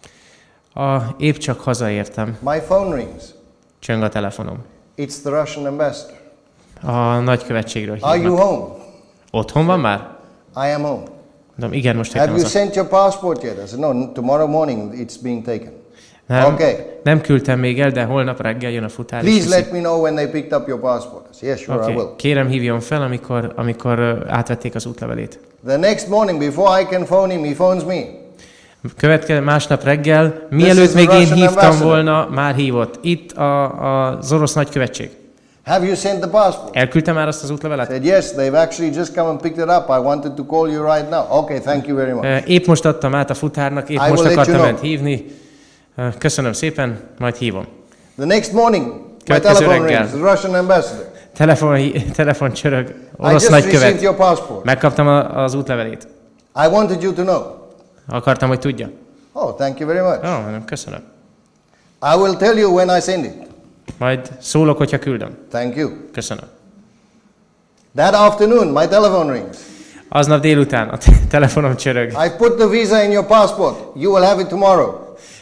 Épp csak hazaértem, My phone rings. csöng a telefonom. It's the Russian ambassador. A nagykövetségről Are you hívnak. home? Otthon van már? I am home. Mondom, igen, most Have jöttem you haza. sent your passport yet? I said, no, tomorrow morning it's being taken. Nem, Okay. nem küldtem még el, de holnap reggel jön a futár. és Please viszi. let me know when they picked up your passport. I said, yes, sure, I Oké, will. kérem hívjon fel, amikor átvették az útlevelét. The next morning, before I can phone him, he phones me. Következő másnap reggel, is mielőtt the még én Russian hívtam ambassador. volna, már hívott. Itt az orosz nagykövetség. Have you sent the passport? Elküldtem már azt az I útlevelet? said, yes, they've actually just come and picked it up. I wanted to call you right now. Okay, thank you very much. Épp most adtam át a futárnak, épp I most will let akartam you önt hívni. Köszönöm szépen, majd hívom. The next morning, my Következő telephone reggel. rings, the Russian ambassador. Telefon csörög, I orosz just received nagykövet. your passport. Megkaptam az útlevelét. I wanted you to know. Akartam, hogy tudja. Oh, thank you very much. Mondom, köszönöm. I will tell you when I send it. Majd szólok, hogyha küldöm. Thank you. Köszönöm. That afternoon, my telephone rings. Aznap délután a telefonom csörög. I put the visa in your passport. You will have it tomorrow.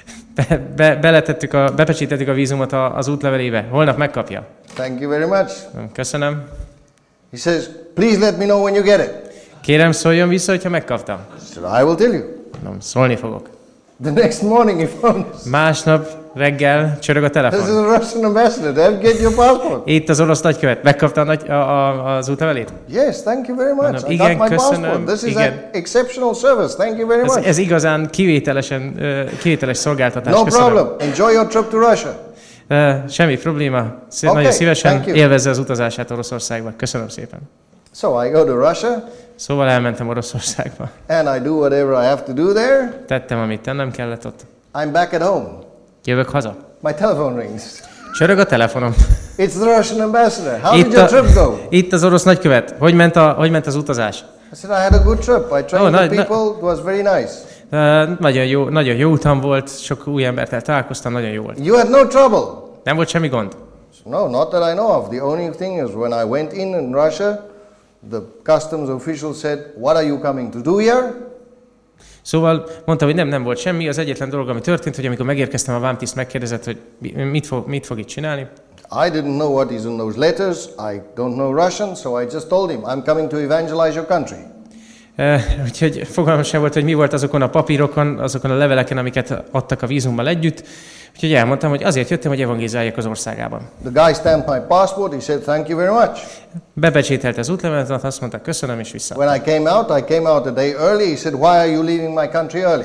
Bepecsétettük a vízumot az útlevelébe. Holnap megkapja. Thank you very much. Köszönöm. He says, please let me know when you get it. Kérem, szóljon vissza, hogyha megkaptam. I said, I will tell you. Mondom, szólni fogok. The next morning he phones. Másnap reggel csörög a This is telefon. a Russian ambassador. Have you get your passport? Itt az orosz nagykövet. Megkapta az útlevelét? Yes, thank you very much. Mondom, I igen, got my köszönöm, passport. This is igen. an exceptional service. Thank you very much. Ez igazán kivételes szolgáltatás. No Köszönöm. problem. Enjoy your trip to Russia. Semmi probléma. Okay, Nagyon szívesen thank you. élvezze az utazását Oroszországba. Köszönöm szépen. So I go to Russia Szóval elmentem Oroszországba. and I do whatever I have to do there. Tettem, amit tennem kellett ott. I'm back at home. Jövök haza. My telephone rings. Csörög a telefonom. It's the Russian ambassador. How did your trip go? Itt az orosz nagykövet. Hogy ment az utazás? I said, I had a good trip. I trained Oh, the people. It was very nice. Nagyon jó utam volt, sok új embertel találkoztam, nagyon jó volt. You had no trouble. Nem volt semmi gond. No, not that I know of. The only thing is when I went in Russia, the customs official said, what are you coming to do here? Szóval mondtam, hogy nem volt semmi. Az egyetlen dolog, ami történt, hogy amikor megérkeztem, a vámtiszt megkérdezett, hogy mit fog itt csinálni. I didn't know what is in those letters. I don't know Russian, so I just told him, I'm coming to evangelize your country. Úgyhogy fogalmam sem volt, hogy mi volt azokon a papírokon, azokon a leveleken, amiket adtak a vízummal együtt. Úgyhogy elmondtam, hogy azért jöttem, hogy evangélizáljak az országában. The guy stamped my passport. He said, thank you very much. Bepecsételte az útlevelet, azt mondta, köszönöm, és vissza. When I came out a day early. He said, why are you leaving my country early?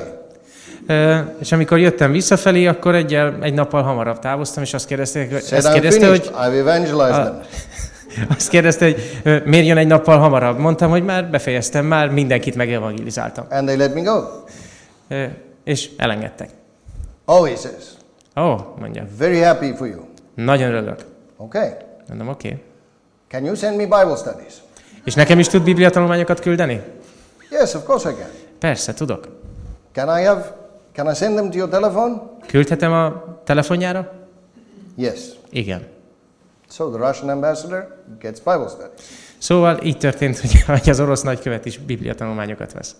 És amikor jöttem visszafelé, akkor egy nappal hamarabb távoztam, és azt kérdezte, Said, I'm finished. I've evangelized them. Azt kérdezte, hogy miért jön egy nappal hamarabb. Mondtam, hogy már befejeztem, már mindenkit megevangelizáltam. And they let me go. És elengedtek. Oh, he says, Mondja, very happy for you. nagyon örülök. Okay. Mondom, oké. Can you send me Bible studies? És nekem is tud bibliatanulmányokat küldeni? Yes, of course I can. Persze, tudok. Can I send them to your telephone? Küldhetem a telefonjára? Yes. Igen. So the Russian ambassador gets Bible studies. Szóval így történt, hogy az orosz nagykövet is bibliatanulmányokat vesz.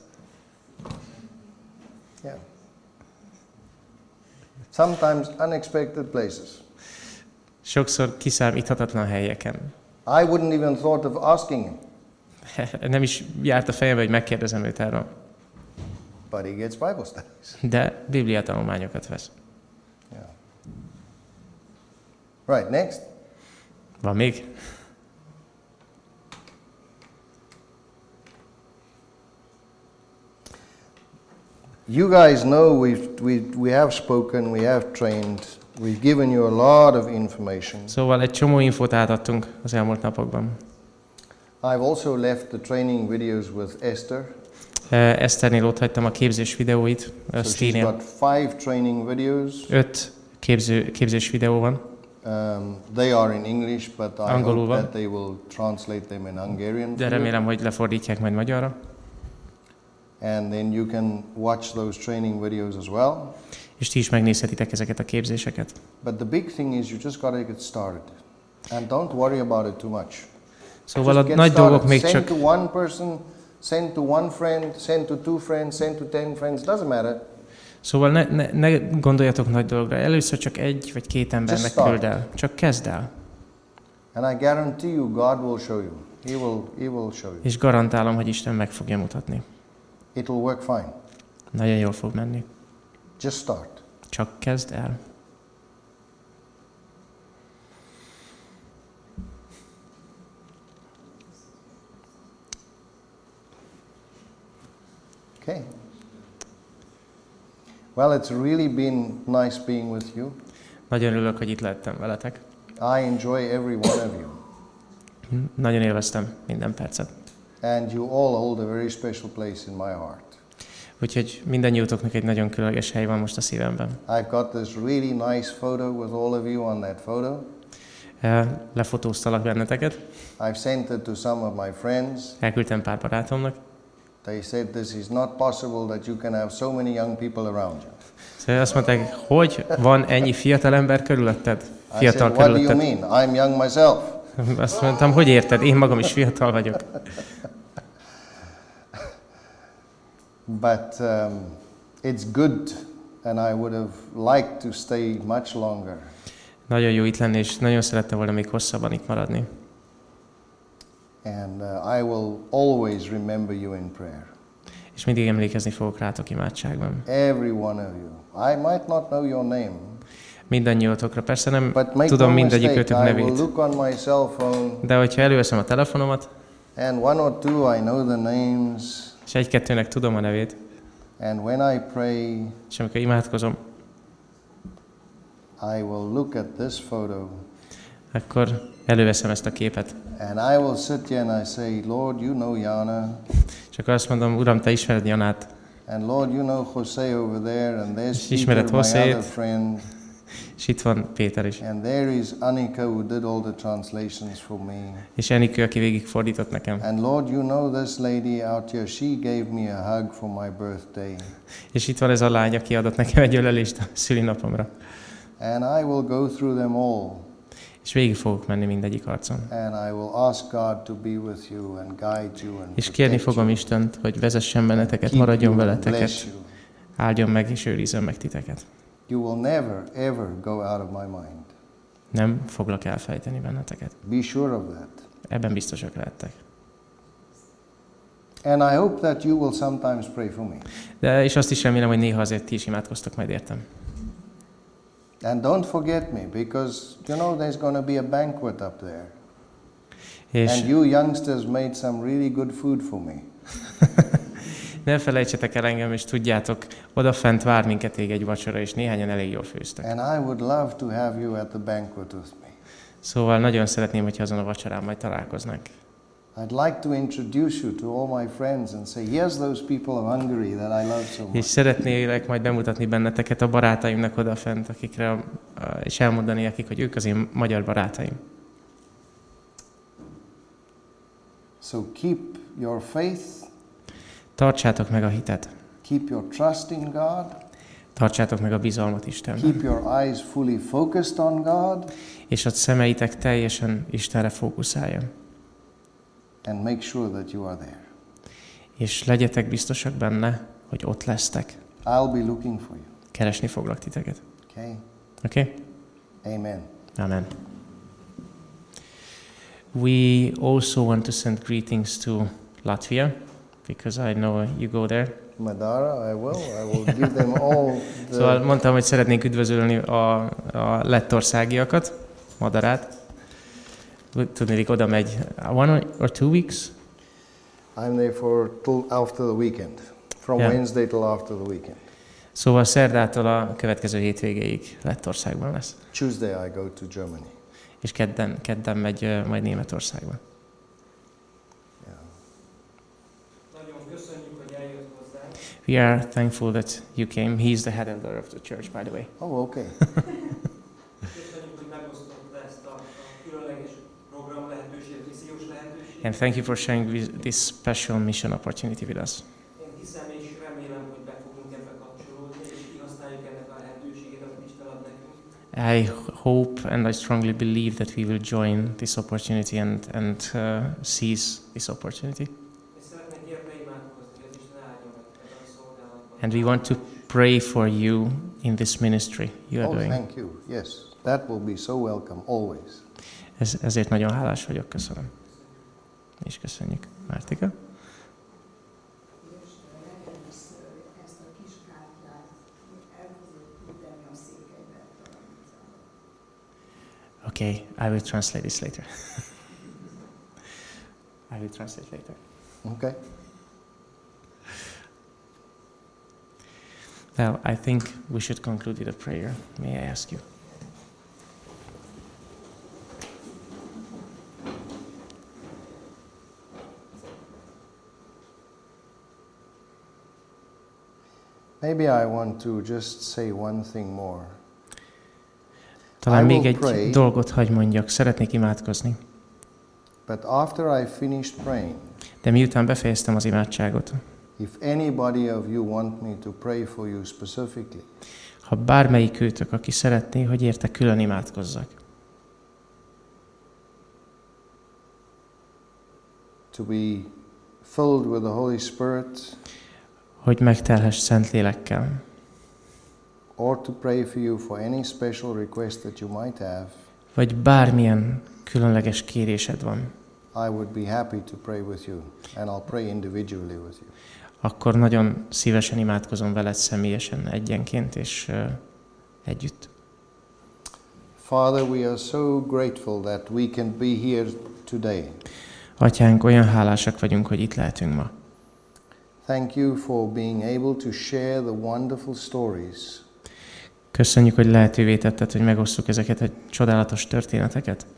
Yeah. Sometimes unexpected places. Sokszor kiszámíthatatlan helyeken. I wouldn't even thought of asking him, Nem is járt a fejembe, hogy megkérdezem őt erről. but he gets Bible studies. De bibliatanulmányokat vesz. Yeah. Right, next. Van még? You guys know we have spoken, we have trained, we've given you a lot of information. Szóval egy csomó infót átadtunk az elmúlt napokban. I've also left the training videos with Esther. Eszternél ott hagytam a képzés videóit, So she's Steve-nél. got 5 training videos. 5 képzés videó van. They are in English, but I Angolul hope van. that they will translate them in Hungarian De for you. remélem, hogy lefordítják majd magyarra. And then you can watch those training videos as well. És ti is megnézhetitek ezeket a képzéseket. But the big thing is you just got to get started. And don't worry about it too much. Szóval a Just get nagy dolgok started. még Send csak... to one person, send to one friend, send to two friends, send to 10 friends, doesn't matter. Szóval ne gondoljatok nagy dologra. Először csak egy vagy két embernek Just start. küld el. Csak kezd el. And I guarantee you God will show you. He will show you. És garantálom, hogy Isten meg fogja mutatni. It will work fine. Nagyon jól fog menni. Just start. Csak kezd el. Okay. Well, it's really been nice being with you. Nagyon örülök, hogy itt lehettem veletek. I enjoy every one of you. Nagyon élveztem minden percet. And you all hold a very special place in my heart. Úgyhogy mindannyiótoknak egy nagyon különleges hely van most a szívemben. I've got this really nice photo with all of you on that photo. Lefotóztalak benneteket. I've sent it to some of my friends. Elküldtem pár barátomnak. They said this is not possible that you can have so many young people around you. Szóval azt mondták, hogy van ennyi fiatal ember körülötted? I Fiatal said, what do you körülötted. mean? I'm young myself. Azt mondtam, hogy érted? Én magam is fiatal vagyok. But it's good and I would have liked to stay much longer. Nagyon jó itt lenni, és nagyon szerettem volna még hosszabban itt maradni. And I will always remember you in prayer. És mindig emlékezni fogok rátok imádságban. Every one of you. I might not know your name, Mindannyiótokra. Persze nem but make tudom no mindegyikőtök mistake, I will nevét. look on my cell phone De hogyha előveszem a telefonomat, and one or two I know the names, és egy-kettőnek tudom a nevét, and when I pray, és amikor imádkozom, I will look at this photo akkor előveszem ezt a képet. and I will sit here and I say, Lord, you know Jana, És akkor azt mondom, Uram, te ismered Janát, and Lord, you know Jose over there, and there's És ismered Peter, my Josét. other friend, és itt van Péter is. and there is Annika who did all the translations for me. És Enikő, aki végig fordított nekem. And Lord, you know this lady out here, she gave me a hug for my birthday. És itt van ez a lány, aki adott nekem egy ölelést a szülinapomra. And I will go through them all, És végig fogok menni mindegyik arcon. and I will ask God to be with you and guide you and És kérni protect fogom you, Istent, hogy vezessen benneteket, keep maradjon you and veletek, bless you. áldjon meg és őrizzen meg titeket. You will never, ever go out of my mind. Nem foglak elfejteni benneteket. Be sure of that. Ebben biztosak lehettek. And I hope that you will sometimes pray for me. De és azt is remélem, hogy néha azért ti is imádkoztok majd értem. And don't forget me, because you know there's going to be a banquet up there. És And you youngsters made some really good food for me. ne felejtsetek el engem, és tudjátok, odafent vár minket egy vacsora, és néhányan elég jól főztek. And I would love to have you at the banquet with me. Szóval nagyon szeretném, hogyha azon a vacsorán majd találkoznánk. I'd like to introduce you to all my friends and say, here's those people of Hungary that I love so És much. szeretnélek majd bemutatni benneteket a barátaimnak odafent, akikre, és elmondani nekik, hogy ők az én magyar barátaim. So keep your faith, Tartsátok meg a hitet. keep your trust in God, Tartsátok meg a bizalmat Istenben. keep your eyes fully focused on God, És a szemeitek teljesen Istenre fókuszáljon. and make sure that you are there. És legyetek biztosak benne, hogy ott lesztek. I'll be looking for you. Keresni foglak titeket. Okay? Oké? Amen. Amen. We also want to send greetings to Latvia, because I know you go there. Madara, I will give them all Szóval the... mondtam, hogy szeretnénk üdvözölni a lettországiakat, Madarát. Tudnék, oda megy 1 or 2 weeks. I'm there for till after the weekend. From Yeah. Wednesday till after the weekend. Szóval szerdától a következő hétvégéig Lettországban lesz. Tuesday I go to Germany. És kedden megy majd Németországba. Yeah. Nagyon köszönjük, hogy eljött hozzánk. We are thankful that you came. He is the head elder of the church, by the way. Oh, okay. Köszönjük, hogy megosztotta And thank you for sharing this special mission opportunity with us. Én hiszem és remélem, hogy be fogunk ebbe kapcsolódni, és kihasználjuk ennek a lehetőségét, amit Isten ad nekünk. I hope and I strongly believe that we will join this opportunity and seize this opportunity. És szeretnék érte imádkozni, hogy az Isten áldja meg ebben a szolgálatban. And we want to pray for you in this ministry you are Oh, doing. thank you. Yes, that will be so welcome always. Ezért nagyon hálás vagyok, köszönöm. És köszönjük. Mártika? És legelőször ezt a kis kártyát el fogjuk tenni a székelybe. Okay, I will translate this later. I will translate later. Okay. Well, I think we should conclude with a prayer. May I ask you? Maybe I want to just say one thing more. Talán I még will egy pray. dolgot hagy mondjak. Szeretnék imádkozni. But after I finished praying, De miután befejeztem az imádságot, if anybody of you want me to pray for you specifically, ha bármelyik őtök, aki szeretné, hogy érte külön imádkozzak, to be filled with the Holy Spirit, hogy megtelhess Szentlélekkel, or to pray for you for any special request that you might have, vagy bármilyen különleges kérésed van, I would be happy to pray with you, and I'll pray individually with you. akkor nagyon szívesen imádkozom veled személyesen, egyenként és együtt. Father, we are so grateful that we can be here today. Atyánk, olyan hálásak vagyunk, hogy itt lehetünk ma. Thank you for being able to share the wonderful stories Köszönjük, hogy lehetővé tetted, hogy megosszuk ezeket a csodálatos történeteket,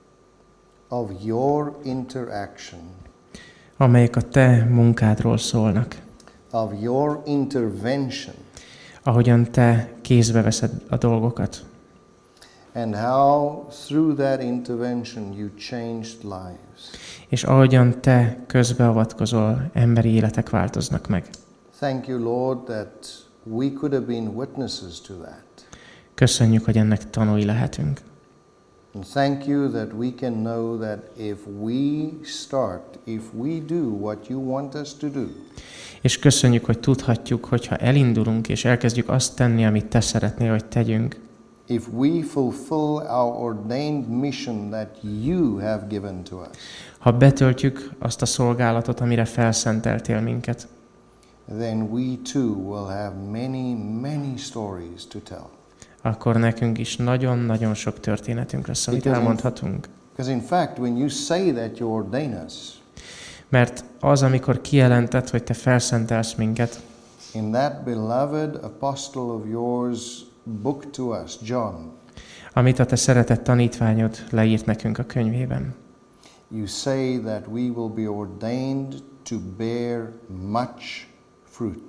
of your interaction, amelyek a te munkádról szólnak, of your intervention, ahogyan te kézbe veszed a dolgokat, and how through that intervention you changed lives. és ahogyan te közbeavatkozol, emberi életek változnak meg. Thank you, Lord, that we could have been witnesses to that. Köszönjük, hogy ennek tanúi lehetünk. And thank you that we can know that if we start, if we do what you want us to do, És köszönjük, hogy tudhatjuk, hogyha elindulunk és elkezdjük azt tenni, amit te szeretnél, hogy tegyünk, if we fulfill our ordained mission that you have given to us, ha betöltjük azt a szolgálatot, amire felszenteltél minket, then we too will have many, many stories to tell. akkor nekünk is nagyon-nagyon sok történetünk lesz, amit elmondhatunk. Because in fact, when you say that you ordain us, Mert az, amikor kijelented, hogy te felszentelsz minket, in that beloved apostle of yours book to us, John, amit a te szeretett tanítványod leírt nekünk a könyvében, you say that we will be ordained to bear much fruit.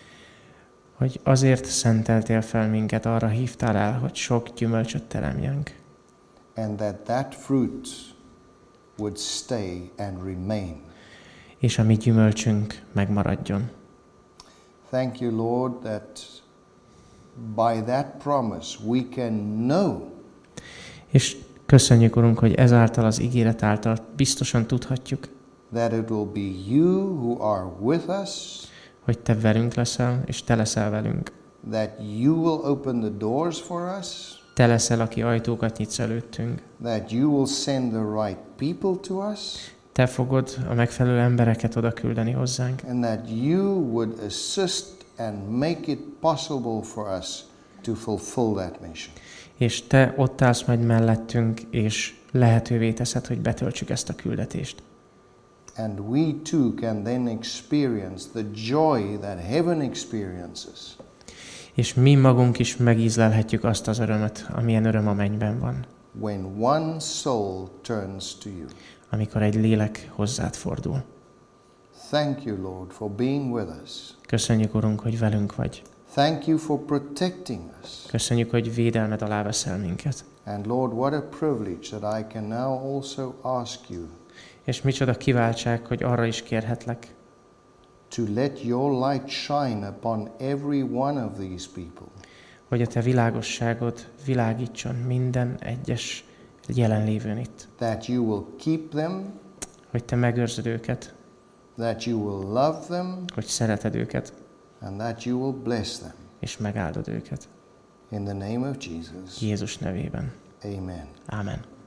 hogy azért szenteltél fel minket, arra hívtál el, hogy sok gyümölcsöt teremjünk, And that fruit would stay and remain. és a mi gyümölcsünk megmaradjon. Thank you, Lord, that by that promise we can know És köszönjük, Urunk, hogy ezáltal az ígéret által biztosan tudhatjuk, that it will be you who are with us, hogy te velünk leszel, és te leszel velünk. that you will open the doors for us, Te leszel, aki ajtókat nyitsz előttünk. that you will send the right people to us, Te fogod a megfelelő embereket oda küldeni hozzánk, and that you would assist and make it possible for us to fulfill that mission. és te ott állsz majd mellettünk, és lehetővé teszed, hogy betöltsük ezt a küldetést. And we too can then experience the joy that heaven experiences És mi magunk is megízlelhetjük azt az örömöt, amilyen öröm a mennyben van, when one soul turns to you. amikor egy lélek hozzád fordul. Thank you, Lord, for being with us. Köszönjük, Urunk, hogy velünk vagy. Thank you for protecting us. Köszönjük, hogy védelmed alá veszel minket. And Lord, what a privilege that I can now also ask you És micsoda kiváltság, hogy arra is kérhetlek, to let your light shine upon every one of these people. hogy a te világosságod világítson minden egyes jelenlévőn itt. That you will keep them, Hogy te megőrzöd őket, that you will love them, hogy szereted őket, and that you will bless them. és megáldod őket. In the name of Jesus. Jézus nevében. Amen. Ámen.